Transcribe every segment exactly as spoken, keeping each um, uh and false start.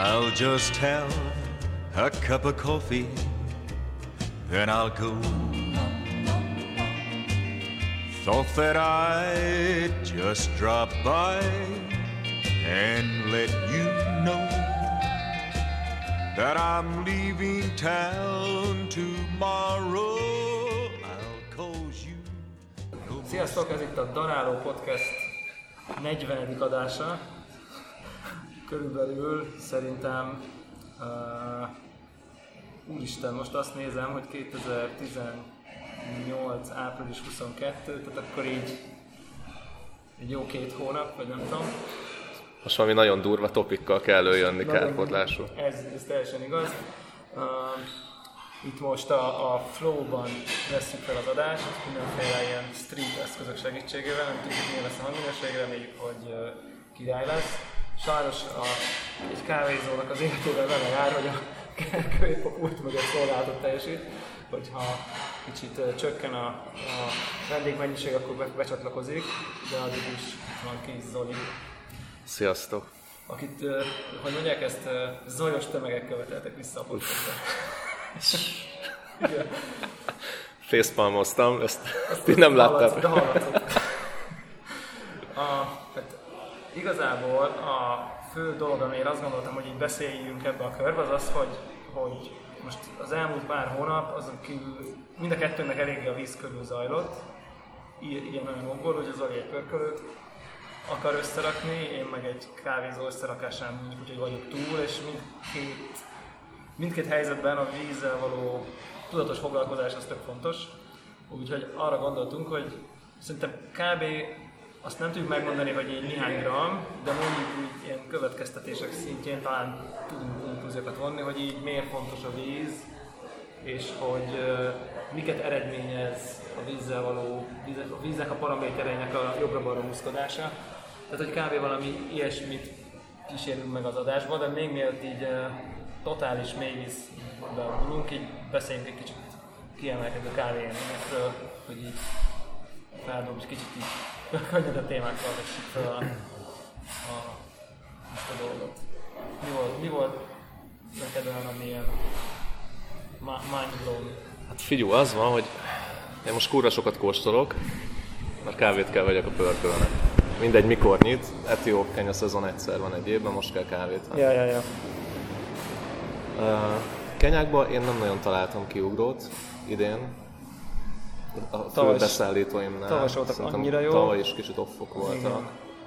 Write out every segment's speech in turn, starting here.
I'll just have a cup of coffee, then I'll go. Thought that I'd just drop by and let you know that I'm leaving town tomorrow. I'll cause you. Sziasztok, ez itt a Daráló Podcast negyvenedik adása. Körülbelül szerintem, uh, úristen, most azt nézem, hogy kétezer-tizennyolc. április huszonkettő, tehát akkor így egy jó két hónap, vagy nem tudom. Most valami nagyon durva topikkal kell előjönni kárpótlásról. Ez, ez teljesen igaz. Uh, itt most a, a Flow-ban vesszük fel az adást, mindenféle ilyen street eszközök segítségével, nem tudjuk, milyen lesz a hangminőség, reméljük, hogy uh, király lesz. Sajnos a, egy kávézónak az életével vele jár, hogy a közép a pult mögött szolgálatot teljesít, hogyha kicsit uh, csökken a, a vendégmennyiség, akkor be, becsatlakozik, de addig is van Kis Zoli. Sziasztok! Akit, uh, hogy mondják ezt, uh, zajos tömegek követeltek vissza a podcastra. Facepalmoztam, ezt, ezt így nem láttam. De hallatszott. A, hát igazából a fő dolog, amire azt gondoltam, hogy így beszéljünk ebbe a körbe, az az, hogy, hogy most az elmúlt pár hónap, azon kívül mind a kettőnek eléggé a víz körül zajlott. Ilyen olyan okból, hogy az Zoli egy pörkölőt akar összerakni, én meg egy kávézó összerakásán mondjuk, úgyhogy vagyok túl, és mindkét, mindkét helyzetben a vízzel való tudatos foglalkozás az tök fontos. Úgyhogy arra gondoltunk, hogy szerintem kb. Azt nem tudjuk megmondani, hogy így néhány gram, de mondjuk úgy ilyen következtetések szintjén talán tudunk konklúziókat vonni, hogy így miért fontos a víz, és hogy uh, miket eredményez a vízzel való, a víznek a paramétereinek a jobbra-balra húzkodása. Tehát, hogy kb. Valami ilyesmit kísérünk meg az adásban, de még mielőtt így uh, totális mélyvízbe indulunk, így beszéljünk egy kicsit kiemelkedő kávéélményekről, hogy így feldobjuk kicsit így könnyedebb témákkal vessük fel a, a, ezt a dolgot. Mi volt, mi volt neked olyan, ami ilyen mind blown? Hát figyelj, az van, hogy én most kurva sokat kóstolok, mert kávét kell vegyek a pörkölnek. Mindegy mikor nyit, etióp kenya szezon egyszer van egy évben, most kell kávét venni. Ja, ja, ja. Uh, Kenyákban én nem nagyon találtam kiugrót idén. A fő beszállítóimnál. Tavaly voltak annyira jó. Tavaly is kicsit off-ok voltak.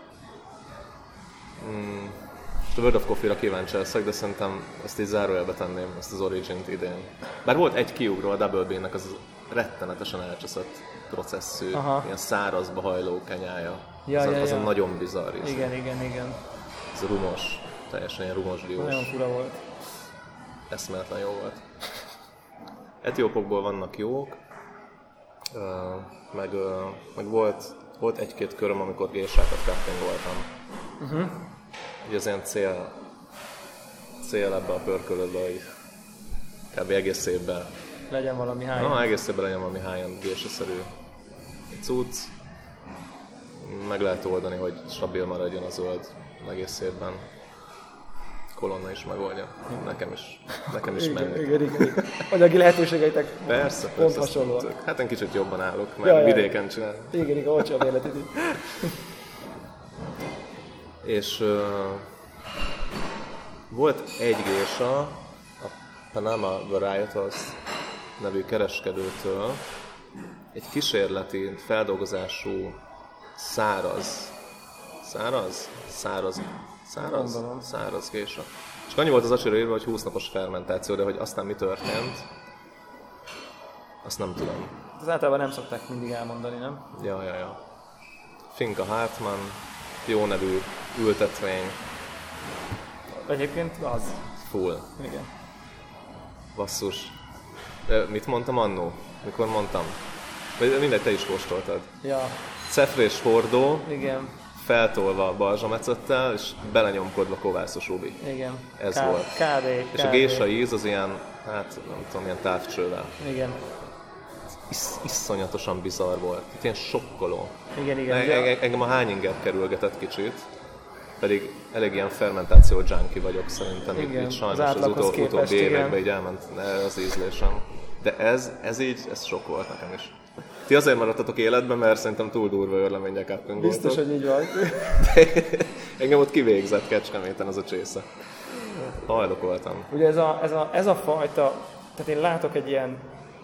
Mm. A World of Coffee-ra kíváncsi leszek, de szerintem ezt így zárójelbe tenném, ezt az Origin-t idén. Bár volt egy kiugró, a Double Bean-nek az rettenetesen elcseszett processzű, aha, ilyen szárazba hajló kenyája. Ja, az, ja, az ja. a nagyon bizarr íz. Igen, igen, igen. Ez a rumos, teljesen ilyen rumos diós. Nagyon fura volt. Eszméletlen jó volt. Etiópokból vannak jók, uh, meg, uh, meg volt, volt egy-két köröm, amikor gésákat cuppingoltam. Uh-huh. Ugye az ilyen cél, cél ebbe a pörkölődbe, hogy kb. Egész évben legyen valami high-end. No, egész évben legyen valami high-end gésaszerű cucc. Meg lehet oldani, hogy stabil maradjon a zöld egész évben. Kolonna is megoldja. Nekem is, nekem is menni. Igen, igen, igen. Anyagi lehetőségeitek persze, pont persze, hasonlóak. Hát én kicsit jobban állok, mert ja, ja, vidéken csinálom. Igen, igen, olcsóbb életet így. És uh, volt egy gésa, a Panama Varietals nevű kereskedőtől, egy kísérleti feldolgozású száraz, száraz? Száraz, száraz? Száraz gésa. És annyi volt az acsira írva, hogy húsz napos fermentáció, de hogy aztán mi történt, azt nem tudom. Az általában nem szokták mindig elmondani, nem? Ja, ja, ja. Finca Hartmann, jó nevű ültetvény. Egyébként az. Full. Igen. Basszus. Mit mondtam annó? Mikor mondtam? Mindegy, te is kóstoltad. Ja. Cefrés hordó. Igen. Feltolva balzsamecettel, és belenyomkodva kovászos rubi. Igen. Ez K- volt. Kávé. És a gésa íz az ilyen, hát nem tudom, ilyen távcsővel. Igen. Is, iszonyatosan bizarr volt. Itt ilyen sokkoló. Igen, igen. E- e- engem a hányingert kerülgetett kicsit. pedig elég ilyen fermentáció junkie vagyok szerintem. Igen, itt sajnos az az, az utó, képest, utóbbi igen. években így elment az ízlésem. De ez, ez így, ez sok volt nekem is. Ti azért maradtatok életben, mert szerintem túl durva örlemények cupping voltok. Biztos, hogy így van. Engem ott kivégzett Kecskeméten az a csésze. Hajlok voltam. Ugye ez a, ez, a, ez a fajta, tehát én látok egy ilyen,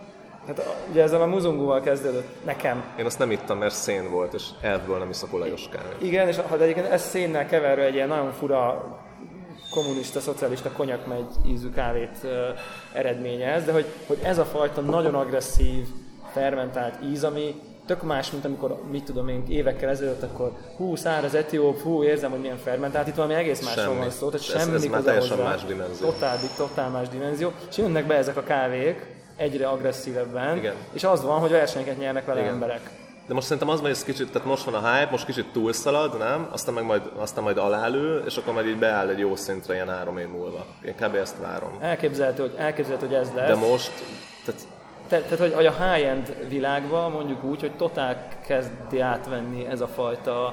hát ugye ezzel a muzungóval kezdődött nekem. Én azt nem ittam, mert szén volt, és elvből nem iszok olajos kávét. Igen, és ha egyébként ez szénnel keverve egy ilyen nagyon fura kommunista, szocialista konyak-megy ízű kávét uh, eredményez, de hogy, hogy ez a fajta nagyon agresszív, fermentált íz, ami tök más, mint amikor, mit tudom én, évekkel ezelőtt, akkor hú, száraz etióp, hú, érzem, hogy milyen fermentált, itt valami egész másról van szó, tehát semmi ez, ez már teljesen hozzá. más dimenzió. Totál, totál más dimenzió, és jönnek be ezek a kávék egyre agresszívebben, igen. És az van, hogy versenyeket nyernek vele igen. emberek. De most szerintem az van, hogy ez kicsit, tehát most van a hype, most kicsit túlszalad, nem? Aztán meg majd, aztán majd alálő, és akkor majd így beáll egy jó szintre ilyen három év múlva. Én kb. Ezt várom. Elképzelhető, hogy, elképzelhető, hogy ez lesz. De most, tehát... Te, tehát, hogy, hogy a high-end világban mondjuk úgy, hogy totál kezdi átvenni ez a fajta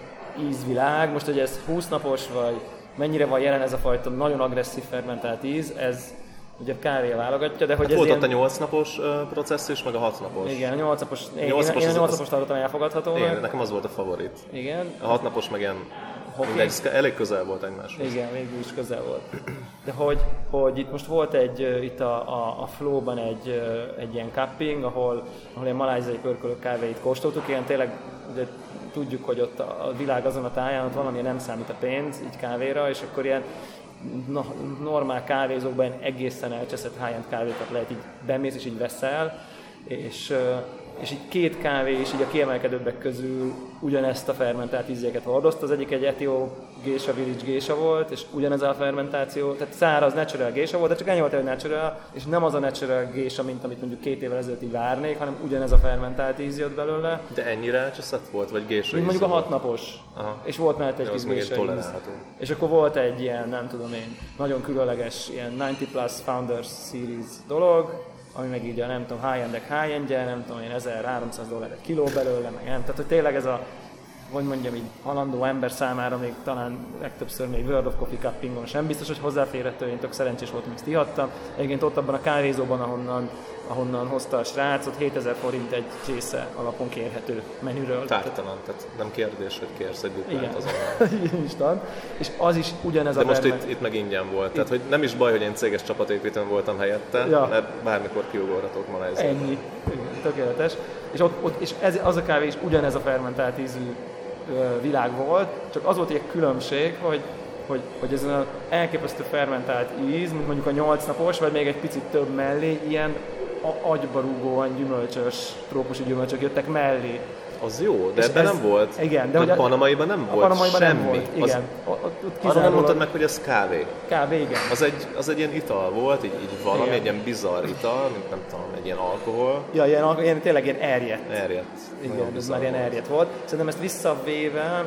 ízvilág. Most, hogy ez húsz napos, vagy mennyire van jelen ez a fajta nagyon agresszív fermentált íz, ez ugye a kávé válogatja, de hogy hát ez volt ilyen... ott a nyolc napos uh, processz is, meg a hat napos. Igen, a nyolc napos, én, nyolc napos én a nyolc az... napos tartottam elfogadható. Igen, nekem az volt a favorit. Igen. A hat napos meg ilyen, mindegy, elég közel volt egymáshoz. Igen, végül is közel volt. De hogy, hogy itt most volt egy, itt a, a, a Flow-ban egy, egy ilyen cupping, ahol, ahol ilyen malajziai pörkölök kávéit kóstoltuk, ilyen tényleg ugye, tudjuk, hogy ott a világ azon a táján, ott valamilyen nem számít a pénz, így kávéra, és akkor ilyen no, normál kávézókban ilyen egészen elcseszett high-end kávékat lehet így bemész és így veszel, és, és így két kávé is így a kiemelkedőbbek közül ugyanezt a fermentált ízéket hordozta. Az egyik egy etióp gésa, village gésa volt, és ugyanez a fermentáció, tehát száraz natural gésa volt, de csak ennyi volt, hogy natural, és nem az a natural gésa, mint amit mondjuk két évvel ezelőtt így várnék, hanem ugyanez a fermentált íz jött belőle. De ennyire elcseszett volt, vagy gésa Mint mondjuk a volt? hat napos, aha. És volt mellett egy kis gésa íz. És akkor volt egy ilyen, nem tudom én, nagyon különleges ilyen kilencven plus Founders Series dolog, ami meg így a nem tudom, high-endek high-endje, nem tudom én, ezerháromszáz dollár egy kiló belőle, meg nem. Tehát, hogy tényleg ez a, hogy mondjam így, halandó ember számára még talán legtöbbször még World of Coffee Cuppingon sem biztos, hogy hozzáférhető, én tök szerencsés voltam, ezt ihattam. Egyébként ott abban a kávézóban, ahonnan, ahonnan hozta a srácot, hétezer forint egy csésze alapon kérhető menüről. Tártalan, tehát nem kérdés, hogy kérsz egy duplát azonnal. Instant. És az is ugyanez de a most verme... itt, itt meg ingyen volt, tehát hogy nem is baj, hogy én céges csapatépítőn voltam helyette, ja. mert bármikor kiugorhatok Malajziába. Ennyi. Igen, tökéletes. És, ott, ott, és ez, az a kávé is ugyanez a fermentált ízű ö, világ volt, csak az volt egy különbség, hogy, hogy, hogy ez az elképesztő fermentált íz, mint mondjuk a nyolc napos, vagy még egy picit több mellé, ilyen agybarúgóan gyümölcsös, trópusi gyümölcsök jöttek mellé. Az jó, de és ebben ez, nem volt. Igen, de de a panamaiban nem a volt panamaiban semmi. nem volt, igen. Az, ott, ott arra nem mondtad meg, hogy ez kávé. Kávé, igen. Az egy, az egy ilyen ital volt, így, így valami, igen. egy ilyen bizarr ital, mint nem tudom, egy ilyen alkohol. Ja, ilyen, ilyen tényleg ilyen erjedt. Erjedt. Igen, ez már ilyen erjedt volt. Szerintem ezt visszavéve,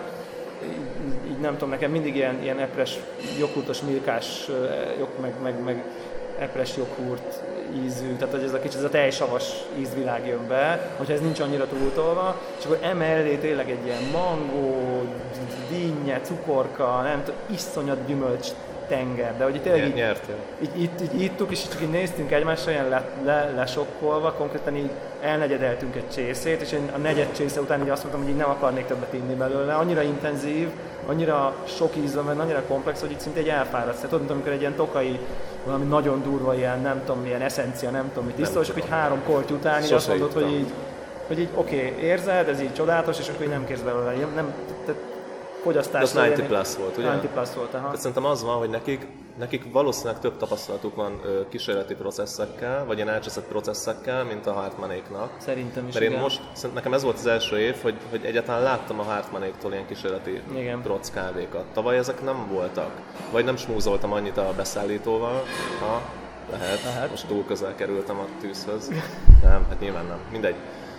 így, így nem tudom, nekem mindig ilyen, ilyen epres, joghurtos, milkás, meg, meg, meg epres joghurt ízű, tehát hogy ez a kicsit ez a tejsavas ízvilág jön be, hogyha ez nincs annyira túltolva, és akkor emellé tényleg egy ilyen mangó, dinnye, cukorka, nem tudom, iszonyat gyümölcs tenger, de hogy itt tényleg így, így, így, így ittuk, és csak így néztünk egymásra, ilyen le, le, lesokkolva, konkrétan így elnegyedeltünk egy csészét, és én a negyed csésze után így azt mondtam, hogy így nem akarnék többet inni belőle, annyira intenzív, annyira sok íz van, annyira komplex, hogy így szinte egy elfáradsz. Tehát tudod, amikor egy ilyen tokai, valami nagyon durva, ilyen nem tudom, milyen eszencia, nem tudom, mit tisztol, és akkor így három korty után így azt mondod, hogy így, hogy így oké, okay, érzed, ez így csodálatos, és akkor így nem kérsz belőle. Nem, tehát fogyasztás. De az kilencven plusz volt, ugye? kilencven plusz volt, aha. Tehát szerintem az van, hogy nekik, nekik valószínűleg több tapasztalatuk van ö, kísérleti processzekkel, vagy ilyen elcseszett processzekkel, mint a Hartmanéknak. Szerintem is. Mert igen. én most, nekem ez volt az első év, hogy, hogy egyáltalán láttam a Hartmanéktól ilyen kísérleti proc kávékat. Tavaly ezek nem voltak. Vagy nem smúzoltam annyit a beszállítóval. Ha, lehet. lehet. Most túl közel kerültem a tűzhöz. Nem, hát nyilván nem. Mindegy.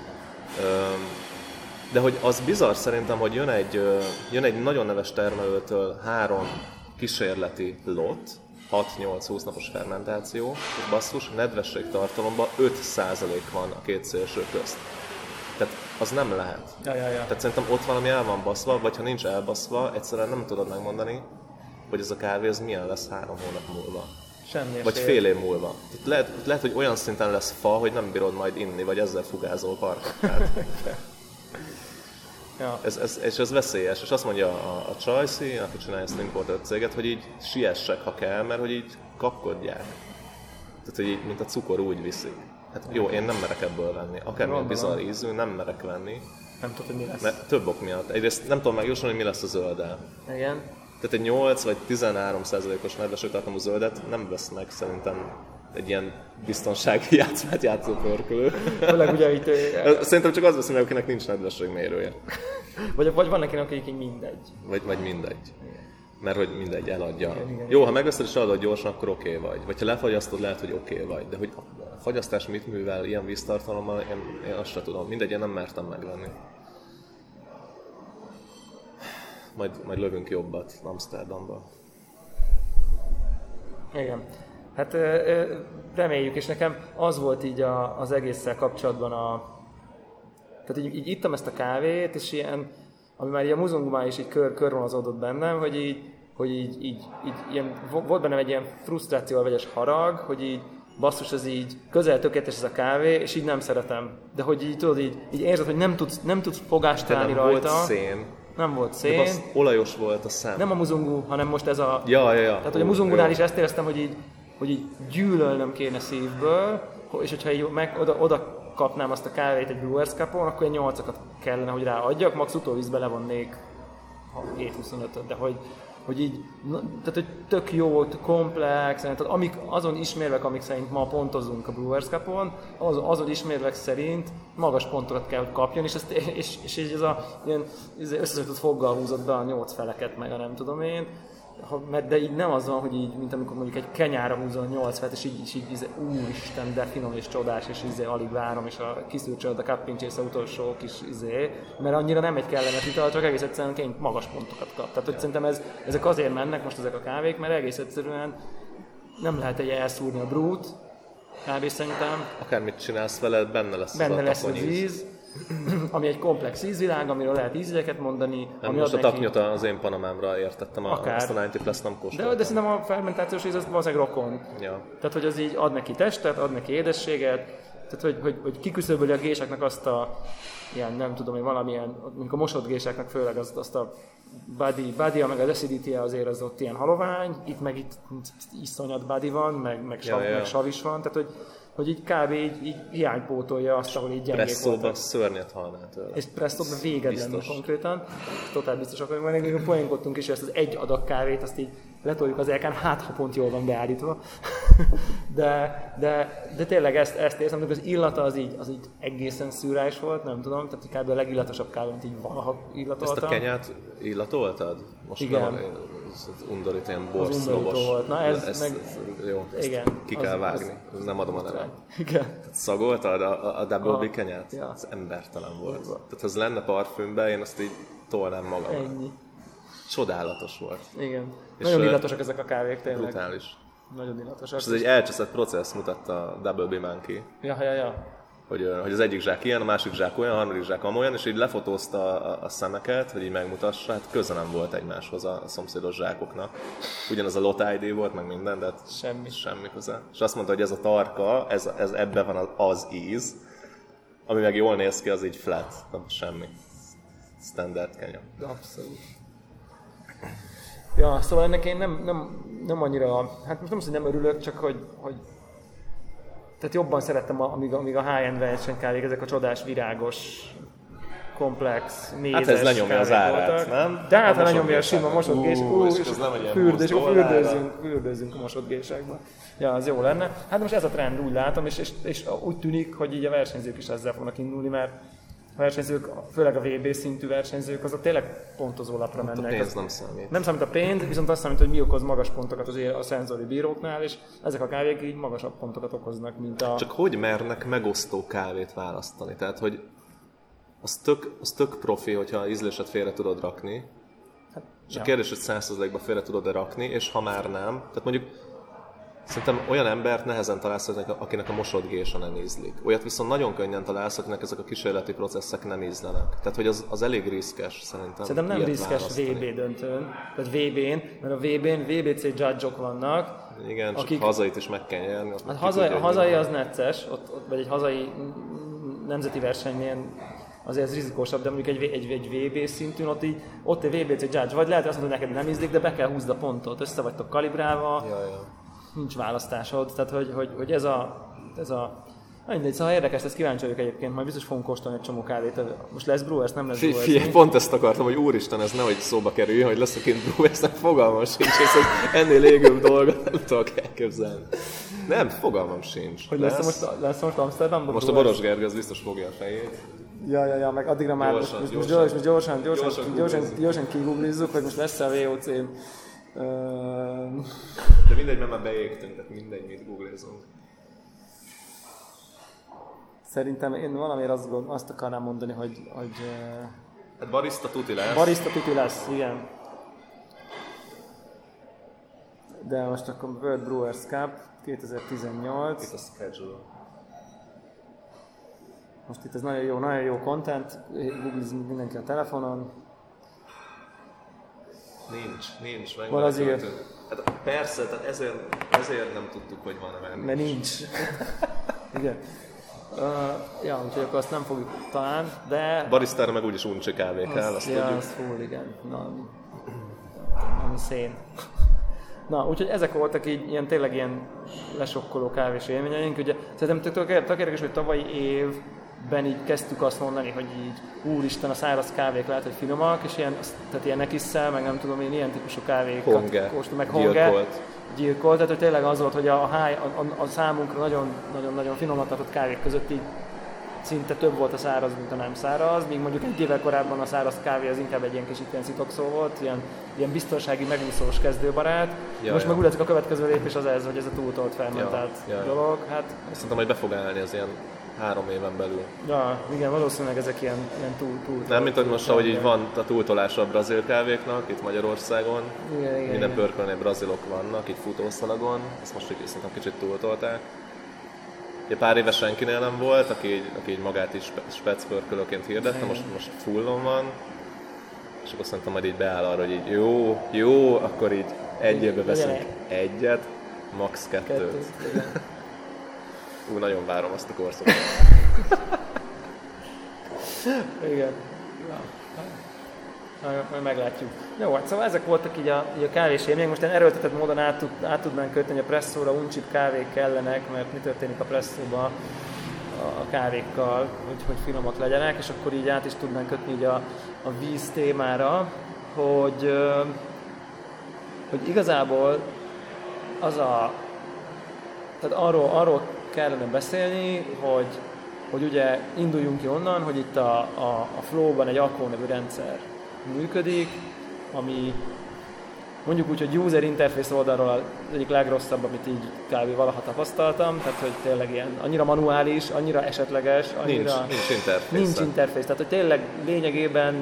Öm, De hogy az bizarr szerintem, hogy jön egy, jön egy nagyon neves termelőtől három kísérleti lot, hat-nyolc-húsz napos fermentáció, és basszus, nedvességtartalomban öt százalék van a két szélső közt. Tehát az nem lehet. Ja, ja, ja. Tehát szerintem ott valami el van baszva, vagy ha nincs elbaszva, egyszerűen nem tudod megmondani, hogy ez a kávé az milyen lesz három hónap múlva. Semmi Vagy fél év múlva. Tehát lehet, lehet, hogy olyan szinten lesz fa, hogy nem bírod majd inni, vagy ezzel fugázol parkokkát. Ja. Ez, ez, és ez veszélyes. És azt mondja a, a Csajci, aki csinálja ezt a Importer céget, hogy így siessek, ha kell, mert hogy így kapkodják. Tehát, hogy így, mint a cukor úgy viszik. Hát jó, én nem merek ebből venni. Akármilyen bizarr ízű, nem merek venni. Nem tudod, hogy mi lesz. Mert több ok miatt. Egyrészt nem tudom megjósolni, hogy mi lesz a zölddel. Igen. Tehát egy nyolc vagy tizenhárom százalékos nedveső tartalmú zöldet nem vesz meg szerintem egy ilyen biztonsági játszmát játszó pörkölő. Főleg ugye itt... Szerintem csak az veszi meg, akinek nincs nedvességmérője. Vagy, vagy van nekinek, akik így mindegy. Vagy, vagy mindegy. Mert hogy mindegy, eladja. Igen, igen, Jó, ha megveszed és eladod gyorsan, akkor oké okay vagy. Vagy ha lefagyasztod, lehet, hogy oké okay vagy. De hogy a fagyasztás mit művel ilyen víztartalommal, én, én azt sem tudom. Mindegy, én nem mertem megvenni. Majd, majd lövünk jobbat Amsterdamba. Igen. Hát reméljük, és nekem az volt így a, az egésszel kapcsolatban a... Tehát így, így ittam ezt a kávét, és ilyen, ami már így a muzungumán is így kör, körvonalazódott bennem, hogy így, hogy így, így, így ilyen, volt bennem egy ilyen frusztrációval vegyes harag, hogy így basszus, ez így közel tökéletes ez a kávé, és így nem szeretem. De hogy így tudod, így, így érzed, hogy nem tudsz, nem tudsz fogást találni rajta. Volt szén. Nem volt szén. De basz, olajos volt a szem. Nem a muzungu, hanem most ez a... Ja, ja, ja. Tehát, hogy a muzungunál is ezt éreztem, hogy így, hogy így gyűlölnöm kéne szívből, és hogyha így meg, oda, oda kapnám azt a kávét egy Brewers Cupon, akkor egy nyolcakat kellene, hogy ráadjak, max utóvízbe levonnék hét huszonötöt, de hogy, hogy így, tehát hogy tök jó, komplex, tehát amik, azon ismérvek, amik szerint ma pontozunk a Brewers Cupon, az, azon ismérvek szerint magas pontokat kell, hogy kapjon, és, ezt, és, és így ez a ilyen összeszedett foggal húzott be a nyolc feleket, meg a nem tudom én, de így nem az van, hogy így, mint amikor mondjuk egy kenyára húzol nyolc felet, és így, és így íze, úristen, de finom és csodás, és izé, alig várom, és a kiszűrcsöld a Cupping utolsó kis izé, mert annyira nem egy kellemes ital, csak egész egyszerűen kény magas pontokat kap. Tehát hogy szerintem ez, ezek azért mennek most ezek a kávék, mert egész egyszerűen nem lehet egy elszúrni a brút, kb. Szerintem. Akármit csinálsz vele, benne lesz benne az lesz az íz, ami egy komplex ízvilág, amiről lehet ízjegyeket mondani. Nem, ami most a neki... taknyot az én panamámra értettem, Akár. Azt a kilencven plusz nem kóstoltam. De, de szerintem a fermentációs íz az valószínűleg rokon. Ja. Tehát, hogy az így ad neki testet, ad neki édességet, tehát, hogy, hogy, hogy kiküszöböli a géseknek azt a, ilyen, nem tudom, hogy valamilyen, mondjuk a mosott géseknek főleg azt, azt a body, body meg az acidity azért az ott ilyen halovány, itt meg itt iszonyat body van, meg, meg, sav, ja, ja. meg sav is van, tehát, hogy hogy így kb. így, így hiánypótolja azt, ahol így gyengék Presszóban voltak. szörnyet halnál tőle. És presszóban véged lenne konkrétan. Totál biztosak vagyunk, mert még poénkodtunk is, hogy ezt az egy adag kávét, azt így letoljuk az elkán, hát ha pont jól van beállítva. de, de, de tényleg ezt, ezt érzem, hogy az illata az így, az így egészen szűrális volt, nem tudom, tehát kb. A legillatosabb kávé, amit így valaha illatoltam. Ezt a kenyát illatoltad? Most igen. Nem, ez undorít, ilyen borszlobos. volt. Na ez, ezt, meg... Jó, ezt igen, ki kell az, vágni, az, nem adom a nevem. Igen. Szagoltad a, a, a Double B kenyát? Ja. Ez embertelen volt. Urba. Tehát ha ez lenne parfümben, én azt így tolnám magamra. Ennyi. Csodálatos volt. Igen. És nagyon illatosak ezek a kávék tényleg. Brutális. Nagyon illatosak. És ez egy elcseszett processz, mutatta a Double B Monkey. Ja, ja, ja. Hogy, hogy az egyik zsák ilyen, a másik zsák olyan, a harmadik zsák amolyan, és így lefotózta a, a szemeket, hogy így megmutassa, hát köze nem volt egymáshoz a szomszédos zsákoknak. Ugyanaz a lot I D volt, meg minden, de hát semmi. semmi köze. És azt mondta, hogy ez a tarka, ez, ez ebben van az, az íz, ami meg jól néz ki, az így flat, nem semmi. Standard kenya. Abszolút. Ja, szóval ennek én nem, nem, nem annyira, hát most nem azt, hogy nem örülök, csak hogy, hogy tehát jobban szerettem, amíg, amíg a high-end versenykávék, ezek a csodás, virágos, komplex, mézes hát ez lenyomja az árát, voltak. nem? De hát ha lenyomja a sima mosottgés, ú, és, és fürdőzünk, fürdőzünk a mosottgésekbe. Ja, az jó lenne. Hát most ez a trend, úgy látom, és, és, és úgy tűnik, hogy így a versenyzők is ezzel fognak indulni, mert a versenyzők, főleg a vé bé szintű versenyzők, azok tényleg pontozó lapra mennek. A pénz nem számít. Nem számít a pénz, viszont azt számít, hogy mi okoz magas pontokat azért a szenzori bíróknál, és ezek a kávék így magasabb pontokat okoznak, mint a... Csak hogy mernek megosztó kávét választani? Tehát, hogy az tök, az tök profi, hogyha ízléset félre tudod rakni, hát, és ja. A kérdés, hogy száz százalékban félre tudod-e rakni, és ha már nem, tehát mondjuk Szerintem olyan embert nehezen találsz, akinek a mosodgésa nem ízlik. Olyat viszont nagyon könnyen találsz, akinek ezek a kísérleti processzek nem ízlenek. Tehát, hogy az, az elég riszkes szerintem. Szerintem nem riszkes vé bé döntőn, vagy vé bén, mert a vé bén vé bé cé judge-ok vannak. Igen, akik... csak hazait is meg kell nyerni. Hát hazai, a hazai az necces, ott, ott, vagy egy hazai nemzeti versenynél azért ez rizikósabb, de mondjuk egy, egy, egy vé bé szintűn, ott, így, ott egy vé bé cé judge, vagy lehet azt mondani, hogy neked nem ízlik, de be kell húzni a pontot, össze vagytok kalibrálva. Ja, ja. Nincs választásod, tehát hogy, hogy, hogy ez a... Ez a mindegy, szóval érdekes, ezt kíváncsi vagyok egyébként, majd biztos fogunk kóstolni egy csomó kávét. Most lesz Brewers, nem lesz Brewers? Figyelj, pont ezt akartam, hogy úristen, ez nehogy szóba kerüljön, hogy lesz a kint Brewers, nem fogalmam sincs, és hogy ennél égőbb dolgot nem tudok elképzelni. Nem, fogalmam sincs. Hogy lesz, lesz most, lesz most Amsterdamban? Most Brewers? A Boros Gergő az biztos fogja a fejét. Ja, ja, ja, meg addigra már gyorsan, most, gyorsan, most gyorsan, gyorsan, gyorsan, gyorsan, gyorsan, gyorsan kiguglizzuk, hogy most lesz a vé o cé. Uh... De mindegy, mert már beégtünk, tehát mindegy, mit googlizunk. Szerintem én valamiért azt, azt akarnám mondani, hogy... hogy hát barista tuti lesz. Barista tuti lesz, igen. De most akkor World Brewers Cup kétezer-tizennyolc. Itt a schedule. Most itt ez nagyon jó, nagyon jó content, googlizunk mindenki a telefonon. Nincs, nincs, meg van azért. Hát persze, tehát ezért, ezért nem tudtuk, hogy van-e, mert nincs. nincs. Igen. Uh, ja, úgyhogy akkor azt nem fogjuk talán, de... Baristára meg úgyis uncsi kávé kell, azt ja, tudjuk. az full, igen. Na, ami szén. Na, úgyhogy ezek voltak így ilyen, tényleg ilyen lesokkoló kávés élményeink. Ugye, szerintem tök érdekes, hogy tavalyi évben így kezdtük azt mondani, hogy így úristen, a száraz kávék lehet, hogy finomak, és ilyen, tehát ilyen nekisszel, meg nem tudom én, ilyen típusú kávékat kóstoltunk, meg honge, gyilkolt, tehát hogy tényleg az volt, hogy a, high, a, a, a számunkra nagyon-nagyon finomnak tartott kávék között így szinte több volt a száraz, mint a nem száraz, míg mondjuk egy évvel korábban a száraz kávé az inkább egy ilyen kis ilyen szitokszó volt, ilyen, ilyen biztonsági, megúszós kezdőbarát. Ja, most ja. meg úgy látszik, a következő lépés az ez, hogy ez a túltolt fermentált ja, ja, dolog. Hát, szerintem, hogy be fog állni az ilyen három éven belül. Ja, igen, valószínűleg ezek ilyen, ilyen túl, túl nem, mint hogy most, ahogy így van a túltolása a brazil kávéknak, itt Magyarországon. Igen, igen, minden pörkölnél brazilok vannak, itt futószalagon, ezt most így szerintem kicsit túltolták. Ugye pár éve senkinél nem volt, aki így, aki így magát is spec pörkölőként hirdette, most, most fullon van. És akkor szerintem majd így beáll arra, hogy így jó, jó, akkor így egy évbe veszünk egyet, max kettőt. Ú, nagyon várom azt a korszakot. Igen. Ja. Meglátjuk. Jó, hát szóval ezek voltak így a, így a kávés élmények. Most ilyen erőltetett módon át, tud, át tudnánk kötni, a presszóra uncsip kávék kellenek, mert mi történik a presszóba a kávékkal, hogy, hogy finomak legyenek, és akkor így át is tudnánk kötni így a, a víz témára, hogy, hogy igazából az a, tehát arról, arról kellene beszélni, hogy, hogy ugye induljunk ki onnan, hogy itt a, a, a Flow-ban egy Akko nevű rendszer működik, ami mondjuk úgy, hogy user interface oldalról az egyik legrosszabb, amit így kb. Valaha tapasztaltam, tehát hogy tényleg ilyen annyira manuális, annyira esetleges, annyira... Nincs, nincs interface. Nincs interface, tehát hogy tényleg lényegében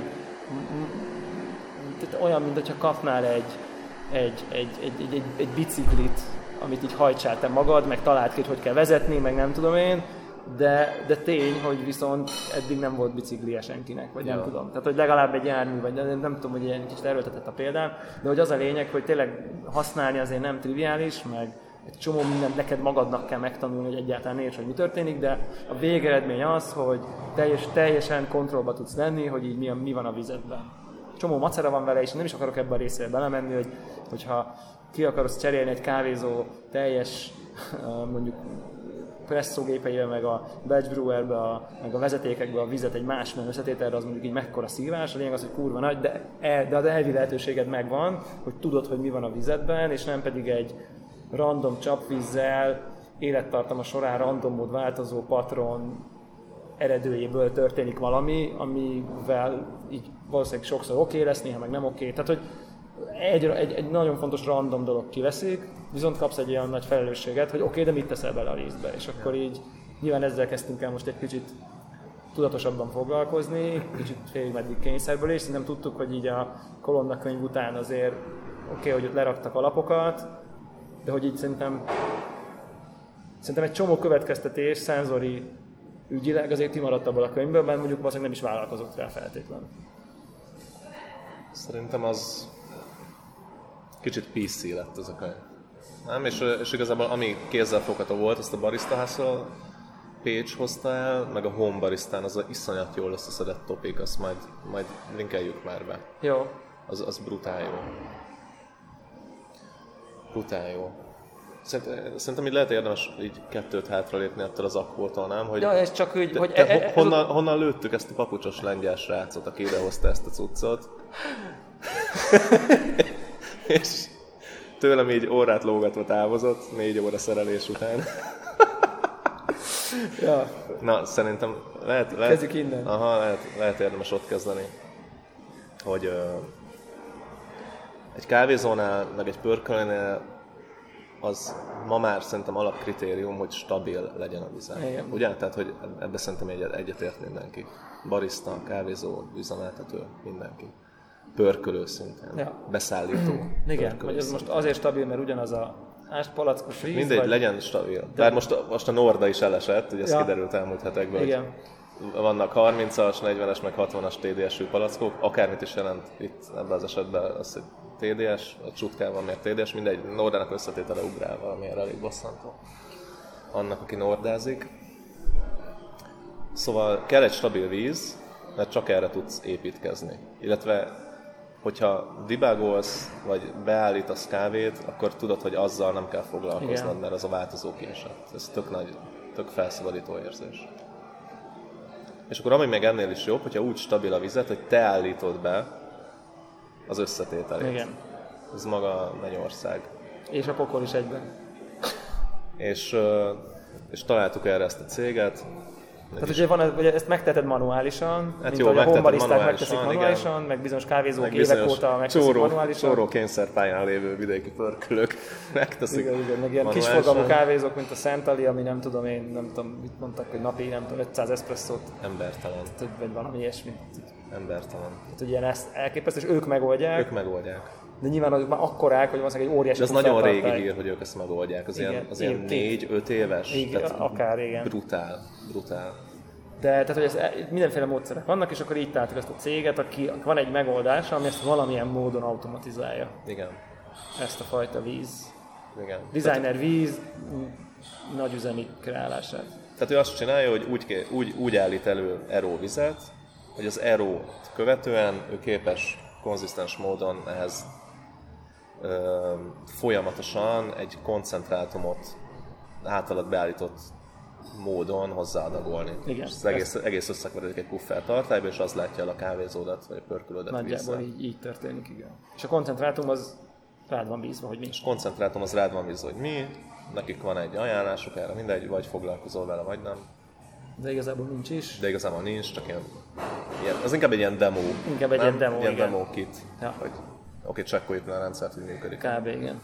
olyan, mint hogyha kapnál egy, egy, egy, egy, egy, egy, egy biciklit, amit így hajtsál te magad, meg találd ki, hogy hogy kell vezetni, meg nem tudom én, de, de tény, hogy viszont eddig nem volt biciklie senkinek, vagy ja. nem tudom. Tehát, hogy legalább egy jármű, vagy nem, nem tudom, hogy ilyen kicsit erőltetett a példám, de hogy az a lényeg, hogy tényleg használni azért nem triviális, meg egy csomó mindent neked magadnak kell megtanulni, hogy egyáltalán érts, hogy mi történik, de a végeredmény az, hogy teljes, teljesen kontrollba tudsz lenni, hogy így mi, mi van a vizedben. Csomó macera van vele, és nem is akarok ebbe a részére belemenni, hogy, hogyha ki akarsz cserélni egy kávézó teljes, mondjuk presszógépeivel, meg a batch brewerbe, a, meg a vezetékekbe a vizet egy más összetételre, az mondjuk így mekkora szívás, a lényeg az, hogy kurva nagy, de, el, de az elvi lehetőséged megvan, hogy tudod, hogy mi van a vizedben, és nem pedig egy random csapvízzel, élettartama során random mód változó patron eredőjéből történik valami, amivel így valószínűleg sokszor oké okay lesz, néha meg nem oké. Okay. Tehát, hogy egy, egy, egy nagyon fontos random dolog kiveszik, viszont kapsz egy olyan nagy felelősséget, hogy oké, okay, de mit teszel bele a részbe. És akkor így nyilván ezzel kezdtünk el most egy kicsit tudatosabban foglalkozni, kicsit félig meddig kényszerből, és szerintem tudtuk, hogy így a kolonnakönyv után azért oké, okay, hogy ott leraktak alapokat, de hogy így szerintem, szerintem egy csomó következtetés, szenzori ügyileg azért kimaradt abból a könyvből, mert mondjuk valószínűleg nem is vállalkozott rá feltétlenül. Szerintem az kicsit pé cé lett ez a könyv. Nem? És, és igazából ami kézzelfogható volt, azt a Barista Hustle page hozta el, meg a Home Baristán az a iszonyat jól összeszedett topik, azt majd, majd linkeljük már be. Jó. Az, az brutál jó. Brutál jó. Szerintem, szerintem így lehet érdemes így kettőt hátralépni ettől az akkótól, nem? Hogy ja, ez csak úgy, te, hogy... Te e, e, honnan, honnan lőttük ezt a papucsos lengyel srácot, aki idehozta ezt a cuccot? És tőlem így órát lógatva távozott, négy óra szerelés után. Ja. Na, szerintem lehet, lehet, kezdjük innen. Aha, lehet, lehet érdemes ott kezdeni, hogy ö, egy kávézónál, meg egy pörkölnél az ma már szerintem alapkritérium, hogy stabil legyen a vize. Igen. Ugye? Tehát, hogy ebbe szerintem egyet, egyetért mindenki. Barista, kávézó, üzemeltető, mindenki. Pörkölő szintén. Ja. Beszállító. Igen, hogy ez most azért stabil, mert ugyanaz a áspalackos víz. Mindegy, vagy... legyen stabil. De... Bár most, most a Norda is elesett, ugye ez ja. kiderült elmúlt hetekben, igen. hogy vannak harmincas, negyvenes, meg hatvanas té dé es-ű palackok, akármit is jelent itt ebben az esetben az, hogy té dé es, a csutkával miért té dé es, mindegy, Nordának összetétele ugrál valamiért elég bosszantó. Annak, aki nordázik. Szóval kell egy stabil víz, mert csak erre tudsz építkezni. Illetve, hogyha dibágolsz, vagy beállítasz kávét, akkor tudod, hogy azzal nem kell foglalkoznod, igen. mert az a változó kiesett. Ez tök nagy, tök felszabadító érzés. És akkor ami még ennél is jobb, hogyha úgy stabil a vizet, hogy te állítod be az összetételét. Igen. Ez maga Mennyország. És a pokol is egyben. És, és találtuk erre ezt a céget. Tehát ugye, van, ugye ezt megteheted manuálisan, hát mint jó, ahogy a homebaristák manuálisan, megteszik manuálisan, igen. meg bizonyos kávézók meg évek óta megteszik csóró, manuálisan. Csóró kényszerpályán lévő vidéki pörkölők megteszik igen, igen, meg ilyen kisforgalmú kávézók, mint a Szentali, ami nem tudom én, nem tudom, mit mondtak, hogy napi, nem tudom, ötszáz eszpresszót. Embertelen. Tehát, vagy valami ilyesmi. Embertelen. Tehát, hogy ilyen ezt elképesztő, és ők megoldják. Ők megoldják. De nyilván azok már akkorák, hogy valószínűleg egy óriási. De az nagyon régi hír, hogy ők ezt megoldják. Az igen, ilyen, az ilyen négy-öt éves. Igen, akár, igen. Brutál, brutál. De tehát, hogy ez, mindenféle módszerek vannak, és akkor így találtuk ezt a céget, aki van egy megoldása, ami ezt valamilyen módon automatizálja. Igen. Ezt a fajta víz. Igen. Designer víz nagyüzemi kreálását. Tehát ő azt csinálja, hogy úgy, úgy, úgy állít elő aeróvizet, hogy az aerót követően ő képes konzisztens módon ehhez ö, folyamatosan egy koncentrátumot általad beállított módon hozzáadagolni. Igen. És az egész, egész összekeveredik egy puffer tartályba, és az látja el a kávézódat, vagy a pörkölődet vízzel. Nagyjából így, így történik, igen. És a koncentrátum az rád van bízva, hogy mi? És a koncentrátum az rád van bízva, hogy mi, nekik van egy ajánlásuk erre, mindegy, vagy foglalkozol vele, vagy nem. De igazából nincs is. De igazából nincs, csak ilyen, ilyen az inkább egy ilyen demo. Inkább egy nem? ilyen demo, ilyen igen. demo kit, ja. hogy oké, csekkoljuk le a rendszert, hogy működik. Kb. Igen.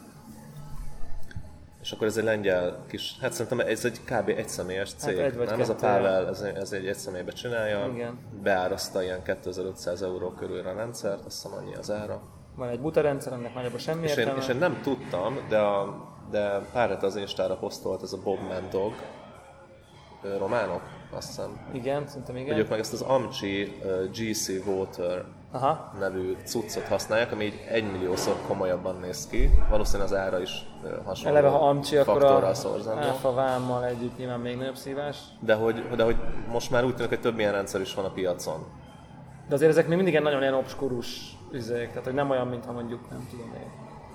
És akkor ez egy lengyel kis, hát szerintem ez egy kb. Egyszemélyes cég, hát egy nem? Ez a Pável, ez, ez egy egyszemélybe csinálja, igen. beáraszta ilyen kétezer-ötszáz euró körülre a rendszert, azt hiszem annyi az ára. Van egy buta rendszer, ennek nagyjából semmi és értelme. Én, és én nem tudtam, de, a, de pár hete az Instára posztolt ez a Bob Mandog, románok, azt hiszem. Igen, szerintem igen. Hogy ők meg ezt az Amchi uh, gé cé Water aha. nevű cuccot használják, ami így egymilliószor komolyabban néz ki. Valószínűleg az ára is uh, hasonló. Eleve, ha Amchi, akkor a szorzandó. áfa vámmal együtt nyilván még nagyobb szívás. De hogy, de hogy most már úgy tűnik, hogy több ilyen rendszer is van a piacon. De azért ezek még mindig ilyen nagyon ilyen obskurus üzék, tehát hogy nem olyan, mintha mondjuk, nem tudom én,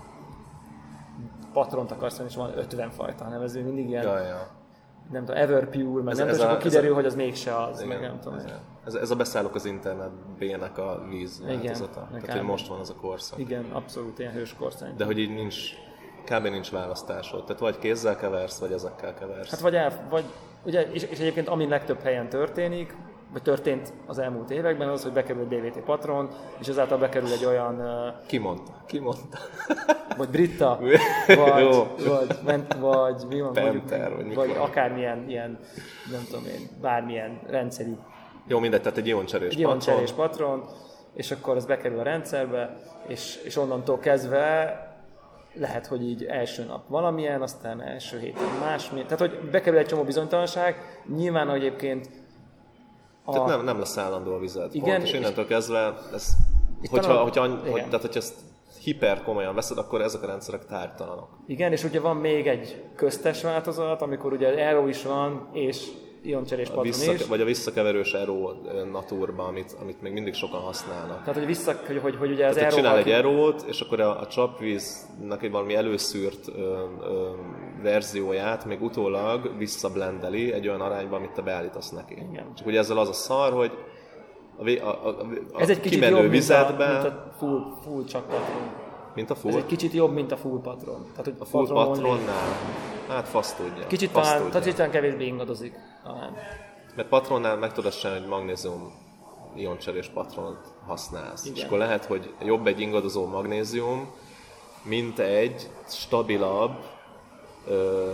patront akarsz venni, és van ötven fajta, hanem ez mindig ilyen, ja, ja. nem tudom, Everpure, meg ez, nem tudom, és akkor kiderül, a, hogy az mégse az, igen, meg nem tudom. Ez, ez a beszállók az internetbének a víz változata. Tehát, hogy most van az a korszak. Igen, abszolút ilyen hőskorszak. De hogy így nincs, kb. Nincs választásod. Tehát vagy kézzel keversz, vagy ezekkel keversz. Hát vagy, el, vagy ugye, és, és egyébként ami legtöbb helyen történik, vagy történt az elmúlt években, az, hogy bekerül egy bé vé té patron, és ezáltal bekerül egy olyan... Uh, Ki mondta? Ki mondta? Vagy Britta, vagy, vagy, ment, vagy, mi van, Penter, mondjuk, vagy, vagy akármilyen, ilyen, nem tudom én, bármilyen rendszerű. Jó, mindegy, tehát egy ioncserés patron. Egy ioncserés patron, és akkor az bekerül a rendszerbe, és, és onnantól kezdve lehet, hogy így első nap valamilyen, aztán első héten másmilyen. Tehát, hogy bekerül egy csomó bizonytalanság, nyilván egyébként a... Tehát nem, nem lesz állandó a vized. Igen, pont, és innentől kezdve, ez, hogyha, talán... hogyha, hogy, tehát, hogyha ezt hiper komolyan veszed, akkor ezek a rendszerek tárgytalanok. Igen, és ugye van még egy köztes változat, amikor ugye Aero is van, és ioncserés patron vissza, is. Vagy a visszakeverős Aero Naturba, amit, amit még mindig sokan használnak. Tehát, hogy, vissza, hogy, hogy, hogy ugye az Aero csinál egy ki... Aero-t, és akkor a, a csapvíznek egy valami előszűrt ö, ö, verzióját még utólag visszablendeli egy olyan arányban, amit te beállítasz neki. Igen. Csak ugye ezzel az a szar, hogy a, a, a, a ez egy kicsit kimenő jobb, vizedbe, mint a, mint a full, full csak patron. Mint a full? Ez egy kicsit jobb, mint a full patron. Tehát, hogy a full patron patronnál? Hát fasz tudja. Kicsit fasz talán, tudja. tehát talán kevésbé ingadozik. Talán. Mert patronnál meg tudod csinálni, hogy magnézium ioncserés patront használsz. Igen. És akkor lehet, hogy jobb egy ingadozó magnézium, mint egy stabilabb, ö,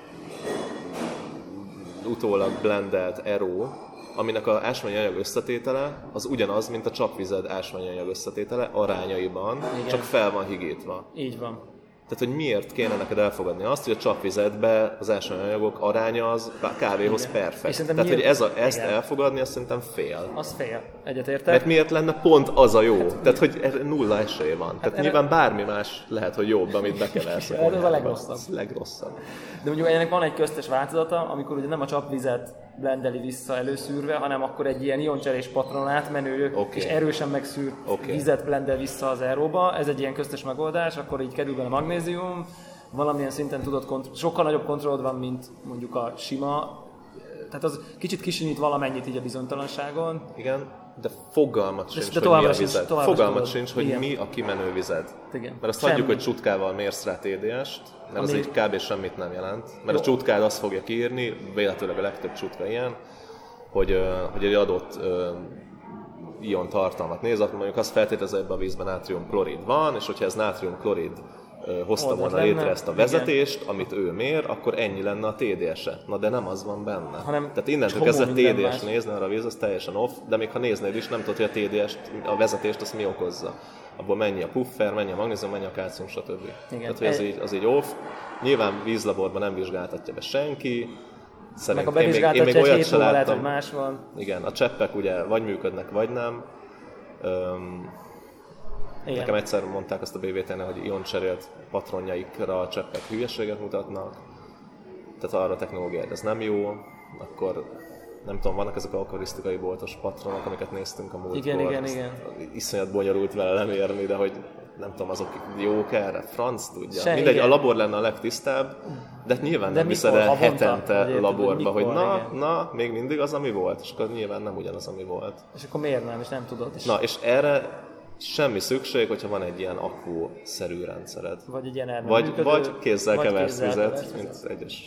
utólag blendelt Aero, aminek az ásványi anyag összetétele az ugyanaz, mint a csapvized ásványi anyag összetétele arányaiban, igen. Csak fel van higítva. Így van. Tehát, hogy miért kéne neked elfogadni azt, hogy a csapvizetben az ásványi anyagok aránya az kávéhoz perfekt. Tehát, miért... hogy ez a, ezt igen. elfogadni, azt szerintem fél. Az fél. Egyetértek. Mert miért lenne pont az a jó? Hát, Tehát, hogy erre nulla esély van. Hát Tehát erre... nyilván bármi más lehet, hogy jobb, amit bekeversz. Ez az a legrosszabb. Az legrosszabb. De mondjuk ennek van egy köztes változata, amikor ugye nem a csapvizet blendeli vissza előszűrve, hanem akkor egy ilyen ioncserés patron átmenő okay. és erősen megszűrt okay. vizet blendel vissza az Aeróba. Ez egy ilyen köztes megoldás, akkor így kerül bele a magnézium, valamilyen szinten tudod, kont- sokkal nagyobb kontrollod van, mint mondjuk a sima. Tehát az kicsit kisinyít valamennyit így a bizonytalanságon. Igen, de fogalmat sincs, de, de hogy mi a vized. Fogalmat sincs, hogy igen. mi a kimenő vized. Igen. Mert azt semmi. Hagyjuk, hogy csutkával mérsz rá té dé est, mert ami... az így kb. Semmit nem jelent. Mert jó. A csutkád azt fogja kiírni, véletlenül a legtöbb csutka ilyen, hogy, hogy egy adott ion tartalmat néz, mondjuk azt feltételezze, hogy ebben a vízben nátrium-klorid van, és hogyha ez nátrium-klorid hozta Oldott volna lenne. Létre ezt a vezetést, igen. amit ő mér, akkor ennyi lenne a té dé es-e. Na de nem az van benne. Hanem tehát innentől kezdve té dé es nézni arra a víz, az teljesen off, de még ha néznéd is, nem tudod, hogy a té dé es-t, a vezetést azt mi okozza. Abból mennyi a puffer, mennyi a magnézium, mennyi a kálcium, stb. Igen. Tehát hogy az, így, az így off. Nyilván vízlaborban nem vizsgáltatja be senki. Szerint meg a bevizsgáltatja egy hét múlva lehet, hogy más van. Igen, a cseppek ugye vagy működnek, vagy nem. Öm, Igen. Nekem egyszer mondták azt a bé vé té-nél, hogy ioncserélt patronjaikra a cseppek hülyeséget mutatnak, tehát arra a technológiára ez nem jó, akkor nem tudom, vannak ezek a akvarisztikai boltos patronok, amiket néztünk a múltkor. Igen, igen, igen. Iszonyat bonyolult vele lemérni, de hogy nem tudom, azok jók erre, franc tudja. Se, Mindegy, igen. a labor lenne a legtisztább, de nyilván de nem viszed el hetente mondta, laborba, hogy, mikor, hogy na, igen. na, még mindig az, ami volt, és akkor nyilván nem ugyanaz, ami volt. És akkor miért nem, és nem tudod. És... Na, és erre semmi szükség, hogyha van egy ilyen akvó-szerű rendszered. Vagy egy ilyen vagy, működő, vagy kézzel vagy keversz kézzel vizet, keversz mint egyes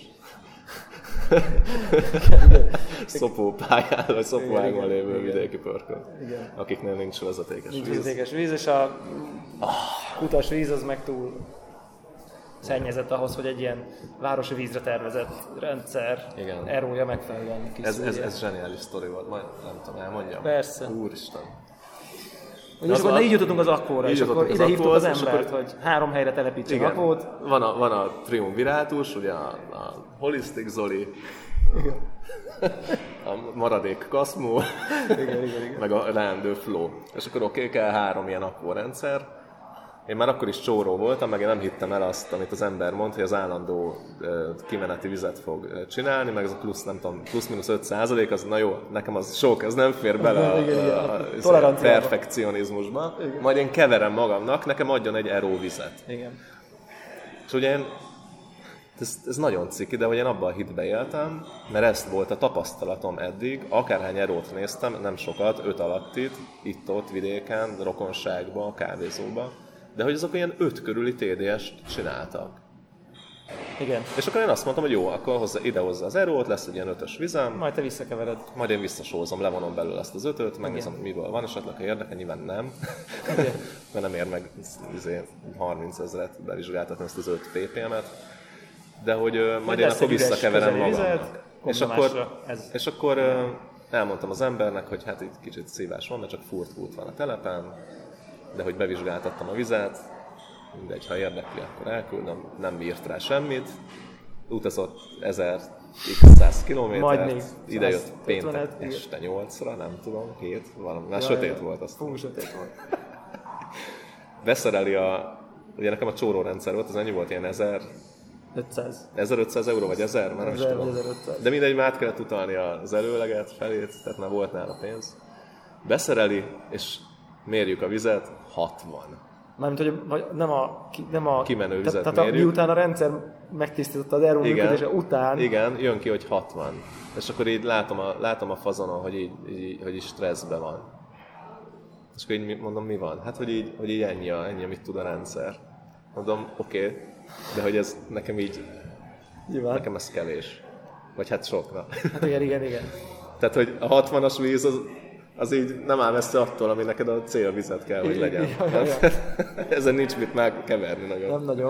szopópályán, vagy szopóágon lévő igen. vidéki pörkölt, akiknél nincs vezetékes nincs víz. Nincs vezetékes víz, és a kutas víz az meg túl szennyezett ahhoz, hogy egy ilyen városi vízre tervezett rendszer erója megfelelően készülje. Ez, ez, ez zseniális sztori volt, majd nem tudom, elmondjam. Persze. Úristen. És akkor na, így jutottunk az akkóra, és akkor ide hívtuk az embert, akkor... hogy három helyre telepítsük akkót. Van a, van a triumvirátus, ugye a, a Holistic Zoli, a maradék Kaszmó, igen, igen, igen. meg a leendő Flow. És akkor oké, okay, kell három ilyen akkórendszer. Én már akkor is csóró voltam, meg én nem hittem el azt, amit az ember mond, hogy az állandó uh, kimeneti vizet fog uh, csinálni, meg ez a plusz, nem tudom, plusz-minusz öt százalék, az na jó, nekem az sok, ez nem fér bele a, a, a perfekcionizmusba. Igen. Majd én keverem magamnak, nekem adjon egy Aero vizet. Igen. És ugye én, ez, ez nagyon ciki, de hogy én abban a hitbe éltem, mert ezt volt a tapasztalatom eddig, akárhány Aerót néztem, nem sokat, öt alattit, itt-ott vidéken, rokonságban, kávézóban, de hogy azok ilyen öt körüli té dé est csináltak. Igen. És akkor én azt mondtam, hogy jó, akkor hozzá, ide hozza az Aerót, lesz egy ilyen ötös vizem. Majd te visszakevered. Majd én visszasózom, levonom belőle ezt az ötöt, megnézem, hogy miből van, esetleg ha érdekel, nyilván nem. Mert nem ér meg harminc ezret bevizsgáltatni ezt az öt pé pé em-et. De hogy uh, majd én akkor visszakeverem magamnak. És akkor, ez... és akkor uh, elmondtam az embernek, hogy hát itt kicsit szívás van, mert csak furt-furt van a telepen, de hogy bevizsgáltattam a vizet, mindegy, ha érdekli, akkor elküldöm, nem írt rá semmit, utazott ezer száz kilométert, ide jött péntek este nyolcra, nem tudom, hét, valami, már sötét volt azt. Fú, sötét volt. Beszereli a, ugye nekem a csórórendszer volt, az ennyi volt, ilyen ezer ötszáz. ezerötszáz euró vagy ezer, már nem is tudom. De mindegy, már át kellett utalni az előleget, felét, tehát már volt nála pénz. Beszereli, és mérjük a vizet, hatvan. Mármint, hogy nem a, nem a kimenő vizet tehát mérjük. Miután a rendszer megtisztította az erő működése után. Igen, jön ki, hogy hatvan. És akkor így látom a, látom a fazonon, hogy így, így, hogy így stresszben van. És akkor így mondom, mi van? Hát, hogy így, hogy így ennyi, a, ennyi, amit tud a rendszer. Mondom, oké, okay, de hogy ez nekem így, Nyilván. Nekem ez kevés. Vagy hát sokra. Hát igen, igen, igen. Tehát, hogy a hatvanas víz az, az így nem áll messze attól, ami neked a célvizet kell, hogy legyen. Ja, ja, ja. Ezen nincs mit megkeverni nagyon. Nem nagyon.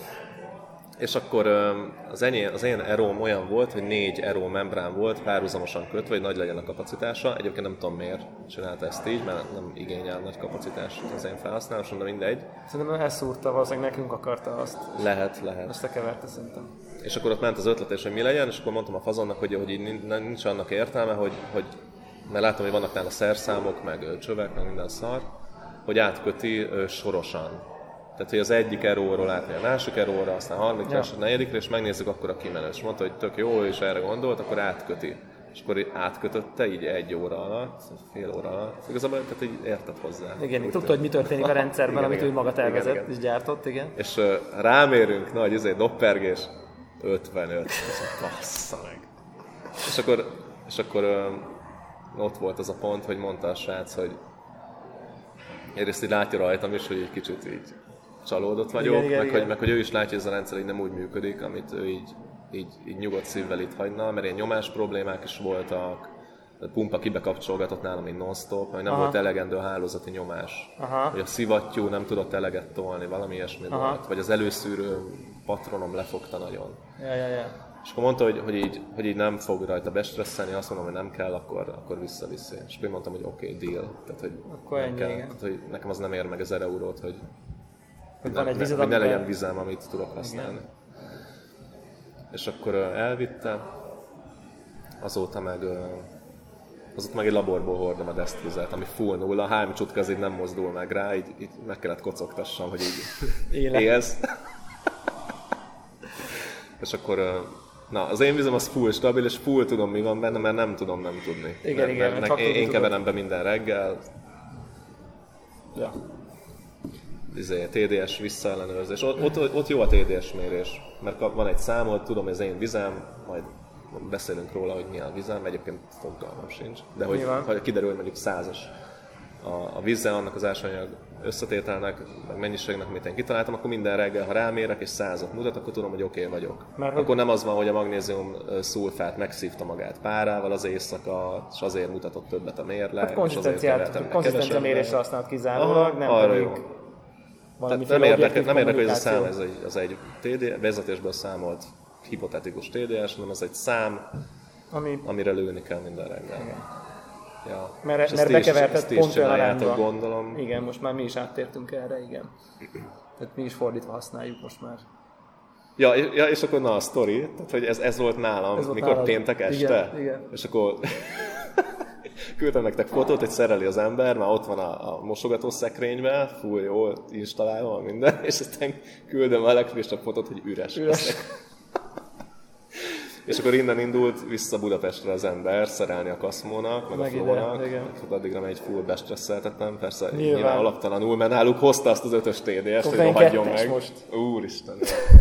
És akkor az, enyém, az én eróm olyan volt, hogy négy eró membrán volt párhuzamosan kötve, hogy nagy legyen a kapacitása. Egyébként nem tudom miért csinálta ezt így, mert nem igényel nagy kapacitást az én felhasználásom, de mindegy. Szerintem elszúrta, valószínűleg nekünk akarta azt. Lehet, lehet. Összekeverte szerintem. És akkor ott ment az ötletes, hogy mi legyen, és akkor mondtam a fazonnak, hogy, hogy így nincs annak értelme, hogy, hogy mert látom, hogy vannak nála szerszámok, meg csövek, meg minden szar, hogy átköti sorosan. Tehát, hogy az egyik eróról átmegy a másik eróra, aztán a harmadikra, ja. a negyedikre, és megnézzük akkor a kimenőt. És mondta, hogy tök jó, és erre gondolt, akkor átköti. És akkor átkötötte így egy óra alatt, fél óra alatt. Igazából, tehát így értett hozzá. Igen, így tudta, hogy mi történik a rendszerben, igen, amit igen, ő maga tervezett igen, igen. és gyártott, igen. És uh, rámérünk, nagy izé, doppergés, ötvenöt. Bassza meg. És akkor, és akkor uh, ott volt az a pont, hogy mondta a srác, hogy egyrészt így látja rajtam is, hogy egy kicsit így csalódott vagyok, igen, igen, meg, igen. Hogy, meg hogy ő is látja, hogy ez a rendszer így nem úgy működik, amit ő így, így, így nyugodt szívvel itt hagyna, mert ilyen nyomás problémák is voltak, a pumpa kibekapcsolgatott nálam így non-stop, hogy nem Aha. volt elegendő a hálózati nyomás, Aha. hogy a szivattyú nem tudott eleget tolni, valami ilyesmi Aha. volt, vagy az előszűrő patronom lefogta nagyon. Ja, ja, ja. És akkor mondta, hogy, hogy, így, hogy így nem fog rajta bestresszelni, azt mondom, hogy nem kell, akkor, akkor visszaviszi. És akkor mondtam, hogy oké, okay, deal. Tehát, hogy akkor nem ennyi, kell. igen. Tehát, hogy nekem az nem ér meg ezer eurót, hogy, hogy, ne, egy vizet, ne, hogy ne legyen vizem, amit tudok használni. Igen. És akkor elvitte, azóta meg, azóta meg egy laborból hordom a desztvizet, ami full nulla, három csutka az így nem mozdul meg rá, így, így meg kellett kocogtassam, hogy így élsz. És akkor na, az én vizem az full stabil, és full tudom, mi van benne, mert nem tudom nem tudni. Igen, mert, igen. mert, mert én, én keverem be minden reggel. Ja. Izé, té dé es visszaellenőrzés. Ott, ott, ott jó a té dé es mérés, mert van egy számod, tudom, hogy az én vizem, majd beszélünk róla, hogy milyen a vizem, egyébként fogalmam sincs. De hogy, hogy kiderül, hogy mondjuk százas a, a vízzel, annak az ásványanyag összetételnek, meg mennyiségnek, amit én kitaláltam, akkor minden reggel, ha rámérek és százat mutat, akkor tudom, hogy oké okay vagyok. Mert akkor hogy... nem az van, hogy a magnézium szulfát megszívta magát párával az éjszaka, és azért mutatott többet a mérleg. Hát konzisztencia mérésre használt kizárólag, nem pedig nem érdekel, nem érdekel, hogy ez a szám ez egy, az egy té dé, vezetésből számolt hipotetikus té dé es, hanem ez egy szám, Ami... amire lőni kell minden reggel. Igen. Ja. Mert, mert bekevertett pont olyan arányba. Gondolom. Igen, most már mi is áttértünk erre, igen. Tehát mi is fordítva használjuk most már. Ja, ja és akkor na a sztori, tehát hogy ez, ez volt nálam, ez volt mikor nálad. Péntek este. Igen, igen. És akkor küldtem nektek fotót, hogy szereli az ember, már ott van a, a mosogatószekrényben, fú, jó, installálva minden, és aztán küldöm a legfrissebb fotót, hogy üres. Üres. És akkor innen indult vissza Budapestre az ember, szerelni a Kaszmónak, meg, meg a Flónak. Addigra már egy full bestresszeltettem, persze nyilván, nyilván alaptalanul, mert náluk hozta azt az ötös té dé est, hogy hagyjon meg. Most. Úristen!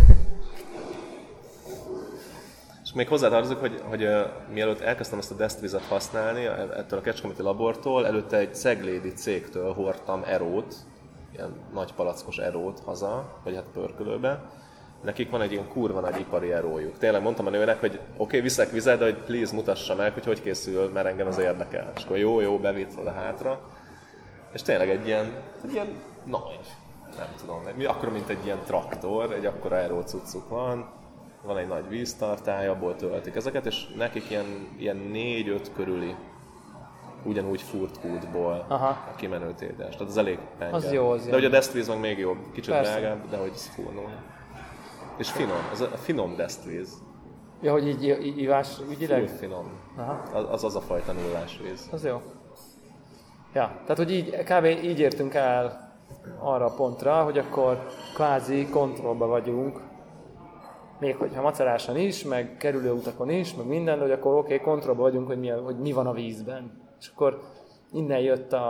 És még hozzátartozik, hogy, hogy uh, mielőtt elkezdtem ezt a desztvizet használni, ettől a Kecskeméti labortól, előtte egy ceglédi cégtől hordtam erót, ilyen nagy palackos erót haza, vagy hát pörkölőbe. Nekik van egy ilyen kurva nagy ipari erójuk. Tényleg mondtam a nőnek, hogy oké, okay, viszek vizet, de hogy please mutassa meg, hogy hogy készül, mert engem az érdekel. És akkor jó, jó, bevitt oda hátra. És tényleg egy ilyen, egy ilyen nagy, nem tudom, akkor mint egy ilyen traktor, egy akkora eró cuccuk van. Van egy nagy víztartály, abból töltik ezeket, és nekik ilyen, ilyen négy-öt körüli ugyanúgy furt kútból Aha. a kimenő tétes. Tehát az elég penge. Az jó, az de jó. hogy a desztvíz meg még jobb. Kicsit Persze. drágább, de hogy ez furnul. És finom. Ez a finom desztvíz. Ja, hogy így í- ivás ügyileg? Full finom. Aha. Az az a fajta nullásvíz. Az jó. Ja, tehát hogy így, kb. Így értünk el arra a pontra, hogy akkor kvázi kontrollba vagyunk, még hogyha macerásan is, meg kerülő utakon is, meg minden, de hogy akkor oké, okay, kontrollba vagyunk, hogy mi, a, hogy mi van a vízben. És akkor innen jött a,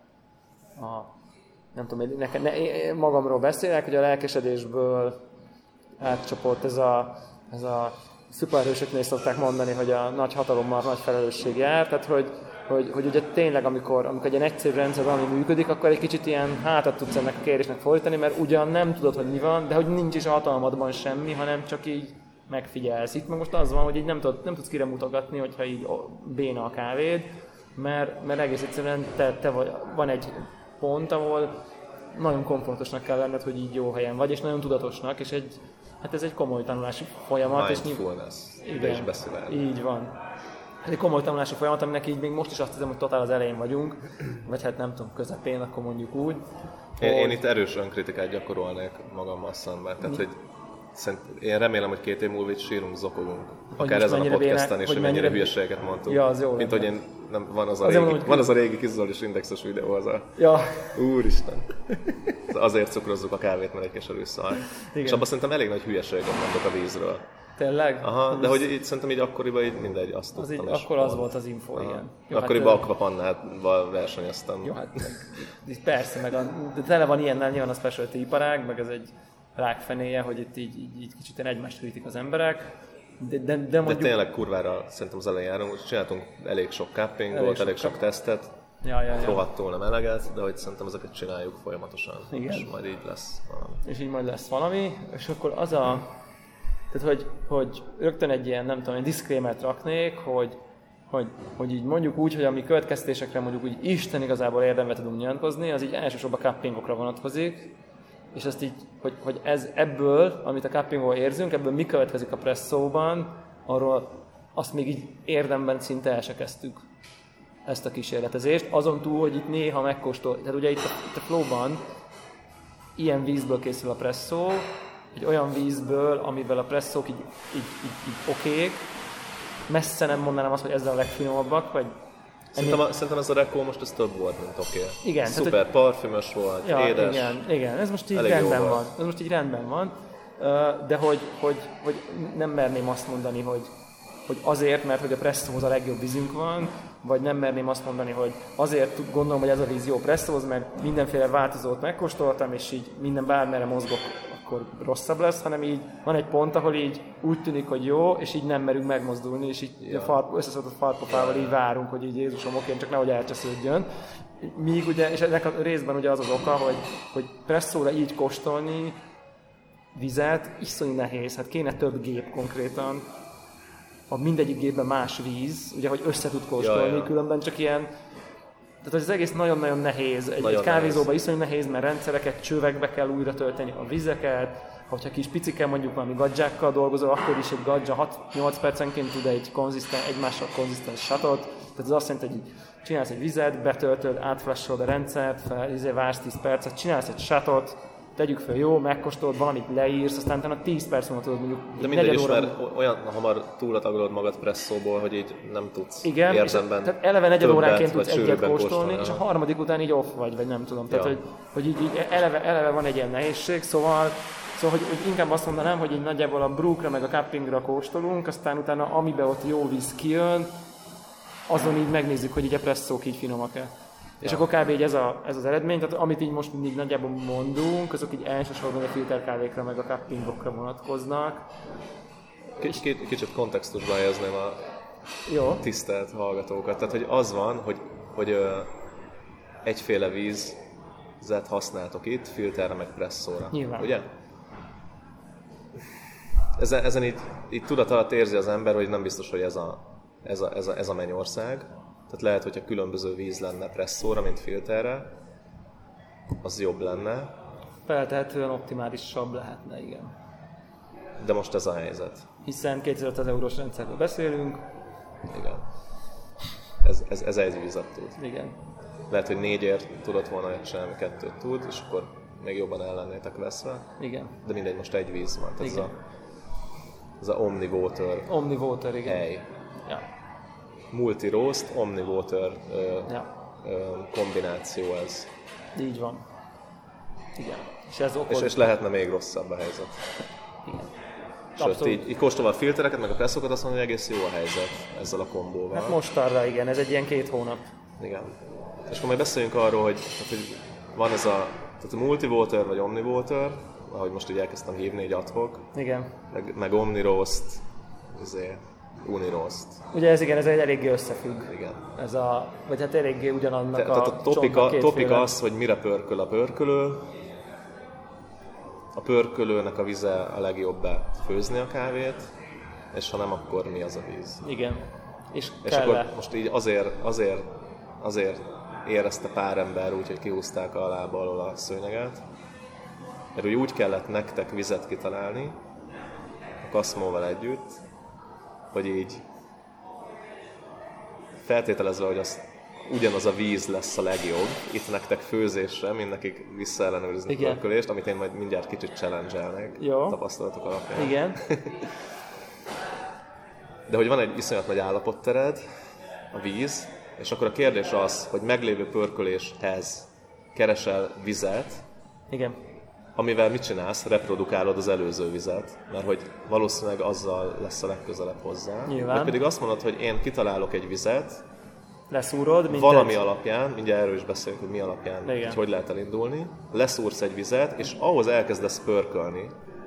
a nem tudom, nekem, ne, én magamról beszélek, hogy a lelkesedésből átcsapott ez a, ez a szuperhősöknél szokták mondani, hogy a nagy hatalommal nagy felelősség jár, tehát hogy, hogy, hogy ugye tényleg amikor, amikor egy ilyen egyszerű rendszer valami működik, akkor egy kicsit ilyen hátat tudsz ennek a kérdésnek fordítani, mert ugyan nem tudod, hogy mi van, de hogy nincs is a hatalmadban semmi, hanem csak így megfigyelsz. Itt meg most az van, hogy így nem, tud, nem tudsz kire mutogatni, hogyha így béna a kávéd, mert, mert egész egyszerűen te, te vagy, van egy pont, ahol nagyon komfortosnak kell lenned, hogy így jó helyen vagy, és nagyon tudatosnak, és egy, hát ez egy komoly tanulási folyamat. Mindfulness. És igen, is beszél. így van. Ez egy komoly tanulási folyamat, aminek így még most is azt hiszem, hogy totál az elején vagyunk, vagy hát nem tudom, közepén, akkor mondjuk úgy. Én, hogy... én itt erős önkritikát gyakorolnék magammal szemben, tehát hogy szerint, én remélem, hogy két év múlva itt sírunk, zokogunk. Akár ezen a podcasten is, hogy mennyire, mennyire hülyeségeket mondtuk. Ja, az jó. Mint hogy én, nem, van, az a Azért régi, mondom, van az a régi kizolis indexes videó, az a... Ja. Úristen. Azért cukrozzuk a kávét, mert egy keserű szar. És abban szerintem elég nagy hülyeséget mondok a vízről. Tényleg? Aha, de hogy így, szerintem így akkoriban így mindegy, azt az tudtam. Így, akkor az volt az info, aha. Igen. Jó, akkoriban hát, Aquapannával versenyeztem. Jó, hát meg, persze, meg a, de tele van ilyennel, nyilván a specialty iparág, meg ez egy rákfenéje, hogy itt így, így, így kicsit egymást hűtik az emberek. De, de, de, mondjuk... de tényleg kurvára szerintem az elején járunk, hogy csináltunk elég sok cuppingot, elég, elég sok tesztet, ja, ja, ja. rohadtul nem eleget, de hogy szerintem ezeket csináljuk folyamatosan, igen. És majd így lesz valami. És így majd lesz valami, és akkor az a... Tehát, hogy, hogy rögtön egy ilyen, nem tudom, egy disclaimer-t raknék, hogy, hogy, hogy így mondjuk úgy, hogy ami következtésekre mondjuk úgy Isten igazából érdembe tudunk nyilatkozni, az így elsősorban a cuppingokra vonatkozik, és azt így, hogy, hogy ez ebből, amit a cuppingból érzünk, ebből mi következik a presszóban, arról azt még így érdemben szinte el se kezdtük ezt a kísérletezést. Azon túl, hogy itt néha megkóstol, tehát ugye itt a, itt a flowban ilyen vízből készül a presszó, egy olyan vízből, amivel a presszók így, így, így, így okék. Messze nem mondanám azt, hogy ezzel a legfinomabbak, vagy... Szerintem, a, szerintem ez a rekó most ez több volt, mint oké. Okay. Igen. Szuper tehát, parfümös volt, ja, édes. Igen, igen, ez most így rendben van. Ez most így rendben van. De hogy, hogy, hogy nem merném azt mondani, hogy, hogy azért, mert hogy a presszóhoz a legjobb vízünk van, vagy nem merném azt mondani, hogy azért gondolom, hogy ez a víz jó presszóhoz, mert mindenféle változót megkóstoltam, és így minden bármerre mozgok, akkor rosszabb lesz, hanem így van egy pont, ahol így úgy tűnik, hogy jó, és így nem merünk megmozdulni, és így ja. far, összeszokott farpofával így várunk, hogy így Jézusom, oké, csak nehogy elcsesződjön. Míg ugye, és ennek a részben ugye az az oka, hogy, hogy presszóra így kóstolni vizet iszonyú nehéz, hát kéne több gép konkrétan, a mindegyik gépben más víz, ugye, hogy össze tud kóstolni, ja, ja. Különben csak ilyen, tehát az egész nagyon-nagyon nehéz, egy, egy kávézóban iszonyú nehéz, mert rendszereket, csövekbe kell újra tölteni a vizeket, hogyha kis picike mondjuk valami gadzsákkal dolgozol, akkor is egy gadzsa hat-nyolc percenként tud egy konzisztens, egymással konzisztens shotot, tehát ez azt jelenti, hogy csinálsz egy vizet, betöltöd, átflasholod a rendszert, fel, vársz tíz percet, csinálsz egy shotot, tegyük fel, jó, megkóstolod, valamit leírsz, aztán utána tíz perc múlva tudod mondjuk de mindegy is, mert olyan hamar túlatagolod magad presszóból, hogy így nem tudsz igen, érdemben tehát eleve negyed óránként tudsz egyet kóstolni, kóstolni, és a harmadik után így off vagy, vagy nem tudom. Tehát, ja. hogy, hogy így, így eleve, eleve van egy ilyen nehézség, szóval, szóval hogy, hogy inkább azt mondanám, hogy így nagyjából a brewkra meg a cuppingra kóstolunk, aztán utána amiben ott jó víz kijön, azon így megnézzük, hogy így a presszók így finomak-e. És ja. akkor kb. Így ez, a, ez az eredmény, tehát amit így most mindig nagyjából mondunk, azok így elsősorban a filterkávékra meg a cuppingokra vonatkoznak. Kicsit, kicsit kontextusban helyezném a jó. tisztelt hallgatókat. Tehát, hogy az van, hogy, hogy ö, egyféle vízet használtok itt, filterre meg presszóra. Nyilván. Ugye? Ezen, ezen így, így tudat alatt érzi az ember, hogy nem biztos, hogy ez a, ez a, ez a, ez a mennyország. Tehát lehet, hogyha különböző víz lenne presszóra, mint filterre, az jobb lenne. Feltehetően optimálisabb lehetne, igen. De most ez a helyzet. Hiszen kétezer-ötszáz eurós rendszerről beszélünk. Igen. ez, ez, ez egy vízet tud. Igen. Lehet, hogy négyért tudott volna csinálni, kettőt tud, és akkor még jobban el lennétek veszve. Igen. De mindegy, most egy víz van. Tehát ez Igen. a, ez a Omni-Water Omni-Water, igen. hely. Ja. Multi-roast, Omni-Water ö, Ja. ö, kombináció ez. Így van. Igen. És ez És, okoz... és lehetne még rosszabb a helyzet. Igen. Sőt, Abszolút. így, így kóstolva a filtereket, meg a presszokat, azt mondom, hogy egész jó a helyzet ezzel a kombóval. Hát most arra igen, ez egy ilyen két hónap. Igen. És akkor majd beszéljünk arról, hogy, hát, hogy van ez a, tehát a Multi-Water vagy Omni-Water, ahogy most így elkezdtem hívni, így adhok, Igen. meg, meg Omni-Roast, azért Uni-Roast. Ugye ez igen, ez egy eléggé összefügg. Igen. Ez a, vagy hát eléggé ugyanannak Te, a tehát a topika, csontnak topika kétféle. az, hogy mire pörköl a pörkölő. A pörkölőnek a vize a legjobb főzni a kávét, és ha nem, akkor mi az a víz. Igen. És, És kell akkor most így azért, azért, azért érezte pár ember úgy, hogy kihúzták a lába alól a szőnyeget, mert úgy, úgy kellett nektek vizet kitalálni, a Kaszmóval együtt, hogy így feltételezve, hogy az ugyanaz a víz lesz a legjobb itt nektek főzésre, mint nekik visszaellenőrizni a pörkölést, amit én majd mindjárt kicsit challenge-elnék tapasztalatok alapján. Igen. De hogy van egy iszonyat nagy állapottered, a víz, és akkor a kérdés az, hogy meglévő pörköléshez keresel vizet, Igen. amivel mit csinálsz? Reprodukálod az előző vizet, mert hogy valószínűleg azzal lesz a legközelebb hozzá. Nyilván. Vagy pedig azt mondod, hogy én kitalálok egy vizet, leszúrod, mint valami egy... alapján, mindjárt erről is beszélünk, hogy mi alapján, Igen. hogy, hogy lehet elindulni, leszúrsz egy vizet, és ahhoz elkezdesz pörkölni,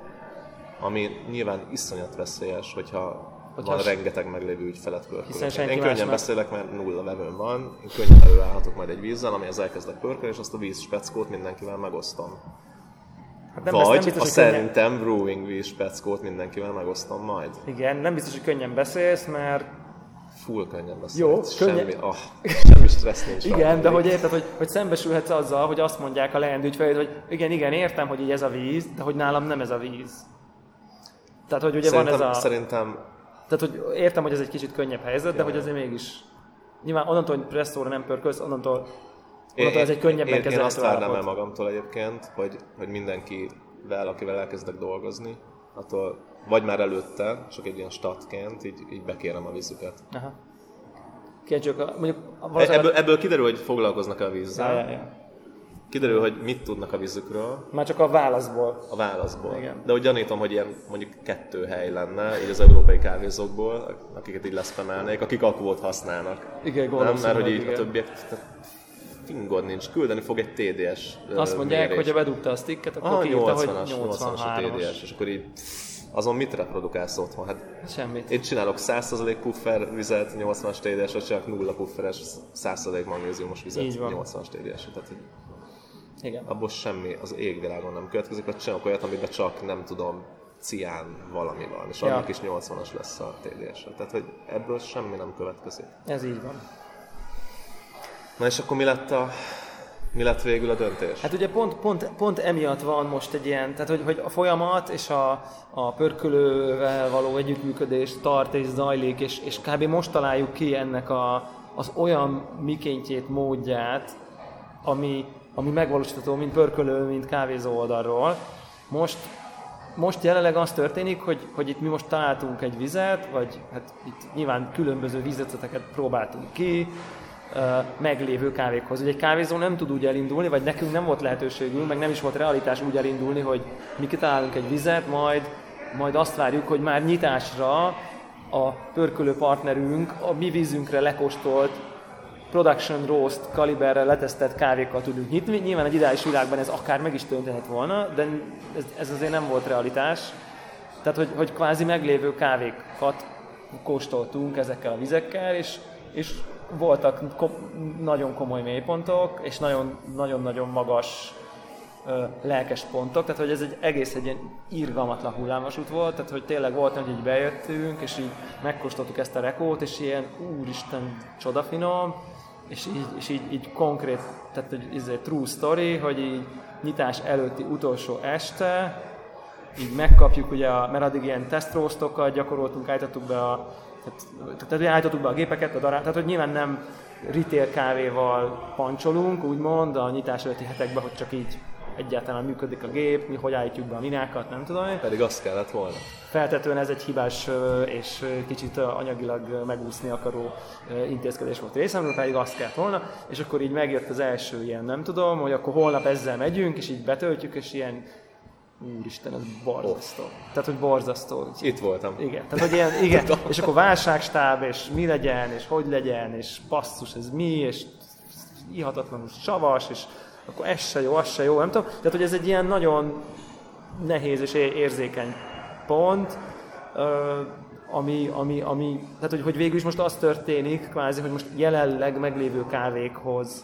ami nyilván iszonyat veszélyes, hogyha Hogyha van s- rengeteg meglévő ügyfelet pörkölök. senki Én más könnyen meg- beszélek, mert nulla vevőm van, én könnyen előállhatok majd egy vízzel, amihez elkezdek pörkölni, és azt a víz speckót mindenkivel megosztom. Hát nem lesz- Vagy nem biztos, a hogy könnyen... szerintem brewing víz speckót mindenkivel megosztom majd. Igen, nem biztos, hogy könnyen beszélsz, mert Full könnyen beszélsz. Jó, semmi, könnyen- oh, semmi stressz nincs. igen, rajta. de hogy érted, hogy, hogy szembesülhetsz azzal, hogy azt mondják a leendő ügyfeled, hogy igen, igen, értem, hogy így ez a víz, de hogy nálam nem ez a víz. Tehát, hogy ugye Szerintem, van ez a... szerintem Tehát, hogy értem, hogy ez egy kicsit könnyebb helyzet, de hogy azért mégis... Nyilván onnantól, hogy presszóra nem pörkölsz, onnantól, onnantól ez egy könnyebben én, én kezelhető azt várnám el állapot. magamtól egyébként, hogy, hogy mindenkivel, akivel elkezdek dolgozni, attól vagy már előtte, csak egy ilyen statként, így, így bekérem a vízüket. Aha. Kíváncsiak, a- mondjuk... E- valószínűleg- Ebből, ebből kiderül, hogy foglalkoznak a vízzel. Ja, ja, ja. Kiderül, hogy mit tudnak a vízükről, Már csak a válaszból. a válaszból. Igen. De úgy gyanítom, hogy ilyen mondjuk kettő hely lenne, így az európai kávézókból, akiket így leszpemelnék, akik akvót használnak. Igen, Nem, valószínűleg, mert hogy így igen. a többiek, tehát fingod nincs, küldeni fog egy té dé es Azt mondják, mérést. hogy ha bedugta a sticket, akkor Ah, kiírta, hogy nyolcvanas, nyolcvanas a té dé es, nyolcvanhármas. és akkor így azon mit reprodukálsz otthon? Hát Semmit. én csinálok száz százalék puffer vizet, nyolcvanas té dé es, vagy csinálok nulla pufferes száz százalék magnéziumos vizet, Így van. nyolcvanas té dé es. Tehát hogy Igen. abból semmi az égvilágon nem következik, vagy csinálok olyat, amiben csak nem tudom, cián valami van, és Ja. annak is nyolcvanas lesz a té dé es. Tehát, hogy ebből semmi nem következik. Ez így van. Na és akkor mi lett, a, mi lett végül a döntés? Hát ugye pont, pont, pont emiatt van most egy ilyen, tehát hogy, hogy a folyamat és a, a pörkölővel való együttműködés tart és zajlik, és, és kb. Most találjuk ki ennek a, az olyan mikéntjét, módját, ami, ami megvalósítható, mint pörkölő, mint kávézó oldalról. Most, most jelenleg az történik, hogy, hogy itt mi most találtunk egy vizet, vagy hát itt nyilván különböző vízrecepteket próbáltunk ki, meglévő kávékhoz. Ugye egy kávézó nem tud úgy elindulni, vagy nekünk nem volt lehetőségünk, meg nem is volt realitás úgy elindulni, hogy mi kitalálunk egy vizet, majd, majd azt várjuk, hogy már nyitásra a pörkölő partnerünk a mi vízünkre lekóstolt production roast kaliberre letesztett kávékkal tudunk nyitni. Nyilván egy ideális világban ez akár meg is történhet volna, de ez, ez azért nem volt realitás. Tehát, hogy, hogy kvázi meglévő kávékat kóstoltunk ezekkel a vizekkel, és, és voltak kom- nagyon komoly mélypontok, és nagyon- nagyon-nagyon magas ö, lelkes pontok, tehát hogy ez egy egész egy ilyen irgalmatlan hullámvasút volt, tehát hogy tényleg volt, hogy így bejöttünk, és így megkóstoltuk ezt a rekót, és ilyen úristen csodafinom, és így, és így, így konkrét, tehát hogy ez egy true story, hogy így nyitás előtti utolsó este, így megkapjuk, ugye, a, mert addig ilyen tesztroasztokat gyakoroltunk, állítottuk be a, Tehát, tehát állítottuk be a gépeket, a dará, tehát hogy nyilván nem retail kávéval pancsolunk, úgymond a nyitás előtti hetekben, hogy csak így egyáltalán működik a gép, mi hogy állítjuk be a minákat, nem tudom én. Pedig azt kellett volna. Feltetően ez egy hibás és kicsit anyagilag megúszni akaró intézkedés volt részemről, pedig azt kellett volna, és akkor így megjött az első ilyen, nem tudom, hogy akkor holnap ezzel megyünk, és így betöltjük, és ilyen, úristen, ez borzasztó. Oh. Tehát, hogy borzasztó. Itt voltam. Igen, tehát, hogy ilyen, igen, és akkor válságstáb, és mi legyen, és hogy legyen, és basszus, ez mi, és ihatatlanul savas, és akkor ez se jó, az se jó, nem tudom. Tehát, hogy ez egy ilyen nagyon nehéz és érzékeny pont, ami, ami, ami tehát, hogy, hogy végül is most az történik, kvázi, hogy most jelenleg meglévő kávékhoz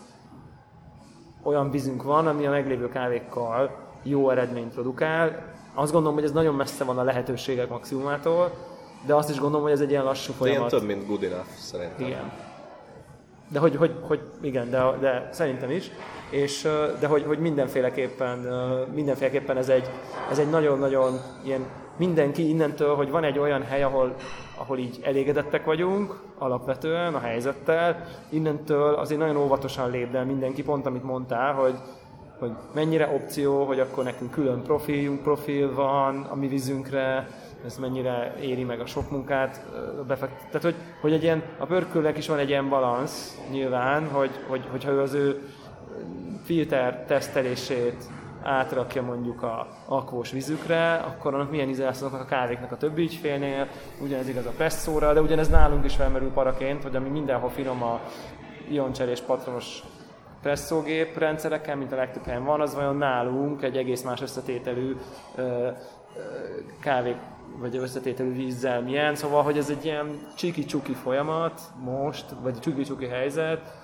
olyan vízünk van, ami a meglévő kávékkal jó eredményt produkál. Azt gondolom, hogy ez nagyon messze van a lehetőségek maximumától, de azt is gondolom, hogy ez egy ilyen lassú folyamat. Ilyen több, mint good enough, szerintem. Igen. De hogy, hogy, hogy igen, de, de szerintem is. És, de hogy, hogy mindenféleképpen, mindenféleképpen ez egy, ez egy nagyon-nagyon ilyen mindenki innentől, hogy van egy olyan hely, ahol, ahol így elégedettek vagyunk alapvetően a helyzettel, innentől azért nagyon óvatosan lép, de mindenki pont, amit mondtál, hogy, hogy mennyire opció, hogy akkor nekünk külön profiljunk, profil van a mi vízünkre, ez mennyire éri meg a sok munkát befekt. Tehát, hogy, hogy egy ilyen, a pörkölnek is van egy ilyen balansz nyilván, hogy, hogy, hogyha ő az ő filter tesztelését átrakja mondjuk a akvós vízükre, akkor annak milyen íze lesz a kávéknak a többi ügyfélnél, ugyanez igaz a presszóra, de ugyanez nálunk is felmerül paraként, hogy ami mindenhol finom a ioncserés patronos presszógép rendszerekkel, mint a legtöbb helyen van, az vajon nálunk egy egész más összetételű ö, ö, kávé vagy összetételű vízzel milyen, szóval, hogy ez egy ilyen csiki-csuki folyamat most, vagy csuki-csuki helyzet,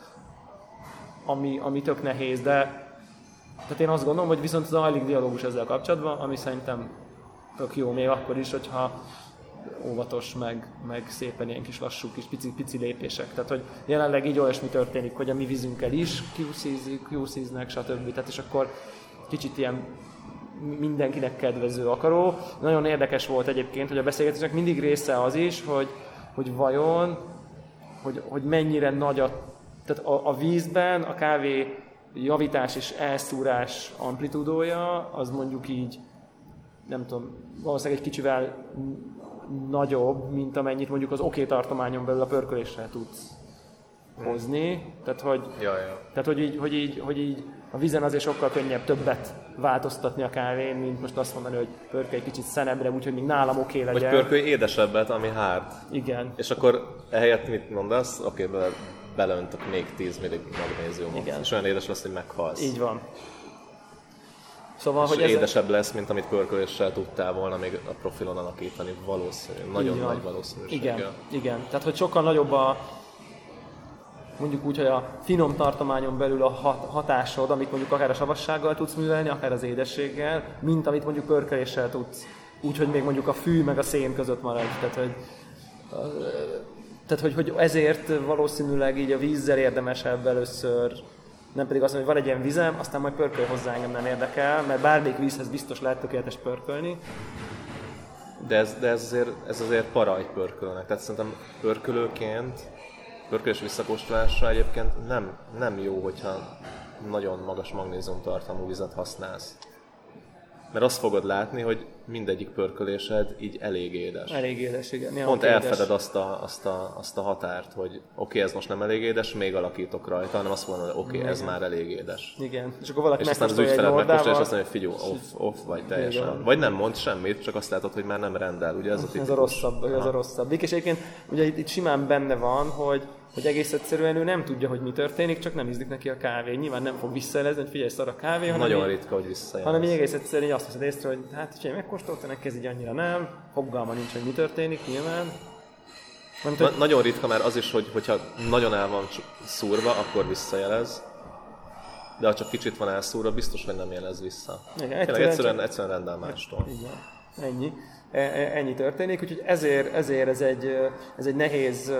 ami, ami tök nehéz, de tehát én azt gondolom, hogy viszont zajlik dialógus ezzel kapcsolatban, ami szerintem tök jó, még akkor is, hogyha óvatos, meg, meg szépen ilyen kis lassú, kis pici, pici lépések. Tehát, hogy jelenleg így olyasmi történik, hogy a mi vízünkkel is kú cé-zik, kú cé-znek, stb. Tehát, és akkor kicsit ilyen mindenkinek kedvező akaró. Nagyon érdekes volt egyébként, hogy a beszélgetésnek mindig része az is, hogy, hogy vajon, hogy, hogy mennyire nagy a, tehát a, a vízben a kávé javítás és elszúrás amplitúdója, az mondjuk így, nem tudom, valószínűleg egy kicsivel nagyobb, mint amennyit mondjuk az oké tartományon belül a pörköléssel tudsz hozni. Tehát, hogy, ja, ja. tehát hogy, így, hogy, így, hogy így a vízen azért sokkal könnyebb többet változtatni a kávén, mint most azt mondani, hogy pörkölj kicsit szenebbre, úgyhogy még nálam oké legyen. Vagy pörkölj édesebbet, ami hard. Igen. És akkor ehelyett mit mondasz? Oké, okay, beleöntök még tíz millig magnéziumot. Igen. És olyan édes lesz, hogy meghalsz. Így van. Szóval, és hogy édesebb ez... lesz, mint amit pörköléssel tudtál volna még a profilon alakítani, valószínű. Nagyon nagy valószínűség. Igen, igen. Tehát, hogy sokkal nagyobb a mondjuk úgy, hogy a finom tartományon belül a hatásod, amit mondjuk akár a savassággal tudsz művelni, akár az édességgel, mint amit mondjuk pörköléssel tudsz. Úgyhogy még mondjuk a fű meg a szén között maradj. Tehát, hogy, tehát hogy, hogy ezért valószínűleg így a vízzel érdemesebb először, nem pedig azt mondom, hogy van egy ilyen vizem, aztán majd pörkölj hozzá, engem nem érdekel, mert bármelyik vízhez biztos lehet tökéletes pörkölni. De ez, de ez, azért, ez azért para egy pörkölőnek. Tehát szerintem pörkölőként, pörkölés visszakóstolásra egyébként nem, nem jó, hogyha nagyon magas magnéziumtartalmú vizet használsz. Mert azt fogod látni, hogy mindegyik pörkölésed így elég édes. Elég édes, igen. Ja, pont elfeded azt a, azt, a, azt a határt, hogy oké, okay, ez most nem elég édes, még alakítok rajta, hanem azt mondod, hogy oké, okay, ez már elég édes. Igen. És akkor valaki és aztán az ügyfeled megkóstolja, és azt mondja, hogy figyelj, off, off vagy teljesen. Igen. Vagy nem mond semmit, csak azt látod, hogy már nem rendel. Ugye ez a tipikus. Ez a rosszabb, ez a rosszabbik. És egyébként ugye itt, itt simán benne van, hogy hogy egész egyszerűen ő nem tudja, hogy mi történik, csak nem ízlik neki a kávé. Nyilván nem fog visszajelezni, hogy figyelj, szar a kávé, hanem nagyon így, ritka, hogy visszajelez. hanem így egész egyszerűen azt veszed észre, hogy hát, hogyha megkóstolta, neki ez így annyira nem, fogalma nincs, hogy mi történik, nyilván. Mert, Na, hogy... Nagyon ritka már az is, hogy, hogyha nagyon el van szúrva, akkor visszajelez. De ha csak kicsit van elszúrva, biztos, hogy nem jelez vissza. Igen, egyszerűen, egyszerűen, csak... egyszerűen rendel mástól. Igen, ennyi. Ennyi történik, úgyhogy ezért, ezért ez, egy, ez egy nehéz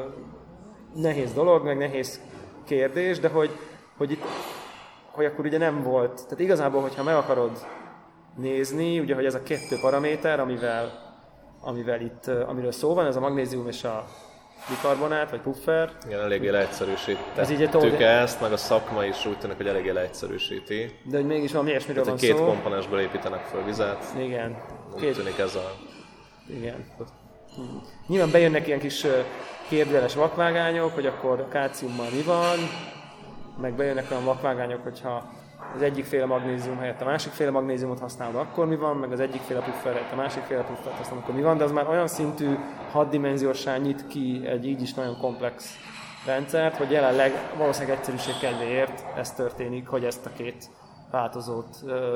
nehéz dolog, meg nehéz kérdés, de hogy, hogy itt, hogy akkor ugye nem volt, tehát igazából, hogyha meg akarod nézni, ugye, hogy ez a kettő paraméter, amivel amivel itt, amiről szó van, ez a magnézium és a bikarbonát, vagy puffer. Igen, eléggé leegyszerűsítettük ezt, meg a szakma is úgy tűnik, hogy eléggé leegyszerűsíti. De hogy mégis valami ilyesmiről van szó. Két szó. komponensből építenek föl vizet. Igen. Úgy két... tűnik ez a... Igen. Nyilván bejönnek ilyen kis kérdőjeles vakvágányok, hogy akkor a kálciummal mi van, meg bejönnek olyan vakvágányok, hogyha az egyikféle magnézium helyett a másikféle magnéziumot használod, akkor mi van, meg az egyikféle puffer helyett a másikféle puffert használod, akkor mi van, de az már olyan szintű hatdimenziósá nyit ki egy így is nagyon komplex rendszert, hogy jelenleg valószínűleg egyszerűség kedvéért ez történik, hogy ezt a két változót ö,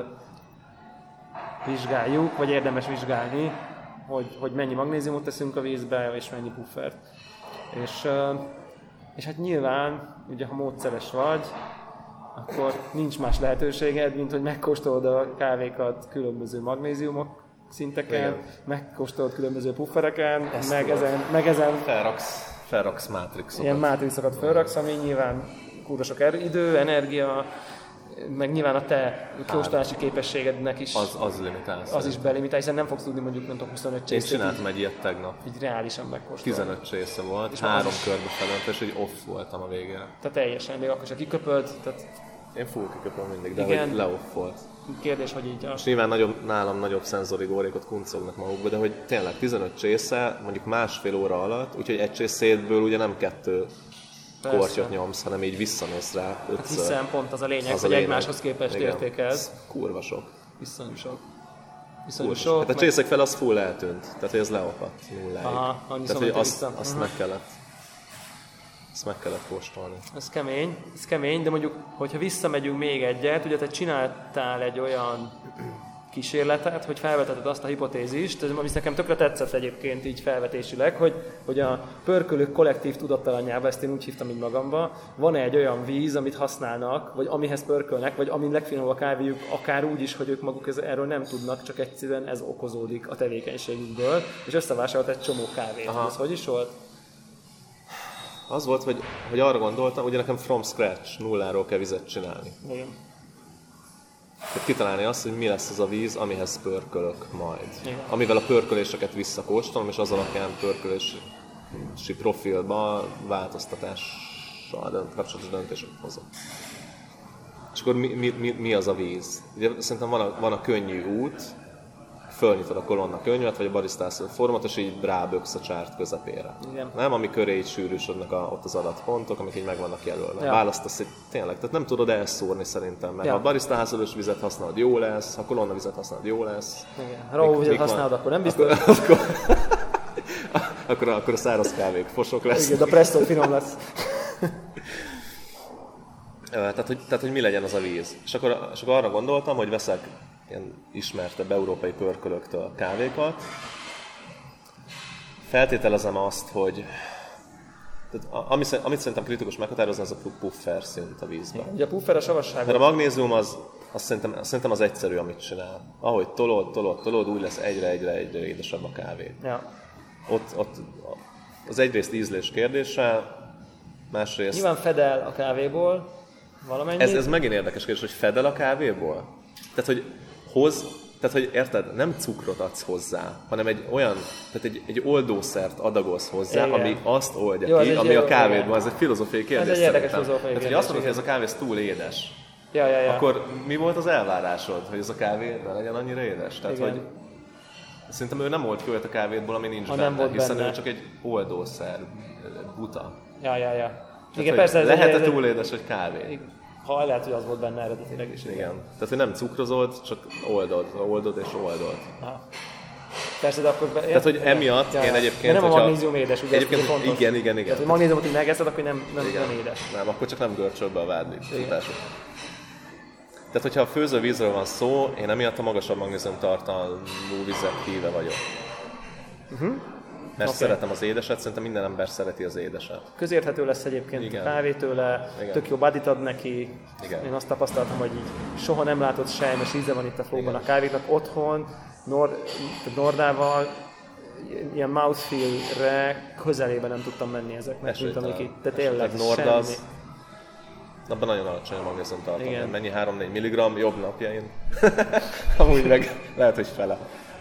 vizsgáljuk, vagy érdemes vizsgálni, hogy, hogy mennyi magnéziumot teszünk a vízbe, és mennyi puffert. És, ö, és hát nyilván, ugye ha módszeres vagy, akkor nincs más lehetőséged, mint hogy megkóstolod a kávékat különböző magnéziumok szinteken, igen. Megkóstolod különböző puffereken, meg ezen, meg ezen felraksz, felraksz mátrixokat. Ilyen mátrixokat felraksz, ami nyilván kurva sok idő, energia, meg nyilván a te kóstolási képességednek is az, az limitál. Az is belimitál, hiszen nem fogsz tudni mondjuk nem tudom, huszonöt csészét. Én csináltam egy ilyet tegnap. Így reálisan megkóstolni. tizenöt csésze volt, és három körbe felönt, és egy off voltam a végére. Tehát teljesen, még akkor csak kiköpöd. Tehát... Én full kiköpöm mindig, de igen. Hogy le-off volt. Kérdés, hogy így... És nyilván nagyobb, nálam nagyobb szenzori górékot kuncognak magukba, de hogy tényleg tizenöt csésze, mondjuk másfél óra alatt, úgyhogy egy csészétből ugye nem kettő persze. Kortyot nyomsz, hanem így visszamész rá ötször. Hát hiszen pont az a lényeg, az hogy a lényeg. Egymáshoz képest értékelsz. Kurva sok. Viszonylag sok. Viszonylag sok. Hát a csészek fel az full eltűnt, tehát hogy ez leopadt nulláig. Aha, annyi tehát hogy azt, azt uh-huh. meg kellett. Ezt meg kellett kóstolni. Ez kemény, ez kemény, de mondjuk, hogyha visszamegyünk még egyet, ugye te csináltál egy olyan kísérletet, hogy felvetetted azt a hipotézist, ez ami nekem tökre tetszett egyébként így felvetésileg, hogy, hogy a pörkölők kollektív tudattalanjában, ezt én úgy hívtam így magamba, van egy olyan víz, amit használnak, vagy amihez pörkölnek, vagy amin legfinomabb a kávéjuk, akár úgy is, hogy ők maguk ez, erről nem tudnak, csak egyszerűen ez okozódik a tevékenységükből, és összevásárolt egy csomó kávét. Ez hogy is volt? Az volt, hogy, hogy arra gondoltam, ugye nekem from scratch, nulláról kell vizet csinálni. Igen. Tehát kitalálni azt, hogy mi lesz az a víz, amihez pörkölök majd. Igen. Amivel a pörköléseket visszakóstolom, és az alapján pörkölési profilba változtatással dönt, kapcsolatos döntéseket hozok. És akkor mi, mi, mi, mi az a víz? Ugye szerintem van a, van a könnyű út, fölnyitod a kolonna könnyűt, vagy a barisztász formát, és így ráböksz a csárt közepére. Igen. Nem, ami köré így sűrűsödnek a, ott az adatpontok, amik így meg vannak jelölve. Ja. Választasz egy, tényleg, tehát nem tudod elszórni szerintem, mert ja. ha a barisztaházolós vizet használod, jó lesz, ha kolonna vizet használod, jó lesz. Igen. Ha raw vizet használod, akkor nem biztos. Akkor, akkor, akkor, akkor a száraz kávék fosok lesz. Igen, de a presto finom lesz. tehát, hogy, tehát, hogy mi legyen az a víz. És akkor, és akkor arra gondoltam, hogy veszek ilyen ismertebb európai pörkölöktől kávékat. Feltételezem azt, hogy tehát, ami, amit szerintem kritikus meghatározni, az a puffer szint a vízben. Ugye a puffer a savasság. Mert a magnézium az, az szerintem, szerintem az egyszerű, amit csinál. Ahogy tolod, tolod, tolod, úgy lesz egyre, egyre, egyre édesebb a kávé. Ja. Ott, ott az egyrészt ízlés kérdése, másrészt... Nyilván fedel a kávéból valamennyit. Ez, ez megint érdekes kérdés, hogy fedel a kávéból? Tehát, hogy hoz, tehát, hogy érted, nem cukrot adsz hozzá, hanem egy olyan, tehát egy, egy oldószert adagolsz hozzá, igen. Ami azt oldja jó, ki, ami jó, a kávédban. Ez egy filozófiai kérdés. Ez egy érdekes filozófiai kérdés. Tehát, hogy azt mondod, hogy ez a kávé túl édes, ja, ja, ja. akkor mi volt az elvárásod, hogy ez a kávé ne legyen annyira édes? Tehát, igen. Hogy szerintem ő nem old ki olyat a kávétból, ami nincs ha benne, nem hiszen benne. Ő csak egy oldószer, buta. Ja, ja, ja. Tehát, igen, persze lehet-e túl édes egy kávé? Igen. Ha lehet, hogy az volt benne eredetileg is. Igen. Tehát, hogy nem cukrozod, csak oldod, oldod és oldod. Aha. Persze, de akkor... Tehát, hogy emiatt ja, én egyébként... De nem a magnézium édes, ugye egyébként, ez fontos. Igen, igen, igen. Tehát, hogy magnéziumot így megeszed, akkor nem, nem, nem édes. Nem, akkor csak nem görcsöl be a vádli futások. Tehát, hogyha a főzővízről van szó, én emiatt a magasabb magnézium tartalmú vizet híve vagyok. Uh-huh. Mert okay. Szeretem az édeset, szerintem minden ember szereti az édeset. Közérthető lesz egyébként igen. A kávé tőle, igen. Tök jó bodyt ad neki. Igen. Én azt tapasztaltam, hogy így soha nem látott sejmes íze van itt a flóban a kávéknak. Otthon, Nord, Nordával, ilyen mouthfeel-re közelében nem tudtam menni ezeknek, mint amik itt. Tehát tényleg semmi. Az... Abban nagyon alacsony a magnézium tartalma. Mennyi három-négy milligramm, jobb napjain. Amúgy meg lehet, hogy fele.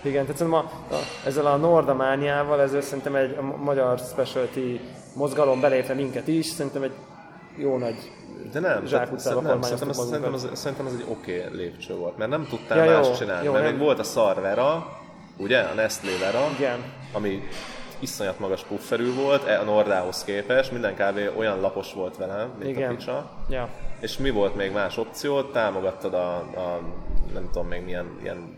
Igen, tehát szerintem a, a, ezzel a Nordamániával, ezzel szerintem egy a magyar specialty mozgalom belépve minket is, szerintem egy jó nagy de nem, zsákutcába nem szerintem, az, szerintem, az, szerintem az egy oké okay lépcső volt, mert nem tudtál ja, más jó, csinálni, jó, mert nem. Még volt a szar Vera, ugye, a Nestlé Vera, igen. ami iszonyat magas pufferű volt, a Nordához képest, minden kávé olyan lapos volt vele, mint igen. a picsa. Ja. És mi volt még más opció? Támogattad a, a nem tudom még milyen ilyen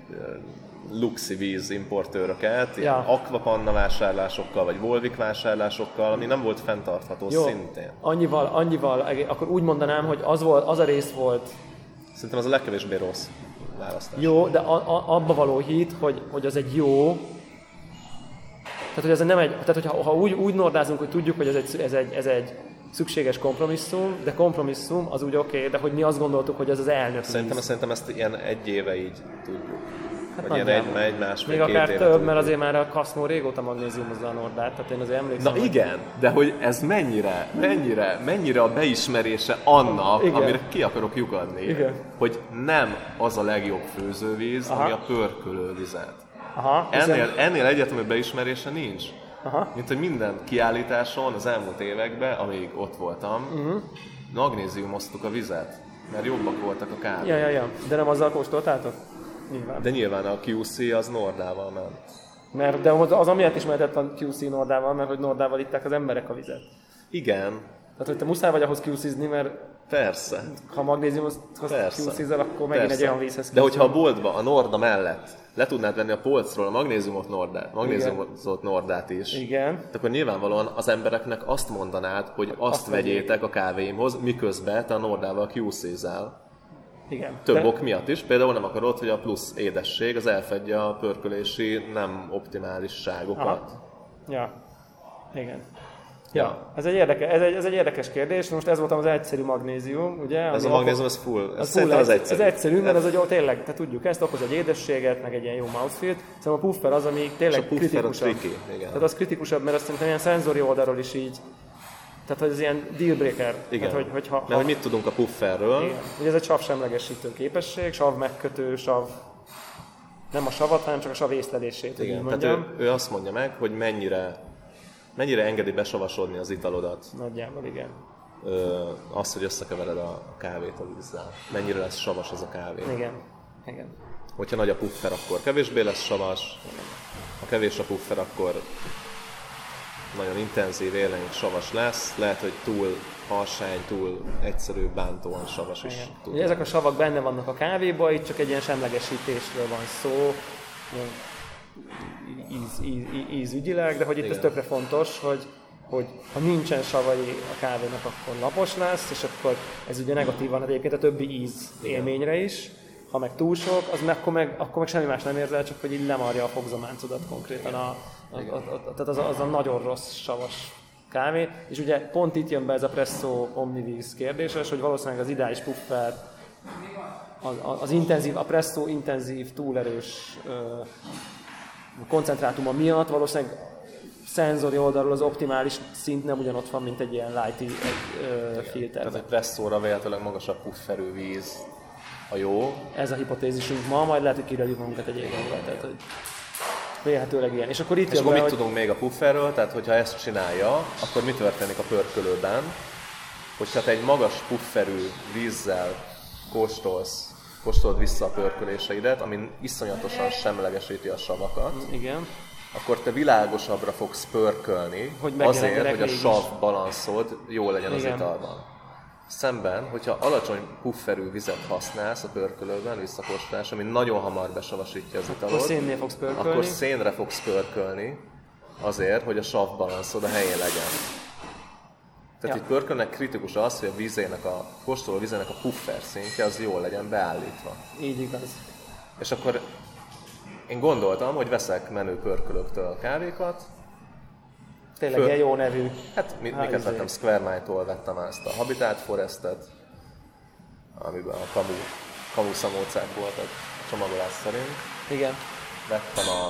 luxi víz importőröket, ilyen ja. Aquapanna vásárlásokkal, vagy Volvic vásárlásokkal, ami nem volt fenntartható jó. Szintén. Annyival, annyival, akkor úgy mondanám, hogy az, volt, az a rész volt... Szerintem az a legkevésbé rossz választás. Jó, de a, a, abba való hit, hogy, hogy az egy jó... Tehát, hogy ez nem egy... Tehát, hogyha ha úgy, úgy nordázunk, hogy tudjuk, hogy ez egy, ez egy, ez egy szükséges kompromisszum, de kompromisszum az úgy oké, okay, de hogy mi azt gondoltuk, hogy ez az elnök Szerintem, szerintem ezt ilyen egy éve így tudjuk. Hát vagy ilyen egy, egy másfél, még két akár éve több, tudjuk. Mert azért már a Kaszmó régóta magnéziumozza a Nordát, tehát én azért emlékszem. Na igen, de hogy ez mennyire, mennyire, mennyire a beismerése annak, igen. amire ki akarok lyukadni, igen. hogy nem az a legjobb főzővíz, aha. ami a pörkölő vizet. Aha, ennél, ennél egyetemű beismerése nincs. Aha. Mint hogy minden kiállításon az elmúlt években, amíg ott voltam, uh-huh. magnéziumoztuk a vizet, mert jobbak voltak a kávék. Ja, ja, ja. De nem azzal kóstoltátok? Nyilván. De nyilván a kú cé az Nordával ment. Mert, de az amiatt is mehetett a kú cé Nordával, mert hogy Nordával itták az emberek a vizet. Igen. Tehát, hogy te muszáj vagy ahhoz kú cézni, mert persze. Ha magnéziumhoz kú cézel, akkor megint persze. Egy olyan vízhez készül. De hogyha a boltba, a Norda mellett le tudnád venni a polcról a magnéziumot Nordát, magnéziumot Nordát is, igen. akkor nyilvánvalóan az embereknek azt mondanád, hogy azt, azt vegyétek a kávéimhoz, miközben te a Nordával kú cézel. Igen. Több de... ok miatt is, például nem akarod, hogy a plusz édesség az elfedje a pörkölési nem optimálisságokat. Aha. Ja, igen. Ja, ja. Ez, egy érdekes, ez, egy, ez egy érdekes kérdés. Most ez volt az egyszerű magnézium, ugye? Ez a magnézium, ez full. Ez, az full az egyszerű. Ez egyszerű, mert ez egy jó, tényleg, tehát tudjuk ezt, okoz egy édességet, meg egy ilyen jó mouthfeel. Szerintem a puffer az, ami tényleg kritikusabb. Tricky, tehát az kritikusabb, mert azt szerintem ilyen szenzori oldalról is így. Tehát, hogy ez ilyen dealbreaker. Igen, tehát, hogy, hogy ha, mert ha, hogy mit tudunk a pufferről. Igen. Ugye ez egy savsemlegesítő képesség, sav megkötő, sav... Nem a savat, hanem csak a sav észlelését. Igen, tehát ő, ő azt mondja meg, hogy mennyire, mennyire engedi besavasodni az italodat. Nagyjából, igen. Ö, az, hogy összekevered a kávét a vízzel. Mennyire lesz savas az a kávé. Igen, igen. Hogyha nagy a puffer, akkor kevésbé lesz savas. Ha kevés a puffer, akkor nagyon intenzív, élénk savas lesz, lehet, hogy túl harsány, túl egyszerű, bántóan savas is. Ugye ezek a savak benne vannak a kávéban, itt csak egy ilyen semlegesítésről van szó, íz, íz, íz, ízügyileg, de hogy itt igen. Ez tökre fontos, hogy, hogy ha nincsen savai a kávénak, akkor lapos lesz, és akkor ez ugye negatívan egyébként a többi íz élményre is. Ha meg túl sok, az meg, akkor, meg, akkor meg semmi más nem érzel, csak hogy így lemarja a fogzamáncodat konkrétan. A, a, a, a, tehát az a, az a nagyon rossz savas kávé. És ugye pont itt jön be ez a Presso Omnivíz kérdéses, hogy valószínűleg az ideális puffer, az, az intenzív, a Presso intenzív, túlerős ö, koncentrátuma miatt valószínűleg szenzori oldalról az optimális szint nem ugyanott van, mint egy ilyen lighty filter. Tehát egy Presszóra véletlenül magasabb pufferű víz a jó. Ez a hipotézisünk ma, majd lehet, hogy kiröljük magunkat egy évvel. Tehát, hogy vélhetőleg ilyen. És akkor itt és jön akkor be, mit hogy... tudunk még a pufferről? Tehát, hogyha ezt csinálja, akkor mi történik a pörkölőben? Hogyha te egy magas pufferű vízzel kóstolsz, kóstolod vissza a pörköléseidet, ami iszonyatosan semlegesíti a savakat, igen. akkor te világosabbra fogsz pörkölni, hogy azért, hogy a sav balanszod jó legyen igen. az italban. Szemben, hogyha alacsony pufferű vizet használsz a pörkölőben, visszakóstolás, ami nagyon hamar besavasítja az italot, akkor szénnél fogsz pörkölni. Akkor szénre fogsz pörkölni azért, hogy a sav balanszod a helyén legyen. Tehát ja. Itt pörkölnek kritikus az, hogy a vízének, a kóstoló vízének a puffer szintje az jól legyen beállítva. Így igaz. És akkor én gondoltam, hogy veszek menő pörkölőktől kávékat. Tényleg Föl... jó nevű. Hát mi, miket izé. vettem? Square Mile-tól vettem ezt a Habitat Forestet, amiben a kamu, kamu szamócák voltak a csomagolás szerint. Igen. Vettem a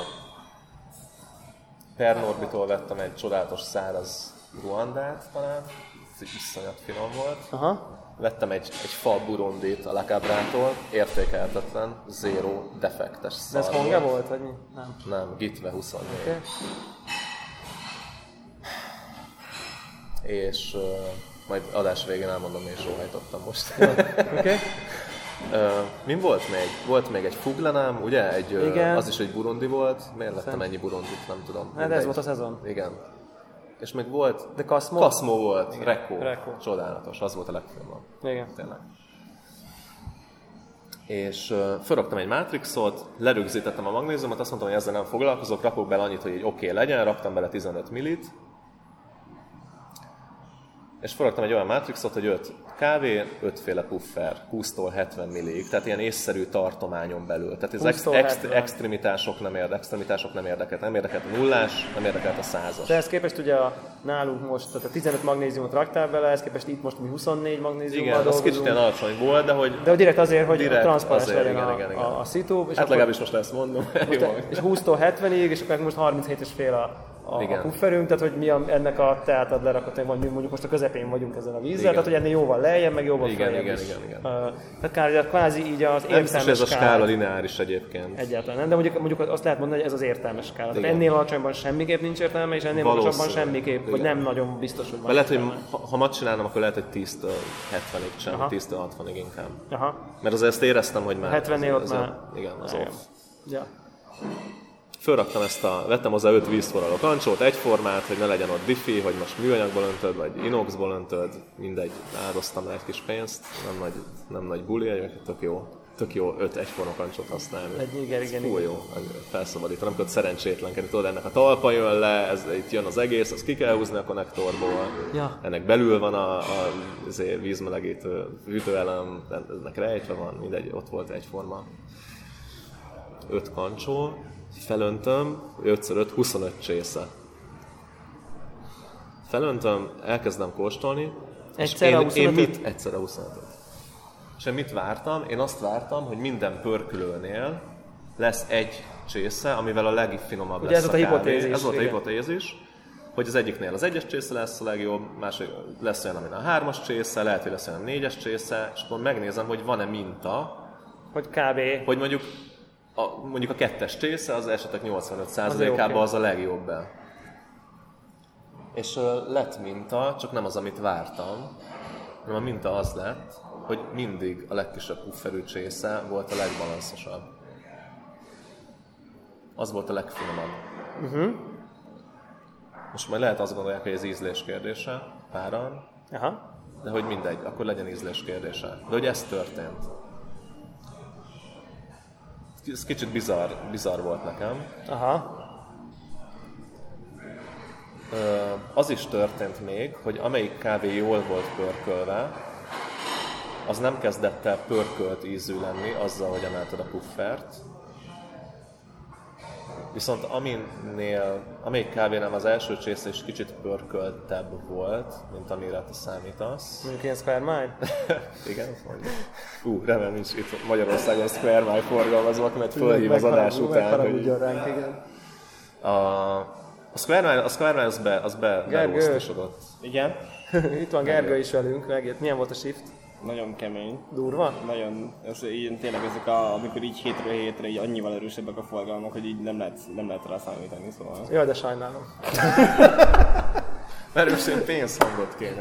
Pernorbitól vettem egy csodálatos száraz ruandát talán, ez iszonyat finom volt. Aha. vettem egy, egy fa burundit a La Cabrától, értékelhetetlen, zero defektes szar. De ez honga volt, vagy mi? Nem. Nem, Gitve huszonnégy. Okay. És uh, majd adás végén elmondom, én sóhajtottam most. Oké. Okay. uh, min volt még? Volt még egy Fuglenám, ugye? Egy, uh, az is egy burundi volt. Miért vettem Szem. ennyi burundit? Nem tudom. Hát ez volt a szezon. Igen. És még volt... De Cosmo? Cosmo volt, Rekko. Rekko. Csodálatos, az volt a legfőbb. Igen. Tényleg. És uh, felraktam egy Matrixot, lerögzítettem a magnéziumot, azt mondtam, hogy ezzel nem foglalkozok, rakok bele annyit, hogy egy oké okay legyen, raktam bele tizenöt millit, és felraktam egy olyan Matrixot, hogy öt kávé, ötféle puffer, húsztól hetven millig, tehát ilyen észszerű tartományon belül. Tehát ez ex- ex- extremitások nem érde, extremitások nem érdekelt, nem érdekelt a nullás, nem érdekelt a százas. De ehhez képest ugye a, nálunk most, tehát a tizenöt magnéziumot raktál bele, ehhez képest itt most mi huszonnégy magnéziummal dolgozunk. Igen, az kicsit ilyen alacsony volt, de hogy... De direkt azért, hogy direkt transzparens legyen igen, a, igen, igen. a, a szitu. Hát legalábbis most ezt mondom. Most és húsztól hetvenig, és akkor most harminchét és fél a, a, a pufferünk, tehát hogy mi a, ennek a teátad lerakott, vagy mi mondjuk most a közepén vagyunk ezen a vízzel, igen. Tehát hogy ennél jóval lejjebb, meg jóval igen, feljebb igen, is. Igen, igen, igen. Uh, tehát kvázi így az nem értelmes ez a skála lineáris egyébként. Egyáltalán nem, de mondjuk, mondjuk azt lehet mondani, hogy ez az értelmes skála. Tehát ennél alacsonyban semmiképp nincs értelme, és ennél magasabban semmiképp, vagy nem nagyon biztos, hogy van. Lehet, hogy ha, ha mat csinálnám, akkor lehet, hogy tíztől hetvenig sem, tíztől hatvanig inkább. Aha. Mert azért ezt éreztem, hogy már... hetvennél ott már... A, igen, az off. Ja. Fölraktam ezt a, vettem hozzá öt vízforraló kancsót, egyformát, hogy ne legyen ott diffi, hogy most műanyagból öntöd, vagy inoxból öntöd, mindegy, áldoztam rá egy kis pénzt, nem nagy, nem nagy buli, tök jó, tök jó öt egyforma kancsót használni. Egy, igen, igen, Fú, jó, felszabadítom, amikor szerencsétlenkedni, tudod, ennek a talpa jön le, ez, itt jön az egész, azt ki kell húzni a konnektorból, ja. Ennek belül van a, a vízmelegítő hűtőelem, ennek rejtve van, mindegy, ott volt egyforma. öt kancsó, felöntöm, ötször öt, huszonöt csésze. Felöntöm, elkezdem kóstolni, egyszerre és én, én mit? Egyszerre huszonötöt. És én mit vártam? Én azt vártam, hogy minden pörkölőnél lesz egy csésze, amivel a legfinomabb ugye lesz ez a, a hipotézis. Ez volt a hipotézis, hogy az egyiknél az egyes csésze lesz a legjobb, másik lesz olyan, amin a hármas csésze, lehet, hogy lesz olyan négyes csésze, és akkor megnézem, hogy van-e minta, hogy kb. Hogy mondjuk a, mondjuk a kettes csésze az esetek nyolcvanöt százalékában az a legjobb. És uh, lett minta, csak nem az, amit vártam, hanem a minta az lett, hogy mindig a legkisebb pufferű csésze volt a legbalanszosabb. Az volt a legfinomabb. Uh-huh. Most majd lehet azt gondolják, hogy ez ízlés kérdése, páran, aha. De hogy mindegy, akkor legyen ízlés kérdése. De hogy ez történt. Ez kicsit bizarr, bizarr volt nekem. Aha. Az is történt még, hogy amelyik kávé jól volt pörkölve, az nem kezdett el pörkölt ízű lenni azzal, hogy emelted a puffert. Viszont aminél, amelyik kávénál az első csésze is kicsit pörköltebb volt, mint amire te számítasz. Mondjuk ilyen Square Mile? Igen, mondjuk. Ú, remélem nincs itt Magyarországon Square Mile forgalmazók, mert fölhív az adás után, hogy... Ránk, igen. A, a Square Mile, a Square Mile az be, az be beosztosodott. Igen. Itt van Gergő is velünk, megjött. Milyen volt a shift? Nagyon kemény. Durva? Nagyon, ez, így, tényleg ezek a, amikor így hétről hétre így annyival erősebbek a forgalmak, hogy így nem lehet, nem lehet rá számítani, szóval. Jaj, de sajnálom. Erősen pénzhangot kéne.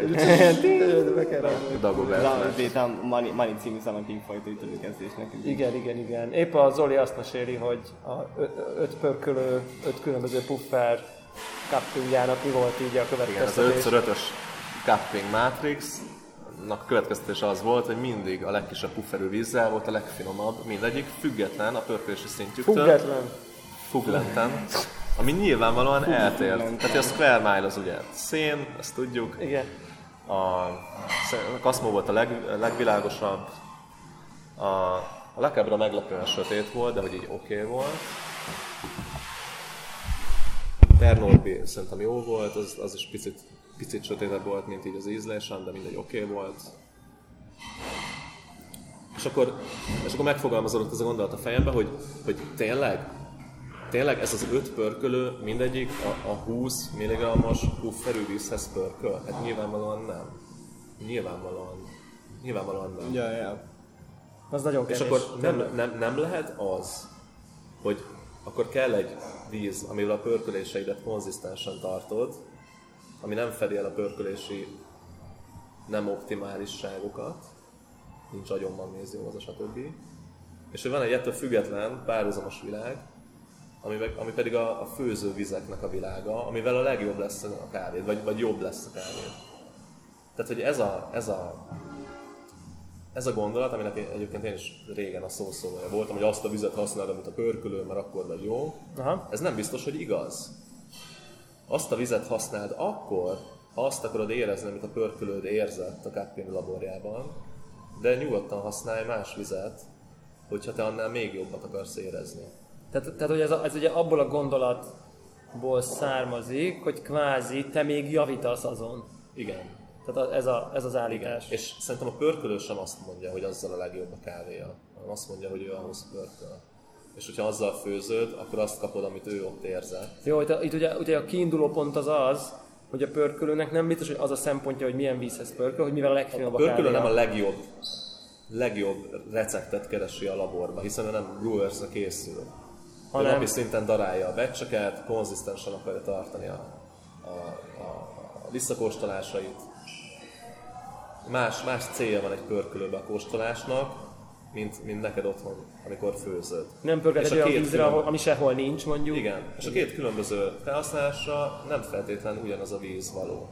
Dagobert. A Money című szám a Pink Floyd törőkezdésnek. Igen, igen, igen. Épp a Zoli azt meséli, hogy a öt pörkölő, öt különböző puffer cuppingjának mi volt így a következtetés. Igen, az ötször ötös cupping matrix. A következtetése az volt, hogy mindig a legkisebb pufferű vízzel volt a legfinomabb, mindegyik, független a pörkölési szintjüktől. Független. Független. Ami nyilvánvalóan eltér. Tehát a Square Mile az ugye szén, ezt tudjuk. Igen. A, a Cosmo volt a leg, legvilágosabb. A, a La Cabra meglepően sötét volt, de hogy így oké okay volt. Ternorbi szerintem jó volt, az, az is picit picit sötétebb volt, mint így az ízlésem, de mindegy oké okay volt. És akkor, és akkor megfogalmazódott ez a gondolat a fejembe, hogy, hogy tényleg, tényleg ez az öt pörkölő mindegyik a, a húsz milligrammos pufferű vízhez pörköl? Hát nyilvánvalóan nem. Nyilvánvalóan. Nyilvánvalóan nem. Ja, ja. Az nagyon És kevés. akkor nem, nem, nem lehet az, hogy akkor kell egy víz, amivel a pörköléseidet konzisztensen tartod, ami nem fedi el a pörkölési nem optimálisságokat, nincs agyon magnézium, az a stb. És hogy van egy ettől független párhuzamos világ, ami, meg, ami pedig a, a főző vizeknek a világa, amivel a legjobb lesz a kávéd, vagy, vagy jobb lesz a kávéd. Tehát, hogy ez a, ez a, ez a gondolat, aminek én, egyébként én is régen a szószólója voltam, hogy azt a vizet használod, amit a pörkölő, mert akkor vagy jó. Aha. Ez nem biztos, hogy igaz. Azt a vizet használd akkor, ha azt akarod érezni, amit a pörkölőd érzett a Cappini laborjában, de nyugodtan használj más vizet, hogyha te annál még jobbat akarsz érezni. Tehát, tehát hogy ez, a, ez ugye abból a gondolatból származik, hogy kvázi te még javítasz azon. Igen. Tehát ez, a, ez az állítás. Igen. És szerintem a pörkölő sem azt mondja, hogy azzal a legjobb a kávéja, hanem azt mondja, hogy ő ahhoz pörköl. És hogyha azzal főzöd, akkor azt kapod, amit ő ott érzett. Jó, itt, itt ugye, ugye a kiinduló pont az az, hogy a pörkölőnek nem biztos, hogy az a szempontja, hogy milyen vízhez pörköl, hogy mivel a legfinomabb A pörkölő nem a kávéja. legjobb, legjobb receptet keresi a laborba, hiszen ő nem brewersre készül. Hanem- Ő napi szinten darálja a batcheket, konzisztensen akarja tartani a, a, a, a visszakóstolásait. Más, más célja van egy pörkölőbe a kóstolásnak, mint, mint neked otthon, amikor főzöd. Nem pörget És egy a olyan két vízre, külön- ahol, ami sehol nincs mondjuk. Igen, és a két különböző felhasználásra nem feltétlenül ugyanaz a víz való.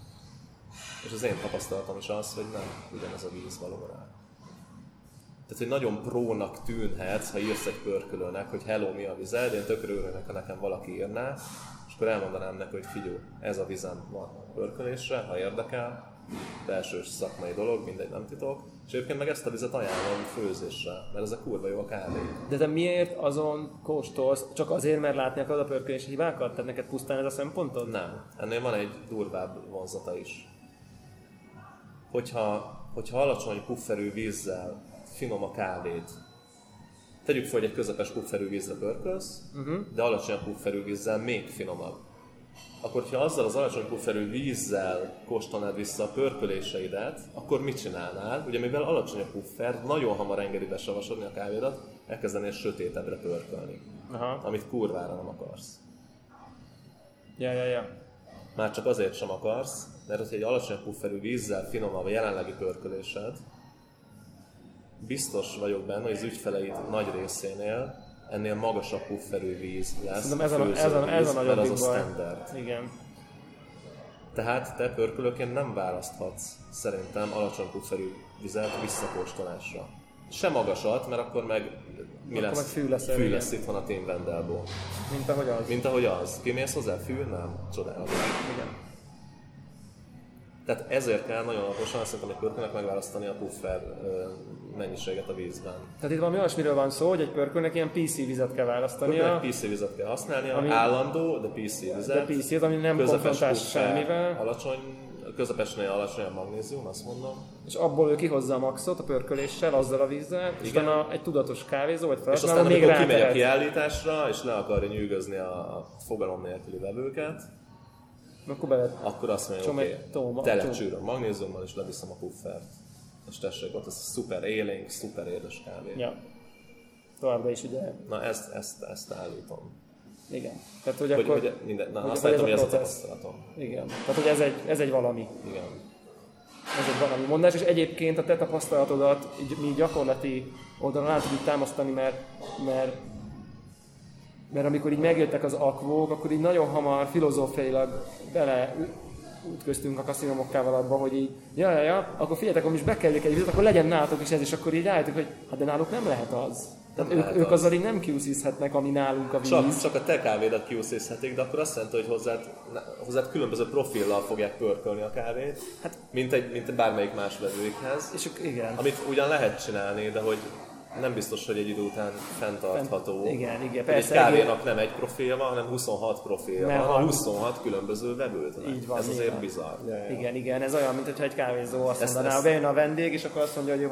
És az én tapasztalatom is az, hogy nem ugyanaz a víz való rá. Tehát, hogy nagyon prónak tűnhetsz, ha írsz egy pörkölőnek, hogy hello, mi a vized, én tökre örülnék, ha nekem valaki írná, és akkor elmondanám neki, hogy figyelj, ez a vizem van pörkölésre, ha érdekel, belsős szakmai dolog, mindegy, nem titok, és egyébként meg ezt a vizet ajánlom főzésre, mert ez a kurva jó a kávé. De te miért azon kóstolsz? Csak azért, mert látni akarod a pörkölési hibákat? Tehát neked pusztán ez a szempontod? Nem, ennél van egy durvább vonzata is. Hogyha, hogyha alacsony pufferű vízzel finom a kávét, tegyük fel, hogy egy közepes pufferű vízre pörkölsz, uh-huh. de alacsony pufferű vízzel még finomabb. Akkor, ha azzal az alacsony pufferű vízzel kóstolnád vissza a pörköléseidet, akkor mit csinálnál? Ugye mivel alacsony a puffer, nagyon hamar engedi besavasodni a kávédat, elkezdenél sötétebbre pörkölni. Aha. Amit kurvára nem akarsz. Ja, ja, ja. Már csak azért sem akarsz, mert hogyha egy alacsony pufferű vízzel finomabb a jelenlegi pörkölésed, biztos vagyok benne, hogy az ügyfeleid nagy részénél ennél magasabb pufferű víz lesz. Szerintem ez a, ez a, ez a mert nagyobb az a baj. standard. Igen. Tehát te pörkölőként nem választhatsz szerintem alacsony pufferű vizet visszakóstolásra. Se magasat, mert akkor meg mi Akkor lesz? meg fű leszel, fű igen. lesz itt van a Tim Wendelból. Mint ahogy az. Mint ahogy az. Kimész hozzá? Fű? Nem. Csodálatos. Igen. Tehát ezért kell nagyon alaposan szerintem egy pörkölnek megválasztani a puffer ö, mennyiséget a vízben. Tehát itt valami olyasmiről van szó, hogy egy pörkölnek ilyen pé cé vizet kell választania. Pörkölnek pé cé vizet kell használnia, Ami- állandó, de pé cé vizet. De pé cé, ami nem közepes konfrontás puffer, semmivel. Alacsony, közepesnél alacsony a magnézium, azt mondom. És abból ő kihozza a maxot a pörköléssel, azzal a vízzel, és Igen. utána egy tudatos kávézó, vagy És felhasználó aztán még amikor kimegy a rátehet. kiállításra, és le akarja nyűgözni a fogalom nélküli vevőket, Akkor bele... akkor azt mondja, Csomag- oké, tó- okay, csomag- telecsűröm magnéziummal, és leviszem a puffert. És tessék, ott ez szuper élénk, szuper édes kávé. Ja. Továbbra is ugye... Na ezt, ezt, ezt állítom. Igen. Tehát, hogy Hogy, akkor... hogy minden, na, hogy- azt hogy állítom, hogy ez a ez a processz. tapasztalatom. Igen. Tehát, hogy ez egy, ez egy valami. Igen. Ez egy valami mondás, és egyébként a te tapasztalatodat így, mi gyakorlati oldalon át tudjuk támasztani, mert, mert, mert amikor így megjöttek az akvók, akkor így nagyon hamar filozófiailag bele ütköztünk a kaszinomokkával abba, hogy így, ja, ja, ja, akkor figyeljetek, akkor is bekerüljük egy vizet, akkor legyen nálatok is ez, és akkor így rájöttük, hogy hát de náluk nem lehet az. Tehát Nem ők, lehet ők az. azzal így nem kiúszíthetnek, ami nálunk a víz. Csak, csak a te kávédat kiúszízhetik, de akkor azt jelenti, hogy hozzád, hozzád különböző profillal fogják pörkölni a kávét, hát, mint, egy, mint bármelyik más vevőikhez. És ők, igen. Amit ugyan lehet csinálni, de hogy nem biztos, hogy egy idő után fenntartható. Fent- igen, igen, Hogy persze, egy kávénak nem egy profilja van, hanem huszonhat profilja Mert van, a van. huszonhat különböző vevőtnek. Így van, Ez azért nyilván. bizarr. Igen, igen, ez olyan, mint hogyha egy kávézó azt Ezt- mondaná, ezt- bejön a vendég, és akkor azt mondja, hogy ő most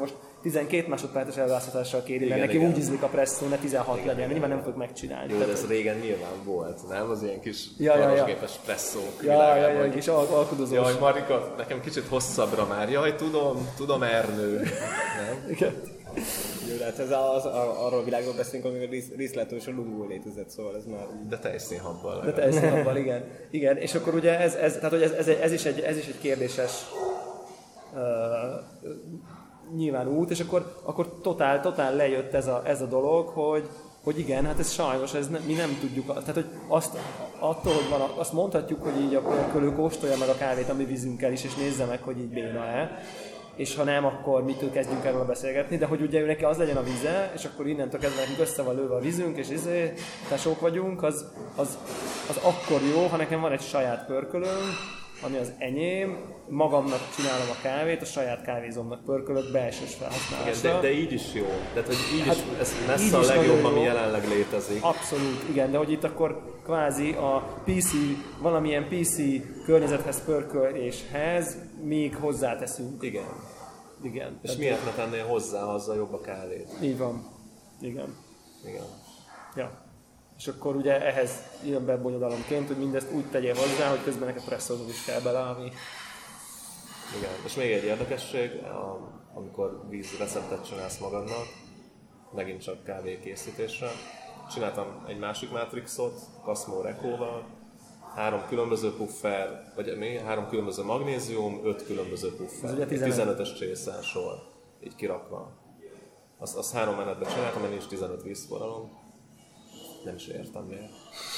tizenkét másodperces elválasztással kéri, mert Igen, neki igen. úgy ízlik a presszó, ne tizenhat Igen, legyen, igen, nyilván nem igen. fogjuk megcsinálni. Jó, de Tehát, ez régen nyilván volt, nem? Az ilyen kis Ja, ja, ja. varrosgépes presszók ja, ja, világában. ja, és al- alkudozós. Jaj, Marika, nekem kicsit hosszabbra már. Jaj, tudom, tudom, Ernő. Nem? Igen. Jó, hát ez az, a, arról a világról beszélünk, amikor risz- Riszletó és a Lungó létezett, szóval ez már... De tejszínhabbal. De teljesen abban, igen. Igen, és akkor ugye ez, ez, tehát, hogy ez, ez, ez, is egy, ez is egy kérdéses uh, nyilván út, és akkor, akkor totál, totál lejött ez a, ez a dolog, hogy, hogy igen, hát ez sajnos, ez ne, mi nem tudjuk, tehát hogy azt, attól, hogy van, azt mondhatjuk, hogy így a pörkölő kóstolja meg a kávét a mi vízünkkel is, és nézze meg, hogy így béna-e, és ha nem, akkor mitől kezdjünk erről beszélgetni, de hogy ugye ő neki az legyen a vize, és akkor innentől kezdve nekünk össze van lőve a vízünk, és izé, tesók vagyunk, az, az, az akkor jó, ha nekem van egy saját pörkölőm, ami az enyém, magamnak csinálom a kávét, a saját kávézomnak pörkölök belsős Igen, felhasználásra. de, de így is jó. Tehát, hogy így Hát, is, ez így messze a is legjobb, nagyon ami jó. jelenleg létezik. Abszolút, igen, de hogy itt akkor kvázi a pé cé, valamilyen pé cé környezethez, pörköléshez még hozzáteszünk. Igen. Igen. És miért ne tennél hozzá, ha azzal jobb a kávét? Így van. Igen. Igen. Ja. És akkor ugye ehhez jön be bonyodalomként, hogy mindezt úgy tegyél hozzá, hogy közben neked presszózod is kell bele, ami... Igen. És még egy érdekesség, a- amikor vízreceptet csinálsz magadnak, megint csak kávé készítésre. Csináltam egy másik Matrixot, Cosmo Recóval, három különböző puffer, vagy mi? Három különböző magnézium, öt különböző Ez puffer. ugye Egy tizenöt. tizenötös csészán sor, így kirakva. Azt, azt három menetben csináltam, mert nincs tizenöt vízforralom. Nem is értem miért.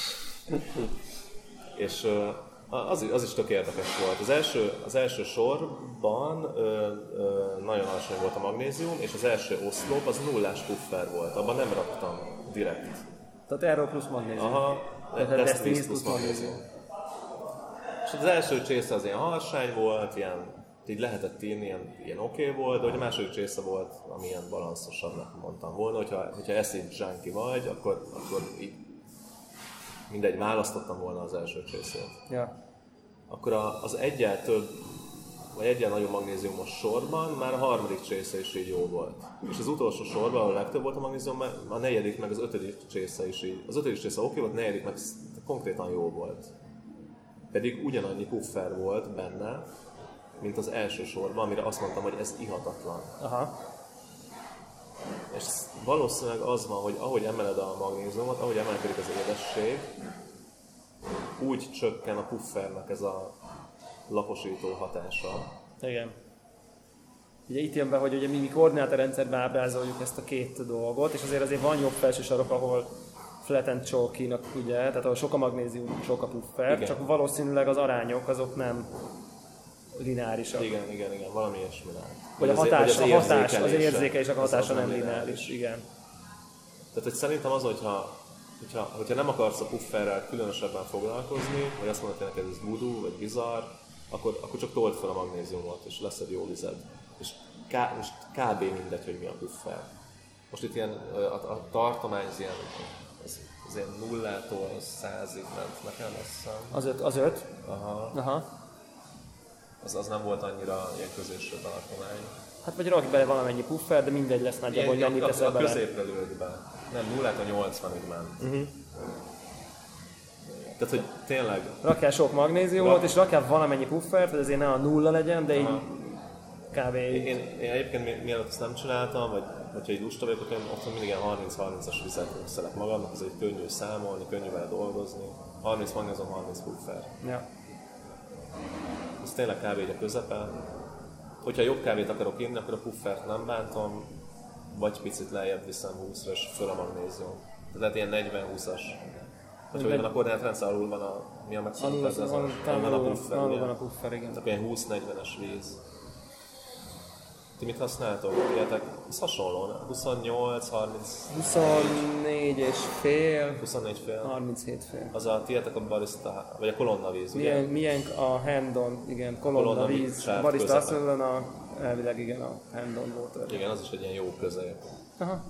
És ö, az, az is tök érdekes volt. Az első, az első sorban ö, ö, nagyon alacsony volt a magnézium, és az első oszlop az nullás puffer volt. Abban nem raktam direkt. Tehát erről plusz magnézium. Aha, Tehát Destiny's Destiny's plusz plusz magnézium. És az első csésze az ilyen harsány volt, ilyen, így lehetett írni, ilyen, ilyen oké okay volt, de hogy a második csésze volt, ami ilyen balanszosabbnak mondtam volna, hogyha, hogyha acid junkie vagy, akkor, akkor így mindegy, választottam volna az első csészét. Ja. Akkor a, az egyel több, vagy egyel nagyobb magnéziumos sorban már a harmadik csésze is így jó volt. És az utolsó sorban, ahol a legtöbb volt a magnézium, a negyedik meg az ötödik csésze is így. Az ötödik csésze oké volt, a negyedik meg konkrétan jó volt. Pedig ugyanannyi puffer volt benne, mint az első sorban, amire azt mondtam, hogy ez ihatatlan. Aha. És valószínűleg az van, hogy ahogy emeled a magnéziumot, ahogy emelkedik az édesség, úgy csökken a puffernek ez a laposító hatása. Igen. Ugye itt jön be, hogy ugye mi, mi koordinátorrendszerben ábrázoljuk ezt a két dolgot, és azért azért van jobb felső sarok, ahol flat and chalky-nak ugye, tehát ahol sok a magnézium, sok a puffer, Igen. csak valószínűleg az arányok azok nem lineárisak. Igen, igen, igen, valami ilyesmi lehet. Vagy a az- hatás, vagy a hatás, az érzékelése. érzékelés, a Az- hatása az nem lineáris. Igen. Tehát, hogy szerintem az, hogyha, hogyha, hogyha nem akarsz a pufferrel különösebben foglalkozni, vagy azt mondod, hogy neked ez voodoo, vagy bizarr, akkor, akkor csak told fel a magnéziumot, és lesz egy jó vized. És ká, most kb. Mindegy, hogy mi a puffer. Most itt ilyen, a, a tartomány az ilyen, az, az ilyen nullától százig ment nekem, azt hiszem. Az öt, az öt. Aha. Aha. Az, az nem volt annyira ilyen közéső tartomány. Hát vagy rakj bele valamennyi puffer, de mindegy lesz nagyjából, hogy mennyit a, teszel a bele. középre lőd be. Nem, nullától nyolcvanig ment. Uh-huh. Tehát, hogy tényleg, Rakjál sok magnéziumot, Rak- és rakjál valamennyi puffert, hogy azért ne a nulla legyen, de így Aha. kb. Én, én egyébként mi- mielőtt ezt nem csináltam, vagy hogyha egy lusta vagyok, akkor én otthon mindig ilyen harminc-harmincas vizet összelek magamnak, ez egy könnyű számolni, könnyű vele dolgozni. harminc magnézium, harminc puffer. Ja. Ez tényleg kb. Így a közepe. Hogyha jobb kávét akarok inni, akkor a puffert nem bántom, vagy picit lejjebb viszem húszra, és föl a magnézium. Tehát ilyen negyven-húszas. Vagy hogy van a koordinátorrendszer, alul van a, mi a megszokott, Alul, ez, ez alul, a, alul van a alul, puffer, alul ugye? van a puffer, igen. Tehát ilyen húsz-negyvenes víz. Ti mit használtok? Ilyetek, ez hasonló, nem? huszonnyolc, harminc, huszonnégy és fél, huszonnégy fél. harminchét fél. Az a tietek a barista, vagy a kolonna víz, ugye? Milyen, milyen a hand-on, igen, kolonna, Kolonna víz, víz, sáv barista közepe. azt mondom, a, elvileg igen, a hand-on water. Igen, az is egy ilyen jó közép. Aha.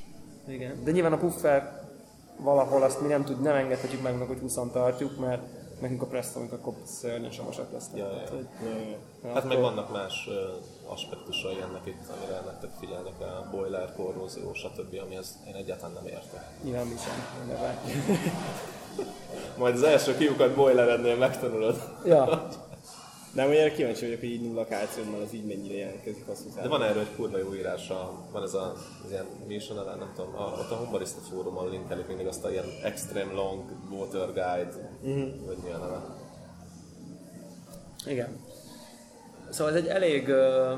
Igen. De nyilván a puffer valahol azt mi nem tud, nem engedhetjük meg, hogy húszon tartjuk, mert nekünk a presszóink akkor szörnyen savasak lesznek. Ja, hát, ja. hogy, Ja, ja. ja, Hát meg akkor... vannak más uh, aspektusai ennek itt, amire nektek figyelni kell, boiler, korrózió, stb., amihez én egyáltalán nem értek. Nyilván mi sem, ne várj. Majd az első kiukat boilerednél megtanulod. Ja. De amúgy kíváncsi vagyok, hogy így nulla kálciummal az így mennyire jelentkezik azt De van erről egy kurva jó írása, van ez a, az ilyen, mi is a neve, nem tudom, a, ott a Humbarista fórumon linkelik mindig azt a ilyen extreme long water guide, uh-huh. vagy mi a neve. Igen. Szóval ez egy elég, uh,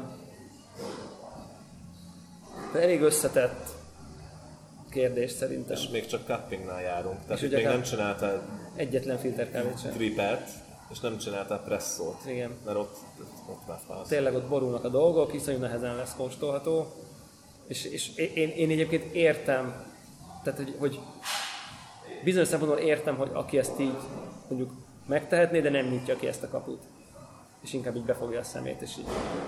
elég összetett kérdés szerintem. És még csak cuppingnál járunk, tehát És itt még ugye nem csináltál egyetlen filterkávét sem. tripet, és nem csináltál presszót, Igen. mert ott, ott megfállsz. Tényleg ott borulnak a dolgok, iszonyú nehezen lesz kóstolható. És, és én, én egyébként értem, tehát hogy, hogy bizonyos szempontból értem, hogy aki ezt így mondjuk megtehetné, de nem nyitja ki ezt a kaput. És inkább így befogja a szemét, és így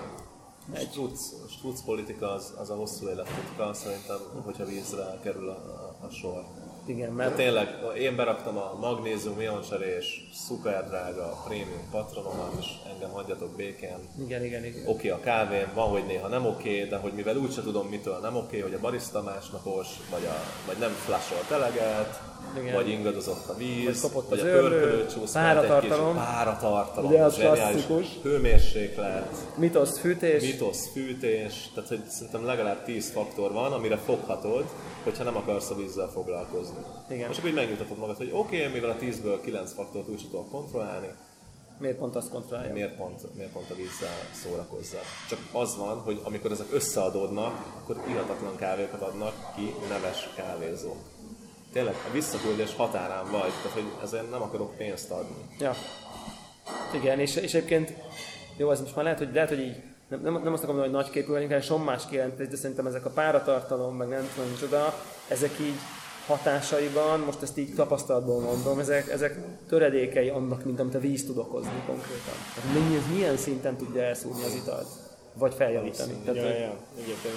A struc politika az, az a hosszú életpolitika, szerintem, hogyha vízre kerül a, a, a sor. igen, De mert tényleg, én beraktam a magnézium ioncserés, szuper drága prémium patronomat, és engem hagyjatok békén. igen, igen, igen. Oké, a kávém, van, hogy néha nem oké, de hogy mivel úgyse tudom, mitől nem oké, hogy a barista másnapos, vagy, a, vagy nem flasholt eleget, Igen. vagy ingadozott a víz, Vagy kopott vagy az a őrlő, pörkölő csúszkált egy kicsit, páratartalom. páratartalom, Ugye az zseniális, klasszikus. hőmérséklet, Mitosz, fűtés. mitosz, fűtés, tehát hogy szerintem legalább tíz faktor van, amire foghatod, hogyha nem akarsz a vízzel foglalkozni. Igen. Most akkor így megnyugtatod magad, hogy oké, okay, mivel a tízből kilenc faktort úgy tudok kontrollálni, Miért pont azt kontrollálja? miért pont, miért pont a vízzel szórakozzál. Csak az van, hogy amikor ezek összeadódnak, akkor ihatatlan kávékat adnak ki neves kávézók. Tényleg a visszaküldés határán vagy, tehát hogy ezért nem akarok pénzt adni. Ja. Igen, és, és egyébként, jó, ez most már lehet, hogy, lehet, hogy így, nem, nem, nem azt akarom mondani, hogy nagyképű vagyunk, hanem sommás kijelentés, de szerintem ezek a páratartalom, meg nem tudom micsoda, ezek így hatásaiban, most ezt így tapasztalatból mondom, ezek, ezek töredékei annak, mint amit a víz tud okozni konkrétan. Tehát mennyi, ez milyen szinten tudja elszúrni az italt, vagy feljavítani. Tehát, Ja, hogy- ja, egyértelmű.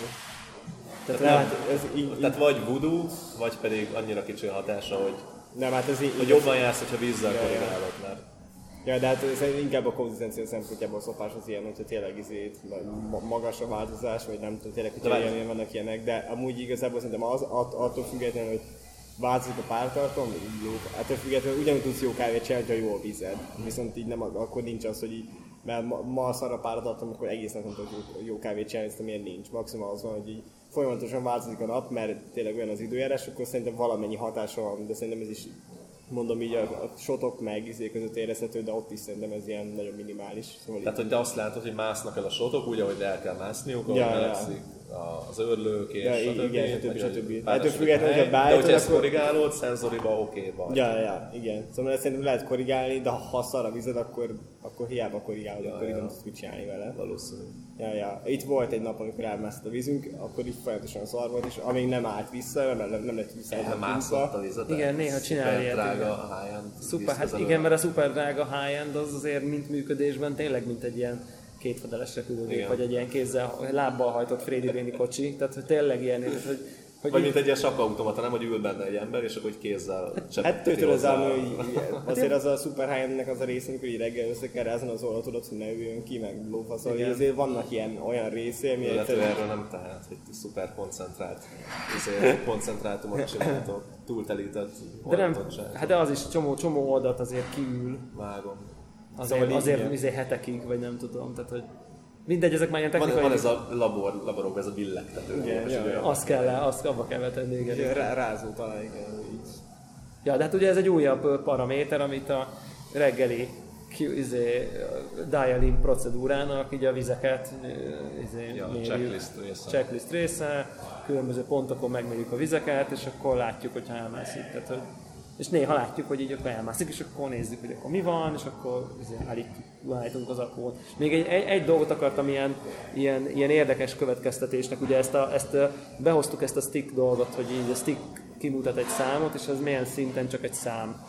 tehát Tehát, lehet, nem, ez így, tehát vagy voodoo, vagy pedig annyira kicsi a hatása, hogy, Nem, hát ez így... hogy jobban jársz, hogyha vízzel Ja, ja. korrigálod, mert Ja, de hát ez inkább a konzisztencia szempontjából a szopás az ilyen, hogyha tényleg izét, ma- magas a változás, vagy nem tudom, tényleg, hogyha De ilyen, várj. ilyen vannak ilyenek, de amúgy igazából szerintem az, att, attól függetlenül, hogy változik a pártartalom, vagy így jó, attól függetlenül ugyanúgy tudsz jó kávét csinálni, ha jó a vízed. Viszont így nem, akkor nincs az, hogy így, mert ma, ma szar a pártartalom, akkor egész nap nem tudok jó, jó kávét csinálni, ezt miért nincs. Maximum az van, hogy így folyamatosan változik a nap, mert tényleg olyan az időjárás, akkor szerintem valamennyi hatása van, de szerintem ez is mondom így a, a shotok meg izé között érezhető, de ott is szerintem ez ilyen nagyon minimális. Szóval tehát, hogy te azt látod, hogy másznak el a sotok úgy, ahogy el kell mászniuk, ahogy Ja, ja. melegszik az örlők és Ja, stb. igen, stb. vagy, stb. hogy Ettől párosodik függetlenül, a hely. hogyha De beállítod, hogyha ezt akkor- korrigálod, szenzoriba oké vagy. Ja, ja, igen. Szóval ezt szerintem lehet korrigálni, de ha szar a vized, akkor, akkor hiába korrigálod, Ja, akkor így ja. nem tudsz mit csinálni vele. Valószínű. Ja, ja. Itt volt egy nap, amikor elmászott a vízünk, akkor így folyamatosan szar volt, és amíg nem állt vissza, nem, nem, nem lett visszaállni a Elmászott a pince. vizet. Igen, néha csinál ilyet, drága igen. a high-end Szuper, hát vízkezelő. igen, mert a szuper drága high-end az azért mint működésben tényleg mint egy ilyen kétfedeles repülőgép, Igen. vagy egy ilyen kézzel, lábbal hajtott Frédi Béni kocsi, tehát hogy tényleg ilyen, hogy, hogy Vagy így- mint egy ilyen sakkautomata, nem, hogy ül benne egy ember, és akkor hogy kézzel Hát cseppenteti tőtől az hozzá. álló, hogy azért az a Super High-endnek az a része, amikor így reggel össze kell rázni az oldalt, tudod, hogy ne üljön ki, meg lófaszol. Igen. Azért vannak ilyen olyan részé, ami Illetve egyszerűen... erről nem tehet, hogy szuper koncentrált, ezért koncentrátumot csináltok, túltelített de nem, oltottságot. hát de az is csomó, csomó oldalt azért kiül, Vágom. azért, Szóval így, azért igen. azért hetekig, vagy nem tudom, tehát hogy mindegy, ezek már ilyen Van, technikai, van ez a labor, laborokban ez a billegtető. Igen, és ja, ugye ja. azt kell, azt abba kell vetenni, igen. Ilyen rá- rázó talán, igen, így. Ja, de hát ugye ez egy újabb ö, paraméter, amit a reggeli ki- izé, dial-in procedúrának így a vizeket ö, izé, Ja, mérjük. checklist része. Checklist része, különböző pontokon megmérjük a vizeket, és akkor látjuk, hogyha elmászik. Tehát, hogy, és néha látjuk, hogy így akkor elmászik, és akkor nézzük, hogy akkor mi van, és akkor izé, állítjuk, állítunk az akót. Még egy, egy, egy dolgot akartam ilyen, ilyen, ilyen érdekes következtetésnek, ugye ezt, a, ezt a, behoztuk ezt a stick dolgot, hogy így a stick kimutat egy számot, és az milyen szinten csak egy szám.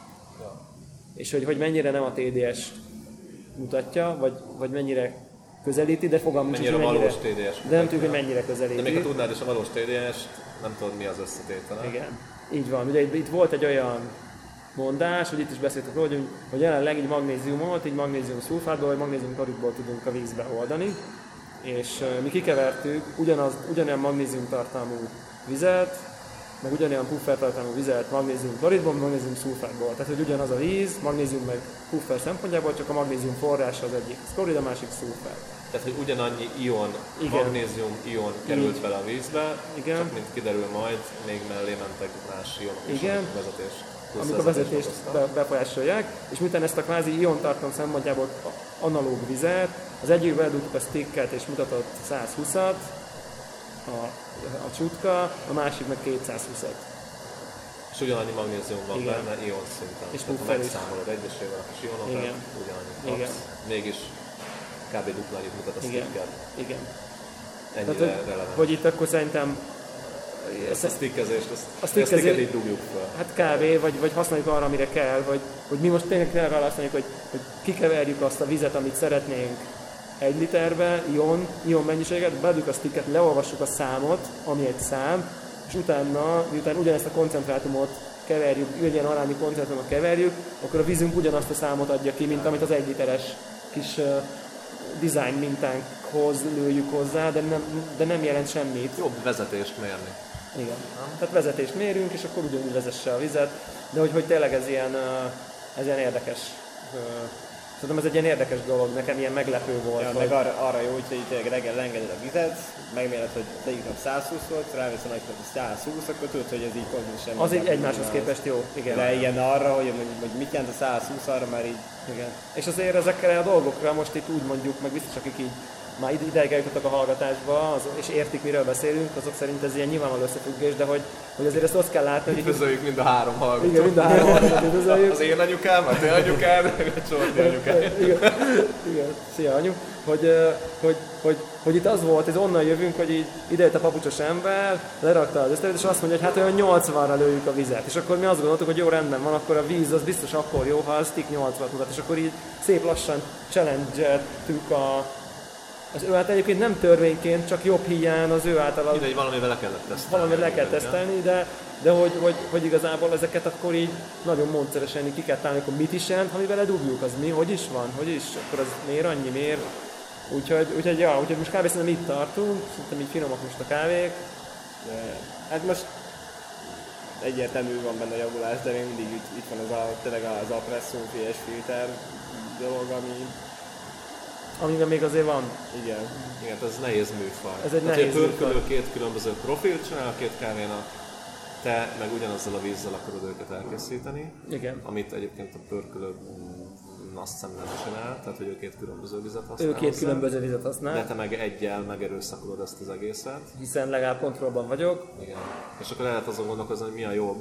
És hogy, hogy mennyire nem a té dé es mutatja, vagy, vagy mennyire közelíti, de fogalmunk Mennyire sincs, a hogy valós mennyire, té dé es de nem mutatja. tudjuk, hogy mennyire közelíti. De még ha tudnád is a valós té dé est, nem tudod mi az összetétele. Igen, így van. Ugye itt, itt volt egy olyan mondás, hogy itt is beszéltük róla, hogy, hogy jelenleg így magnéziumot, így magnézium szulfátból, vagy magnézium kloridból tudunk a vízbe oldani, és uh, mi kikevertük ugyanaz, ugyanolyan magnézium tartalmú vizet, meg ugyanolyan puffer tartalmú vizet magnézium kloridból, magnézium szulfátból. Tehát, hogy ugyanaz a víz, magnézium meg puffer szempontjából, csak a magnézium forrása az egyik klorid, a másik szulfát. Tehát, hogy ugyanannyi ion, igen. magnézium ion került így. bele a vízbe, igen. csak mint kiderül majd, még mellé mentek más ionok is, igen. a vezetés. Amik a vezetést be, befolyásolják, és miután ezt a kvázi iontartalom szempontjából analóg vizet, az egyikbe bedugtuk a sticket és mutatott száz húszat, a, a csutka, a másik meg kétszázhúszat. És ugyanannyi magnézium van igen. benne ion szinten. És tehát ha megszámolod egyesével a kis ionokat, ugyanannyi kapsz. Mégis kb. Dupla annyit mutat a sticker. Igen. Ennyire tehát, hogy, releváns. hogy itt akkor szerintem ezt a stickezést, ezt a sticket így dugjuk fel. Hát kb. Vagy, vagy használjuk arra, amire kell, vagy hogy mi most tényleg kell használjuk, hogy, hogy kikeverjük azt a vizet, amit szeretnénk egy literbe, ion, ion mennyiséget, beadjuk a sticket, leolvassuk a számot, ami egy szám, és utána, miután ugyanezt a koncentrátumot keverjük, ugyan arányi koncentrátumot keverjük, akkor a vízünk ugyanazt a számot adja ki, mint amit az egy literes kis uh, design mintánkhoz lőjük hozzá, de nem, de nem jelent semmit. Jobb vezetést mérni. Igen. Tehát vezetést mérünk, és akkor ugyanúgy vezesse a vizet, de hogy, hogy tényleg ez ilyen, ez ilyen érdekes. Szerintem ez egy ilyen érdekes dolog, nekem ilyen meglepő volt. Ja, hogy... meg arra, arra jó, hogy tényleg reggel engeded a vizet, megméred, hogy egyik nap száz húsz volt, rávisz a nagynap száz húsz, akkor tudod, hogy ez így pontosan semmi. Az így egymáshoz képest jó, igen. De ilyen arra, hogy, hogy mit jelent a száz húsz, arra már így... Igen. És azért ezekkel a dolgokra most itt úgy mondjuk, meg biztos akik így már ideig eljutottak a hallgatásba, az, és értik, miről beszélünk, azok szerint ez ilyen nyilvánvaló összefüggés, de hogy, hogy azért ezt azt kell látni, hogy... Üdvözöljük mind a három hallgatót. Igen, mind a három hallgatót üdvözöljük. Az én anyukám, a te anyukád, meg a Csorti anyukád. Igen, igen. Szia anyu. Hogy, hogy, hogy, hogy itt az volt, ez onnan jövünk, hogy így idejött a papucsos ember, lerakta az összevet, és azt mondja, hogy hát olyan nyolcvanra lőjük a vizet. És akkor mi azt gondoltuk, hogy jó, rendben van, akkor a víz az biztos akkor jó, ha a stick nyolcvanat mutat. És akkor így szép lassan challenge-eltük a az ő által egyébként nem törvényként, csak jobb hiány az ő által... Mindegy, valamivel le kellett tesztelni. Valamivel le kell tesztelni, de, de hogy, hogy, hogy igazából ezeket akkor így nagyon módszeresen így ki kell találni, akkor mit is jelent, ha mi vele dugjuk, az mi, hogy is van, hogy is, akkor az miért annyi, miért. Úgyhogy, úgyhogy, ja, úgyhogy most kb. Szerintem itt tartunk, szerintem így finomak most a kávék. De, hát most egyértelmű van benne a javulás, de még mindig itt, itt van az a, tényleg az Apresso pé es filter dolog, ami... Amiben még azért van. Igen. Igen, ez nehéz műfaj. Ez egy tehát, nehéz hogy a pörkölő műfaj. két különböző profilt csinál a két kávénak, te meg ugyanazzal a vízzel akarod őket elkészíteni. Igen. Amit egyébként a pörkölő azt hiszem nem csinál, tehát hogy ő két különböző vizet használ. Ő két hozzá, különböző vizet használ. de te meg egyel megerőszakolod ezt az egészet. Hiszen legalább kontrollban vagyok. Igen. És akkor lehet azon gondolkozni, hogy mi a jobb.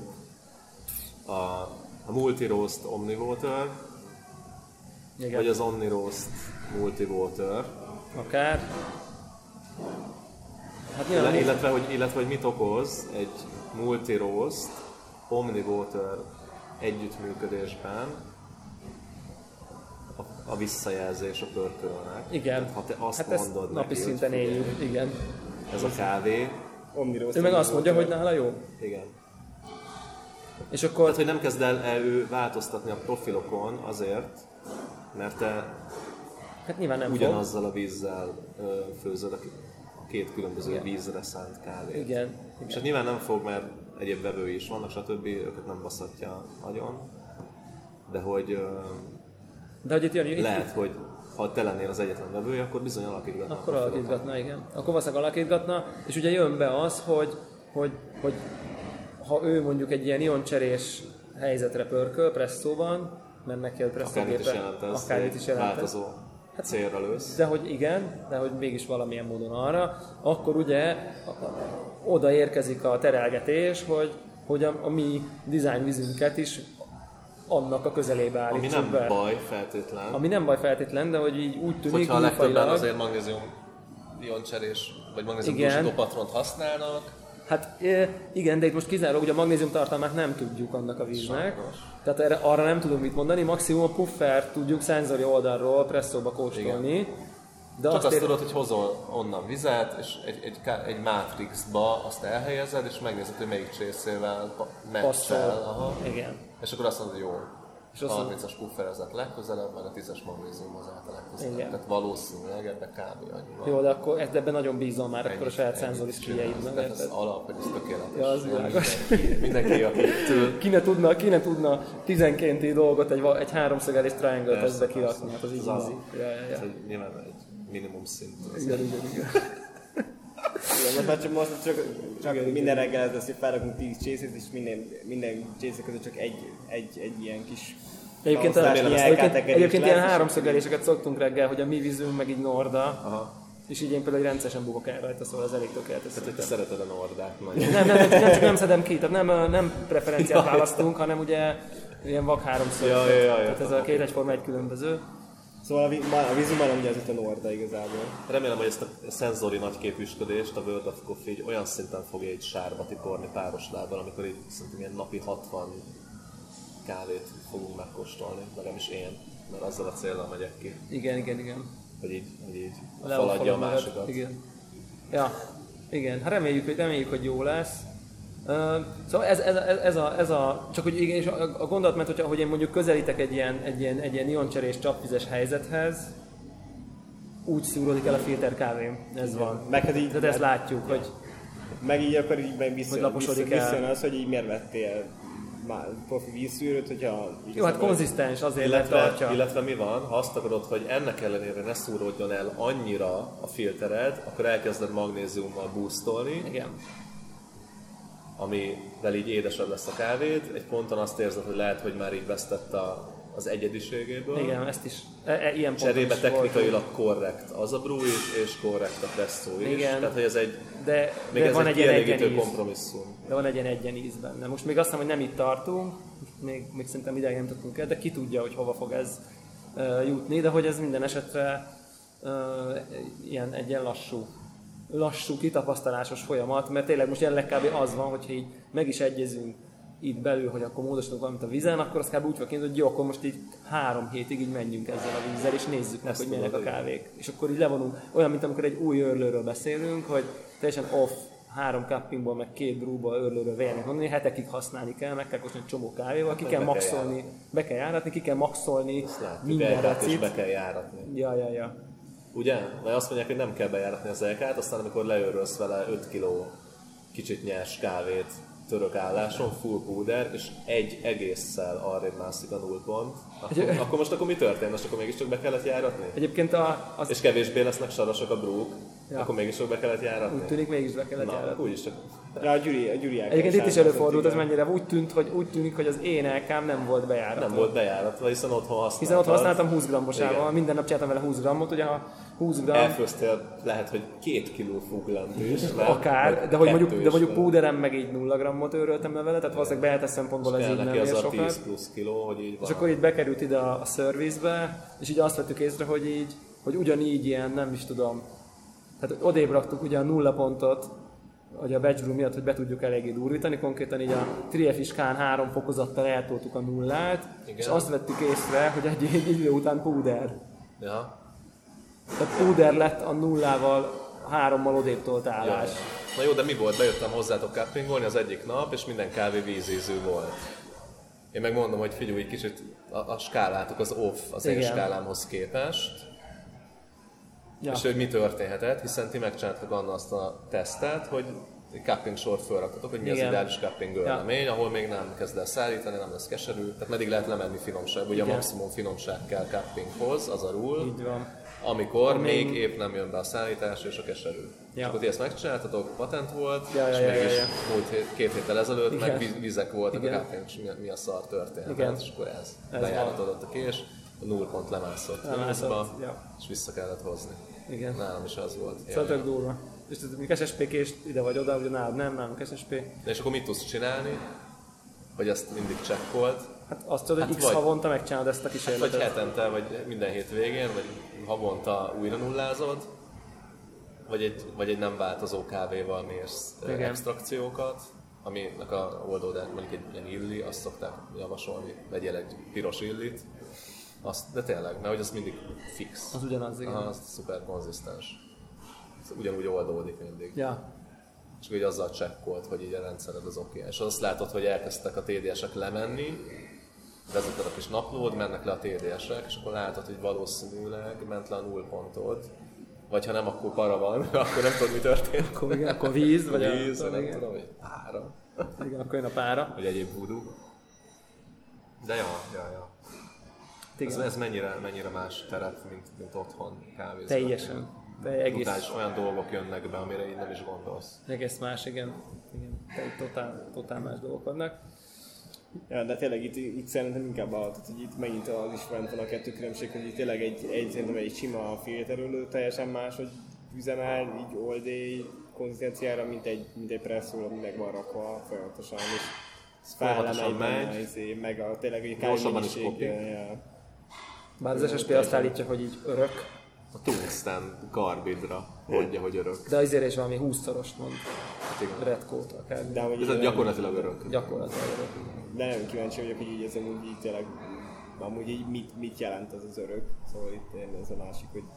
A, a Multi-Roast Omni-Water, Igen. vagy az Omni-Roast Multi-Water. Akár. Hát Ill- nyilván illetve, hogy, illetve, hogy mit okoz egy Multi-Roast Omni-Water együttműködésben a, a visszajelzés a pörkölőnek. igen. Tehát, ha te azt hát mondod ezt napi neki, szinten hogy éljük, igen. ez a kávé, Omni-Roast. Ő meg azt mondja, hogy nála jó. igen. És akkor... Tehát, hogy nem kezd el, el ő változtatni a profilokon azért, mert te Hát nyilván nem ugyanazzal a vízzel ö, főzöd a két különböző Igen. vízre szánt kávét. Igen. Igen. És hát nyilván nem fog, mert egyéb vevői is vannak, stb. Őket nem baszhatja agyon. De hogy ö, De hogy itt jön, itt, lehet, hogy ha te lennél az egyetlen vevője, akkor bizony alakítgatna. akkor a alakítgatna, igen. Akkor valószínűleg alakítgatna, és ugye jön be az, hogy, hogy, hogy ha ő mondjuk egy ilyen ioncserés helyzetre pörköl, presszóban, mert neki a Akármit is presszógépe, jelent ez, akármit is jelent ez. változó hát, célra lősz. De hogy igen, de hogy mégis valamilyen módon arra, akkor ugye oda érkezik a terelgetés, hogy, hogy a, a mi design vízünket is annak a közelébe állítsuk Ami nem be. baj feltétlen. Ami nem baj feltétlen, de hogy így úgy tűnik, Hogyha a legtöbben műfajilag- azért magnézium ioncserés vagy magnézium Igen. gyorsító patront használnak. Hát e, igen, de itt most kizárólag ugye a magnézium tartalmát nem tudjuk annak a víznek. Sajnos. Tehát erre, arra nem tudunk mit mondani, maximum a puffert tudjuk szenzori oldalról presszóba kóstolni. De csak azt ér... tudod, hogy hozol onnan vizet, és egy, egy, egy mátrixba azt elhelyezed, és megnézed, hogy melyik csészével match-el. Igen. És akkor azt mondod, hogy jó. És a harmincas pufferezett legközelebb, meg a tízes magnéziumozát a legközelebb. Igen. Tehát valószínűleg ebben kb. Annyi van. Jó, de akkor ebben nagyon bízom már, ennyi, akkor a saját szenzoris kijeidben. Tehát ez alap, hogy ez tökéletes. Ja, az világos. Mindenki, aki től... Ki ne tudna, ki ne tudna tizenkénti dolgot egy, egy háromszögelés triangle testbe kirakni, hát az így easy. Ja, ja, ja. Nyilván egy minimum szint. Igen, igen, igen. Igen, most már csak, most csak, csak igen, minden reggel ez lesz, hogy felrakunk tíz csészét, és minden, minden csészé között csak egy, egy, egy ilyen kis Egyébként, egyébként, egyébként ilyen háromszögeléseket szoktunk reggel, hogy a mi vízünk meg így Norda, aha. És így én például rendszeresen bugok el rajta, szóval az elég tökéletes. Tehát, hogy te szereted a Nordát majd. Nem, nem, nem, nem, csak nem szedem ki, tehát nem, nem preferenciát választunk, hanem ugye ilyen vak háromszög. Ja, ja, ja, tehát ez a két egyforma egy különböző. Szóval a, a vízumban ugye ez itt a Norda igazából. Remélem, hogy ezt a szenzori nagyképűsködést a World of Coffee így olyan szinten fogja így sárba tiporni páros lábbal, amikor így szerintem ilyen napi hatvan kávét fogunk megkóstolni, legalábbis én, mert azzal a céllal megyek ki. Igen, igen, igen. Hogy így, hogy így faladja a másikat. Igen. Ja, igen, hát reméljük, hogy, reméljük, hogy jó lesz. Uh, szóval ez, ez, ez, ez, a, ez a, csak hogy igen, és a, a gondolat, mert hogyha, hogy én mondjuk közelítek egy ilyen, egy ilyen, egy ilyen ioncserés csapvizes helyzethez, úgy szúródik el a filter kávém, ez igen. Van. Meg, hát így, tehát ezt látjuk, ja. Hogy meg így akkor így meg visszajön, visszajön az, hogy így miért vettél már profi vízszűrőt, hogyha... Jó, hát konzisztens, azért illetve, tartja. Illetve mi van, ha azt akarod, hogy ennek ellenére ne szúródjon el annyira a filtered, akkor elkezded magnéziummal boostolni. Igen. Amivel így édesebb lesz a kávéd. Egy ponton azt érzed, hogy lehet, hogy már így vesztett a, az egyediségéből. Igen, ezt is. E, e, ilyen cserébe technikailag korrekt az a brew is, és korrekt a presszó is. Igen. Tehát, hogy ez egy, de, még de ez van egy kielégítő kompromisszum. De van egy ilyen egyeníz benne. Most még azt hiszem, hogy nem itt tartunk, még, még szerintem ideig nem tudtunk el, de ki tudja, hogy hova fog ez uh, jutni, de hogy ez minden esetre uh, ilyen, egy ilyen lassú, lassú kitapasztalásos folyamat, mert tényleg most jelenleg kb. Az van, hogyha így meg is egyezünk itt belül, hogy akkor módosítunk valamit a vízen, akkor az kb. Úgy fog kényelni, hogy jó, akkor most így három hétig így menjünk ezzel a vízzel, és nézzük meg, hogy milyenek a kávék. És akkor így levonunk, olyan, mint amikor egy új örlőről beszélünk, hogy teljesen off, három cuppingból, meg két brewból örlőről vélnek mondani, hetekig használni kell, meg kell kóstolni egy csomó kávéval, ki kell maxolni, be kell járatni, ki kell maxolni minden recit. Be kell járatni. Ja, ja, ja. Ugye? Mert azt mondják, hogy nem kell bejáratni az elkát, aztán amikor leőrölsz vele öt kiló kicsit nyers kávét török álláson, full púder, és egy egésszel arrébb mászik a null pont, akkor, akkor most akkor mi történt? Most akkor mégiscsak be kellett járatni? Egyébként a... Az... És kevésbé lesznek sarosak a brúk, ja. Akkor mégiscsak be kellett járatni? Úgy tűnik, mégis be kellett Na, járatni. Úgyis csak... Ja, a gyűri, a gyűri Egyébként itt is előfordult, ez mennyire úgy tűnt, hogy úgy tűnik, hogy az én elkám nem volt bejáratva. Nem volt bejáratva, hiszen otthon használtam. Hiszen otthon használtam húsz grammosával, minden nap csináltam vele húsz grammot, ugye ha húsz gramm... Elfőztél lehet, hogy két kiló fuglant is, nem? Akár, de hogy mondjuk, de mondjuk púderem meg így nulla grammot őröltem le vele, tehát valószínűleg bejelentett szempontból ez így nem ér sokat. tíz plusz kiló, hogy így van. És akkor így bekerült ide a, a szervizbe, és így azt vettük észre, hogy így, hogy ugyanígy ilyen, nem is tudom, tehát odébb raktuk ugye a nulla pontot, hogy a batch brew miatt, hogy be tudjuk eléggé durvítani, konkrétan így a Triefis-kán három fokozattal eltoltuk a nullát, igen. És azt vettük észre, hogy egy, egy idő után púder. Ja. Tehát púder lett a nullával, hárommal odébb tolt állás. Ja. Na jó, de mi volt? Bejöttem hozzátok cuppingolni az egyik nap, és minden kávé vízízű volt. Én meg mondom, hogy figyelj, egy kicsit a, a skálátok az off az igen. Én skálámhoz képest. Ja. És hogy mi történhetett, hiszen ti megcsináltak annak azt a tesztet, hogy cupping sort felraktatok, hogy mi igen. Az ideális cupping örlemény, ja. Ahol még nem kezd el szállítani, nem lesz keserű, tehát meddig lehet lemenni finomság, ugye a maximum finomság kell cuppinghoz, az a rule, így van. Amikor Ami... még épp nem jön be a szállítás és a keserű. Ja. És akkor ti ezt megcsináltatok, patent volt, ja, és ja, mégis ja, ja. múlt hét, két héttel ezelőtt igen. Meg vizek voltak igen. A cupping, és mi, mi a szar történet, és akkor ez, ez bejáratodott a kés. A null pont lemászott húszba, ja. És vissza kellett hozni. Igen. Nálam is az volt. Szóval tök durva. És mi es es pé-kést ide vagy oda, ugye nálad nem, nálunk es es pé. De és akkor mit tudsz csinálni, hogy ezt mindig csekkolt? Hát azt tudod, hogy hát x vagy, havonta megcsinálod ezt a kísérletet. Hát vagy hetente, vagy minden hétvégén, vagy havonta újra nullázod, vagy egy, vagy egy nem változó kávéval mérsz igen. Extrakciókat, aminek a oldódás mondjuk egy ilyen illi, azt szokták javasolni, vegyél egy piros illit, Azt, de tényleg, mert hogy az mindig fix. Az ugyanaz, igen. Aha, az szuper konzisztens. Ez ugyanúgy oldódik mindig. Ja. És úgy azzal csekkolt, hogy így a rendszered az oké. És azt látod, hogy elkezdtek a té dé esek lemenni, vezeted a kis naplód, mennek le a té dé esek, és akkor látod, hogy valószínűleg ment le a nullpontod. Vagy ha nem, akkor para van, akkor nem tudod, mi történt. Akkor, igen, akkor víz, vagy víz, a... nem igen. tudom, vagy pára. Igen, akkor jön a pára. Vagy egyéb voodoo. De ja, ja, ja. Ez, ez mennyire, mennyire más teret, mint, mint otthon kávézni. Teljesen. De egész... Utána olyan dolgok jönnek be, amire így nem is gondolsz. Egész más, igen. igen. Te, totál, totál más dolgok vannak. Ja, de tényleg itt, itt szerintem inkább a, tehát, hogy itt megint az is van a kettő különbség, hogy itt tényleg egy, egy, szerintem egy sima filterülő teljesen más, hogy üzemel így all day konzisztenciára, mint egy, mint egy presszó, ami meg van rakva folyamatosan, és Folyamatosan megy, megy, meg a tényleg egy gyorsabban is kávéminőség. kopik. Ja. Bár az es es pé azt állítja, hogy így örök, A tungsten garbidra mondja, hogy örök. de azért is valami húszszorost mond Hát igen. Red Coat akár. De, hogy Ez gyakorlatilag örök. Gyakorlatilag örök. de nem kíváncsi vagyok, hogy így ez amúgy így tényleg, amúgy így mit, mit jelent ez az örök. Szóval itt ez a másik, hogy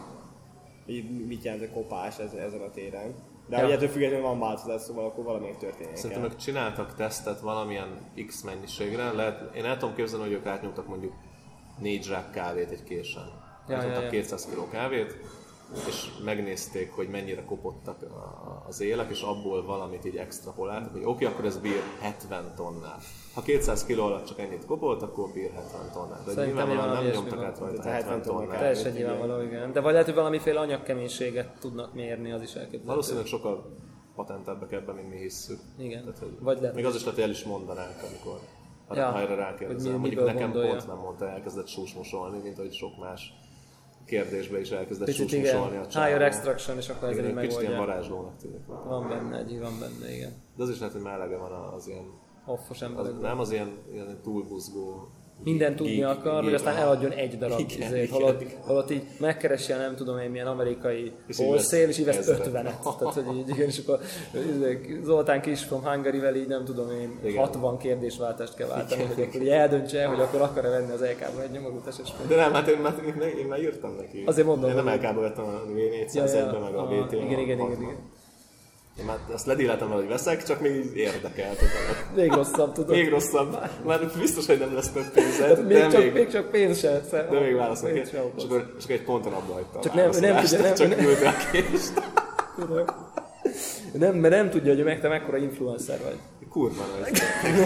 így mit jelent a kopás ez, ezen a téren. De Ja. hogy ettől függetlenül van változás, szóval akkor valamilyen történnie Szerintem kell. ők csináltak tesztet valamilyen X mennyiségre, lehet, én el tudom képzelni, hogy ők átnyomtak mondjuk négy zsák kávét egy késen. Ja, Átnyomtak ja, ja. kétszáz kiló kávét, és megnézték, hogy mennyire kopottak a- az élek, és abból valamit így extrapoláltak, hogy oké, okay, akkor ez bír hetven tonnát. Ha kétszáz kiló alatt csak ennyit kopolt, akkor bír hetven tonnát. De Szerintem nyilvánvalóan valami nem ilyesmi nyomtak van. át rajta Tehát hetven hetven tonnát. Teljesen igen. nyilvánvaló, igen. De vagy lehet, hogy valamiféle anyagkeménységet tudnak mérni, az is elképzelhető. Valószínűleg sokkal patentebbek ebben, mint mi hisszük. Igen. Tehát, hogy Vagy lehet, még az is lehet, hogy el is mondanák, amikor ha, Ja, ha erre hogy rákérdezel. mi- Mondjuk miből nekem gondolja. pont nem mondta, elkezdett súsmosolni, mint ahogy sok más kérdésbe is elkezdett picit súsmosolni igen, a csávó. higher extraction, és akkor ezért Igen, így kicsit ilyen megoldják. varázslónak tűnik. Van benne egy, van benne, igen. De az is lehet, hogy mellege van az ilyen, Offos az, emberek. nem az ilyen, ilyen túlbuzgó. Minden tudni geek- akar, hogy geek- aztán eladjon egy darab Igen, izét, igen, holott, igen. holott így megkeresi a nem tudom én milyen amerikai És így wholesale, vesz és így vesz ezret. ötvenet. Tehát, hogy így, igen, és akkor izé, Zoltán Kis from Hungary-vel így nem tudom én Igen. hatvan kérdésváltást kell váltani, hogy akkor így eldöntse, hogy akkor akar-e venni az é ká-ba egy nyomorult es es pé. De nem, hát én, hát én, én, én már írtam neki. Azért mondom, Én nem hogy- el ká-ba vettem a négyszázegybe, meg a ah, vé té igen, igen, igen, igen. Én már azt ledíleltem vele, hogy veszek, csak még így érdekelt. Még rosszabb, tudod. Még rosszabb. Már biztos, hogy nem lesz több pénzed, Tehát még, de csak, még, még csak pénz se. de még válaszolok. Pénz se És okoz. akkor, és akkor egy ponton abba hagytam. Csak nem- nem tudja, nem- Csak nem- küldte a kést. Tudom. Nem, mert nem tudja, hogy meg te mekkora influencer vagy. Kurva nagy.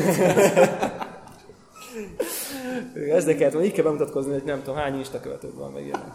Ezzel kellett, hogy így kell bemutatkozni, hogy nem tudom hány Insta követőd van, meg ilyenek.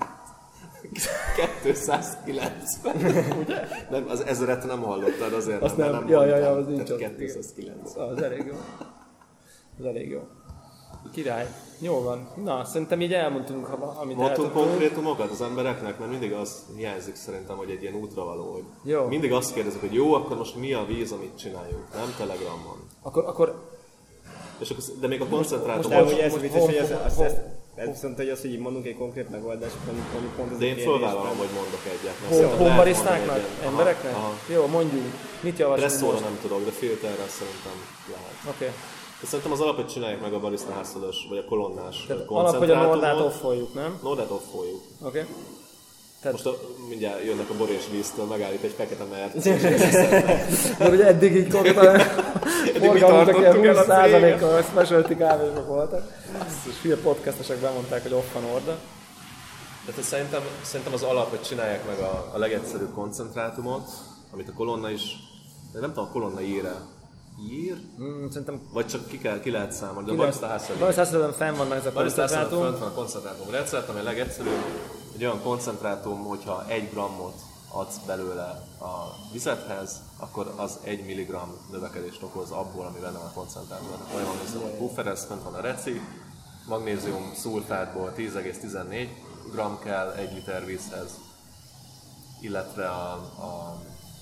kétszázkilencven. Ugye? Nem, az ezeret nem hallottad, azért Azt nem, nem- nem ja, ja, ja, mondtam. az nincs Tehát ott. kétszázkilencven. Az elég jó. Az elég jó. Király. Jó van. Na, szerintem így elmondtunk, ha- amit el Mondtunk tudtunk. konkrétumokat az embereknek, mert mindig az hiányzik szerintem, hogy egy ilyen útravaló, hogy Jó. mindig azt kérdezik, hogy jó, akkor most mi a víz, amit csináljuk, nem Telegramon. Akkor, akkor És akkor, de még a koncentrátum... De hogy ez most vicces, hogy ez, hol- azt, hol- ezt, ez viszont, hogy az, hogy így mondunk egy konkrét megoldást, ami ami pont az De a én kérdés, fölvállalom, nem? hogy mondok egyet. mert hol, szerintem hol lehet barisztáknak? mondani egyet. Aha, Embereknek? aha. Jó, mondjunk. Mit javaslunk Presszóra most? nem tudok, de filterre szerintem lehet. Oké. De szerintem az alap, hogy csinálják meg a barista házszolos, vagy a kolonnás Tehát alap, hogy a koncentrátumot. Nordát offoljuk, nem? Nordát offoljuk. Oké. Tehát, Most a, mindjárt jönnek a Bor és Víztől, megállít egy fekete mert. mert ugye eddig így konkrétan forgalmaztak ilyen tartottuk el a húsz százalékkal specialty kávésok voltak. És fél podcastosok bemondták, hogy off van Norda. Tehát szerintem, szerintem az alap, hogy csinálják meg a, a legegyszerűbb koncentrátumot, amit a kolonna is, de nem tudom, a kolonna ír-e. Ír? Mm, szerintem Vagy csak ki, kell, ki lehet számolni, de a barista házszolos. Barista fenn vannak ezek a Barista házszolos fönt koncentrátum. van a koncentrátum recept, ami a legegyszerűbb. Egy olyan koncentrátum, hogyha egy grammot adsz belőle a vizethez, akkor az egy milligramm növekedést okoz abból, ami benne van a koncentrátumban. Olyan van, hogy bufferez, fönt van a reci, magnézium szulfátból tíz egész tizennégy gramm kell egy liter vízhez, illetve a, a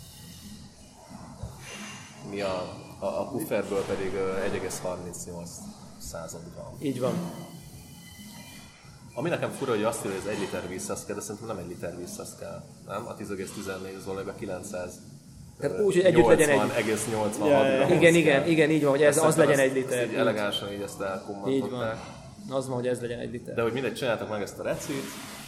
mi a, a, a pufferből pedig ö, egy egész harmincnyolc század gramm. Így van. Ami nekem fura, hogy azt írja, hogy ez egy liter vízhez kell, de szerintem nem egy liter vízhez kell, nem? A tíz egész tizennégy az valójában kilencszáz. Tehát úgy, hogy együtt legyen egy- nyolcvan egész nyolcvanhat Ja, ja, ja. grammhoz Igen, kell. igen, igen, így van, hogy ez, az Szerintem legyen ezt- egy liter. ezt így elegánsan így ezt Így van. elkommentolták. Az van, hogy ez legyen egy liter. De hogy mindegy, csináltak meg ezt a recit,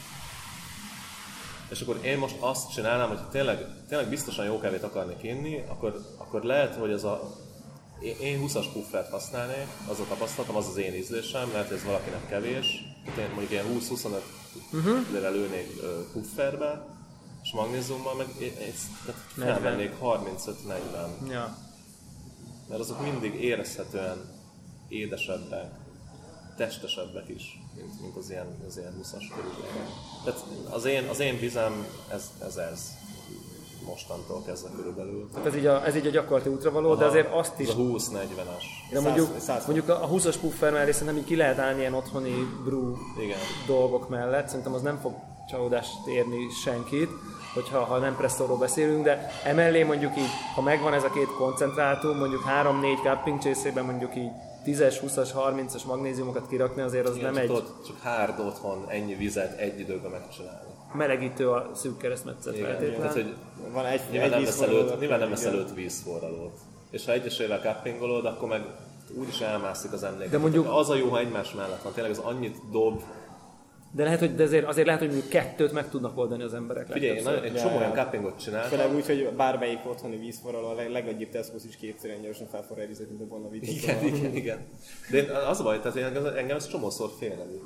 és akkor én most azt csinálnám, hogy tényleg, tényleg biztosan jó kávét akarnék inni, akkor, akkor lehet, hogy az a... Én húszas puffert használnék, azzal tapasztaltam, az az én ízlésem, lehet, hogy ez valakinek kevés. Én mondjuk ilyen húsz-huszonöt uh-huh. liter lőnék uh, pufferbe, és magnéziummal meg felmennék harmincöt-negyven. Ja. Mert azok mindig érezhetően édesebbek, testesebbek is, mint, mint az ilyen, az ilyen húszas körülbelül. Tehát az én, az én vizem ez, ez ez. Mostantól kezdve körülbelül. Tehát ez így a, ez így a gyakorlati útra való, aha, de azért azt is... Ez a húsz-negyvenes. De mondjuk, mondjuk a húszas puffer mellé szerintem így ki lehet állni ilyen otthoni brew igen. dolgok mellett. Szerintem az nem fog csalódást érni senkit, hogyha ha nem presszóról beszélünk, de emellé mondjuk így, ha megvan ez a két koncentrátum, mondjuk három-négy cupping csészében mondjuk így tízes, húszas, harmincas magnéziumokat kirakni, azért az igen, nem csak egy... Ott, csak hárd otthon ennyi vizet egy időben megcsinálni. Melegítő a szűk keresztmetszet feltétlenül. hogy van egy, nyilván nem vesz előtt, nyilván nem vesz előtt vízforralót. És ha egyesével cuppingolod, akkor meg úgyis elmászik az emléket. De mondjuk az a jó, ha egymás mellett van, tényleg az annyit dob. De lehet, hogy de azért, azért lehet, hogy mondjuk kettőt meg tudnak oldani az emberek. Figyelj, én egy csomó olyan cuppingot csináltam. Főleg úgy, hogy bármelyik otthoni vízforraló, a legnagyobb Tesco's is kétszer gyorsan felforrál vizet, mint a Bonavita. Igen, igen, igen. De én, az a baj, tehát engem ez csomószor félrevitt.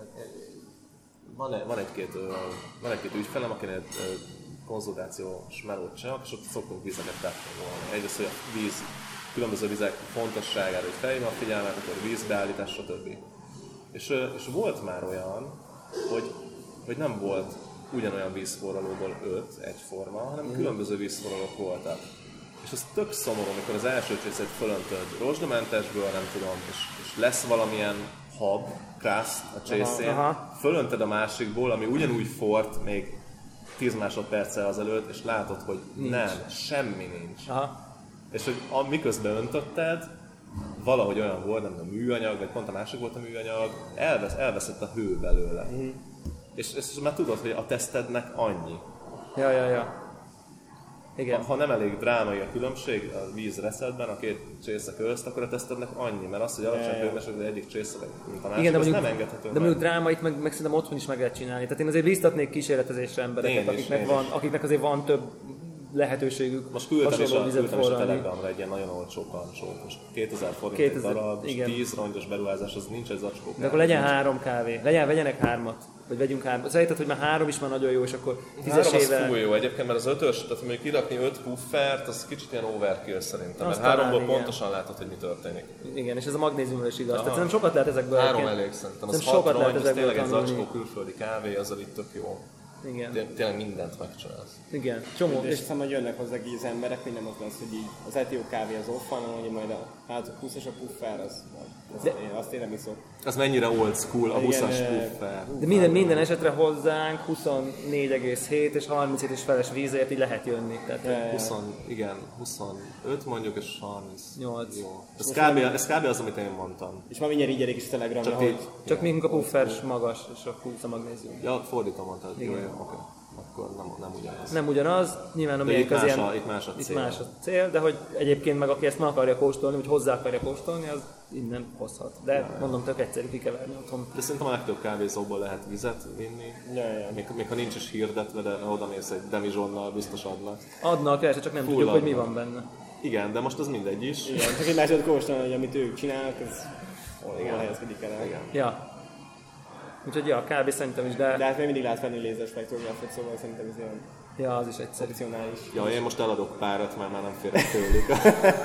Van, van egy-két, van egy-két ügyfelem, akinek konzultációs melót csinálok, és ott szoktunk vizeket cuppingolni. Egyrészt, hogy a víz, különböző vizek fontosságára, hogy felhívja a figyelmet, akkor vízbeállítás, stb. És, és volt már olyan, hogy, hogy nem volt ugyanolyan vízforralóból öt egyforma, hanem mm. különböző vízforralók voltak. És ez tök szomorú, amikor az első csészét fölöntöd rozsdamentesből, nem tudom, és, és lesz valamilyen hab, crust a csészén, aha, aha. fölönted a másikból, ami ugyanúgy forrt még tíz másodperccel azelőtt, és látod, hogy nincs. nem, semmi nincs. Aha. És hogy a, miközben öntötted, valahogy olyan volt, nem a műanyag, vagy pont a másik volt a műanyag, elvesz, elveszett a hő belőle. Mm. És, és már tudod, hogy a tesztednek annyi. Ja, ja, ja. Igen. Ha, ha nem elég drámai a különbség a víz receptben, a két csésze közt, akkor a tesztednek annyi, mert az, hogy alacsony hőmérsékletű az egyik csésze, mint a másik, igen, az mondjuk, nem engedhető. De mondjuk drámait meg, meg szerintem otthon is meg lehet csinálni. Tehát én azért biztatnék kísérletezésre embereket, is, akiknek, van, akiknek azért van több lehetőségük. Most küldtem is a, küldtem is a Telegramra egy ilyen nagyon olcsó kancsót. Most kétezer forint egy darab, és tíz rongyos beruházás, az nincs egy zacskó kávé. De akkor legyen három kávé. Legyen, vegyenek hármat. Vagy vegyünk hármat. Szerinted, hogy már három is már nagyon jó, és akkor tízes éve... Három az jó egyébként, mert az ötös, tehát mondjuk kirakni öt puffert, az kicsit ilyen overkill szerintem. Mert háromból igen. pontosan látod, hogy mi történik. Igen, és ez a magnéziumról is igaz. Aha. Tehát szerintem sokat lehet ezekből... Három elég szerintem. Az hat rongy, az tényleg egy zacskó külföldi kávé, az itt tök jó. Igen. Tényleg mindent megcsinálsz. Igen, csomó. És aztán majd jönnek hozzá az emberek, hogy nem az lesz, hogy így az etióp kávé az off van, hogy majd a hát a húszas a puffer, az, az én, azt én nem iszok. Az mennyire old school, a húszas puffer. De minden, minden esetre hozzánk huszonnégy egész hét és harminchét és feles vízért így lehet jönni. Tehát ja, húsz, igen, huszonöt mondjuk és harmincnyolc. Jó. Ez kb, ez kb az, amit én mondtam. És ma mindjárt így gyerik is Telegramra, csak, hogy... Csak mink a puffers magas és a húsz a magnézium. Ja, fordítom mondtad. Jó, jó, oké. Akkor nem, nem ugyanaz. Nem ugyanaz, nyilván a miénk az ilyen... Itt más a cél. Itt más a cél, de hogy egyébként meg aki ezt meg akarja kóstolni, vagy hozzá akarja kóstolni, az innen hozhat. De ja, mondom, tök egyszerű kikeverni otthon. De szerintem a legtöbb kávézóból lehet vizet vinni. Ja, ja. Még, még ha nincs is hirdetve, de oda mész egy demizsonnal, biztos adnak. Adnak, persze, csak nem Full tudjuk, adnak. Hogy mi van benne. Igen, de most az mindegy is. Igen, csak egy másod kóstolni, hogy amit ők csinálnak, ez hol helyezkedik el. Igen. Ja. Úgyhogy ja, kb. Szerintem is, de... De hát még mindig látsz venni lézer spektrográfot, szóval szerintem ez ilyen... Ja, az is egyszerű. Opcionális. Ja, én most eladok párat, mert már nem férek tőlük.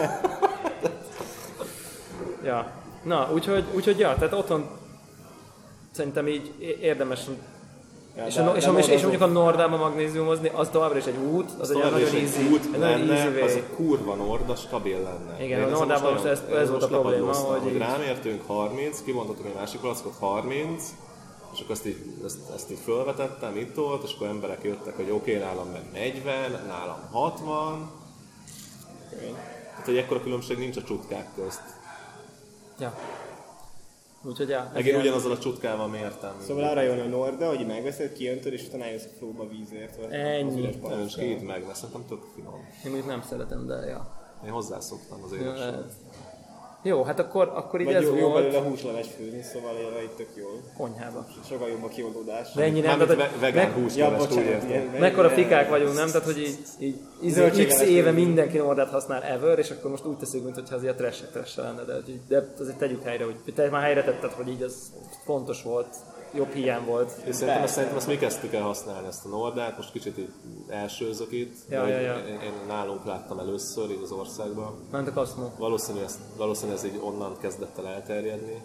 Ja. Na, úgyhogy, úgyhogy ja, tehát otthon szerintem így érdemes... Ja, és, de, a, és, de a, és, és mondjuk a Nordában magnéziumozni, az továbbra is egy út, az, az egy nagyon easy, út egy lenne, easy way. Az egy kurva Norda, stabil lenne. Igen, én a Nordában most ez, ez volt a probléma, hogy, hogy rám értünk harminc, kimondhatok egy másik palackot harminc, és akkor ezt így, ezt, ezt így fölvetettem itt-ott, és akkor emberek jöttek, hogy oké, okay, nálam meg negyven, nálam hatvan. Okay. Tehát, hogy ekkora különbség nincs a csutkák közt. Ja. Úgyhogy ja. Meg én ugyanazzal a csutkával mértem. Szóval arra jön a Norda, hogy megveszed, kijöntöd, és utána jössz a flóba vízért. Ennyi. Nem is két megvesz, szerintem tök finom. Én mondjuk nem szeretem, de ja. Én hozzászoktam az édesre. Jó, hát akkor, akkor így Vagy ez jó, jó volt belőle húsleves főzni, szóval erre itt tök jól. konyhába. Sokkal jobb a kioldódás. De ennyi nem, Mármint tehát, ve- vegán meg, Ja, húslevest, úgy bocsánat, értem. ilyen- mekkora ilyen- fikák vagyunk, nem? Tehát, hogy így, így izé, Zöldségleves x éve főzni. mindenki Nordát használ ever, és akkor most úgy teszünk, mintha az ilyen trash trash lenne, de, de azért tegyük helyre, hogy te már helyre tetted, hogy így az fontos volt, jobb hiány volt. És szerintem, azt, szerintem azt mi kezdtük el használni ezt a Nordát, most kicsit így elsőzök itt, Ja, de ja, ja. Én, én nálunk láttam először így az országban. Ment a Cosmo. Valószínű, ez, valószínű ez így onnan kezdett el elterjedni.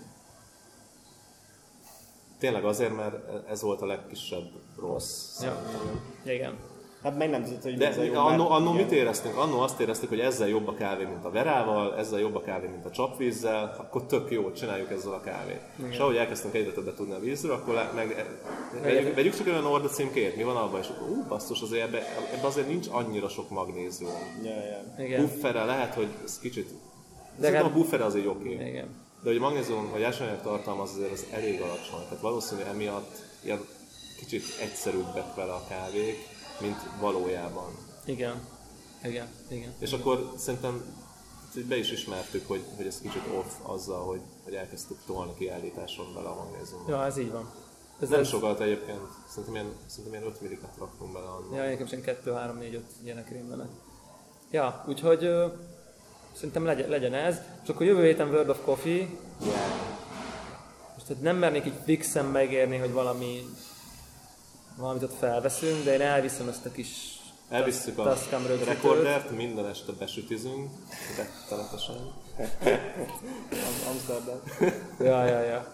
Tényleg azért, mert ez volt a legkisebb rossz. Ja. Igen. Hát meg nem tudod, hogy De ez a jó, annó, mert annó ilyen- mit éreztünk? Annó azt éreztük, hogy ezzel jobb a kávé, mint a verával, ezzel jobb a kávé, mint a csapvízzel, akkor tök jó, csináljuk ezzel a kávét. Igen. És ahogy elkezdtünk egyre többet tudni a vízről, akkor le- meg, vegyük, vegyük csak olyan Norda címkét, mi van abban, és akkor ú, basszus, azért ebbe, ebbe azért nincs annyira sok magnézium. Ja, ja. Igen. Bufferre lehet, hogy ez kicsit... De Szerintem hát- a buffer azért oké. Igen. De hogy magnézium, vagy ásványanyag tartalma az azért az elég alacsony. Tehát valószínű emiatt ilyen kicsit egyszerűbbek vele a kávék, mint valójában. Igen. Igen. Igen. És akkor szerintem így be is ismertük, hogy, hogy ez kicsit off azzal, hogy, hogy elkezdtük tolni kiállításon bele a magnéziumot. Ja, ez így van. Ez Nem ez, sokat egyébként, szerintem ilyen, szerintem ilyen öt millikat raktunk bele annak. ja, nekem sem kettő, három, négy, öt ilyenek rémlenek. Ja, úgyhogy ö, szerintem legyen, legyen ez. És akkor jövő héten World of Coffee. Yeah. Most hát nem mernék így fixen megérni, hogy valami valamit ott felveszünk, de én elviszem ezt a kis Elvisszük a Tascam rögzítőt. rekordert, minden este besütizünk, rettenetesen. Am- Amsterdam. Ja, ja, ja.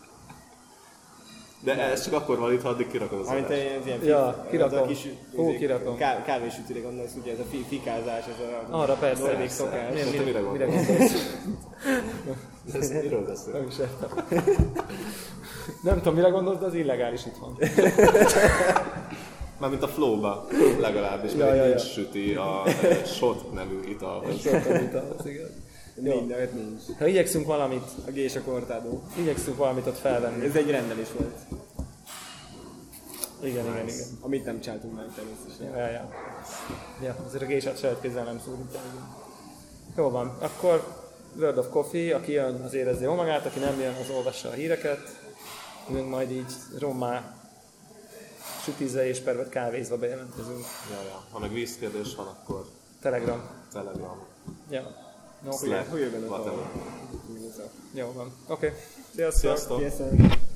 De ez csak akkor van itt, ha addig kirakod az Amint adást. ez ilyen Ja, fi- kirakom. az a kis Hú, izé, kirakom. ká- kávésütőre gondolsz, ugye ez a fi- fikázás, ez a Arra persze. norvég persze. szokás. Miért, Te mire, mire mire gondolsz? gondolsz? Ez miről beszél? Nem is értem. Nem tudom, mire gondolsz, de az illegális itthon. Mármint a flow-ba legalábbis, Ja, mert ja, ja, ja. nincs süti a shot nevű italhoz. Szoktam itt az, igen. Minden, öt nincs. Ha igyekszünk valamit, A Gésa Cortado. igyekszünk valamit ott felvenni. Ez egy rendelés volt, Igen, igen, igen. amit nem csináltunk meg természetesen. Ja, ja. Ja, azért a gésát saját kézzel nem szúrunk. Jó van, akkor World of Coffee, aki jön, az érezze jól magát, aki nem jön, az olvassa a híreket. Jövünk majd így rommá sütizve és pervet kávézva bejelentkezünk. Ja, ja. Ha meg vízkérdés van, akkor Telegram. Telegram. Ja. No, Slack, Hogy jön benne a whatever. tal? jó van. Oké. Okay. Sziasztok! Sziasztok! Sziasztok!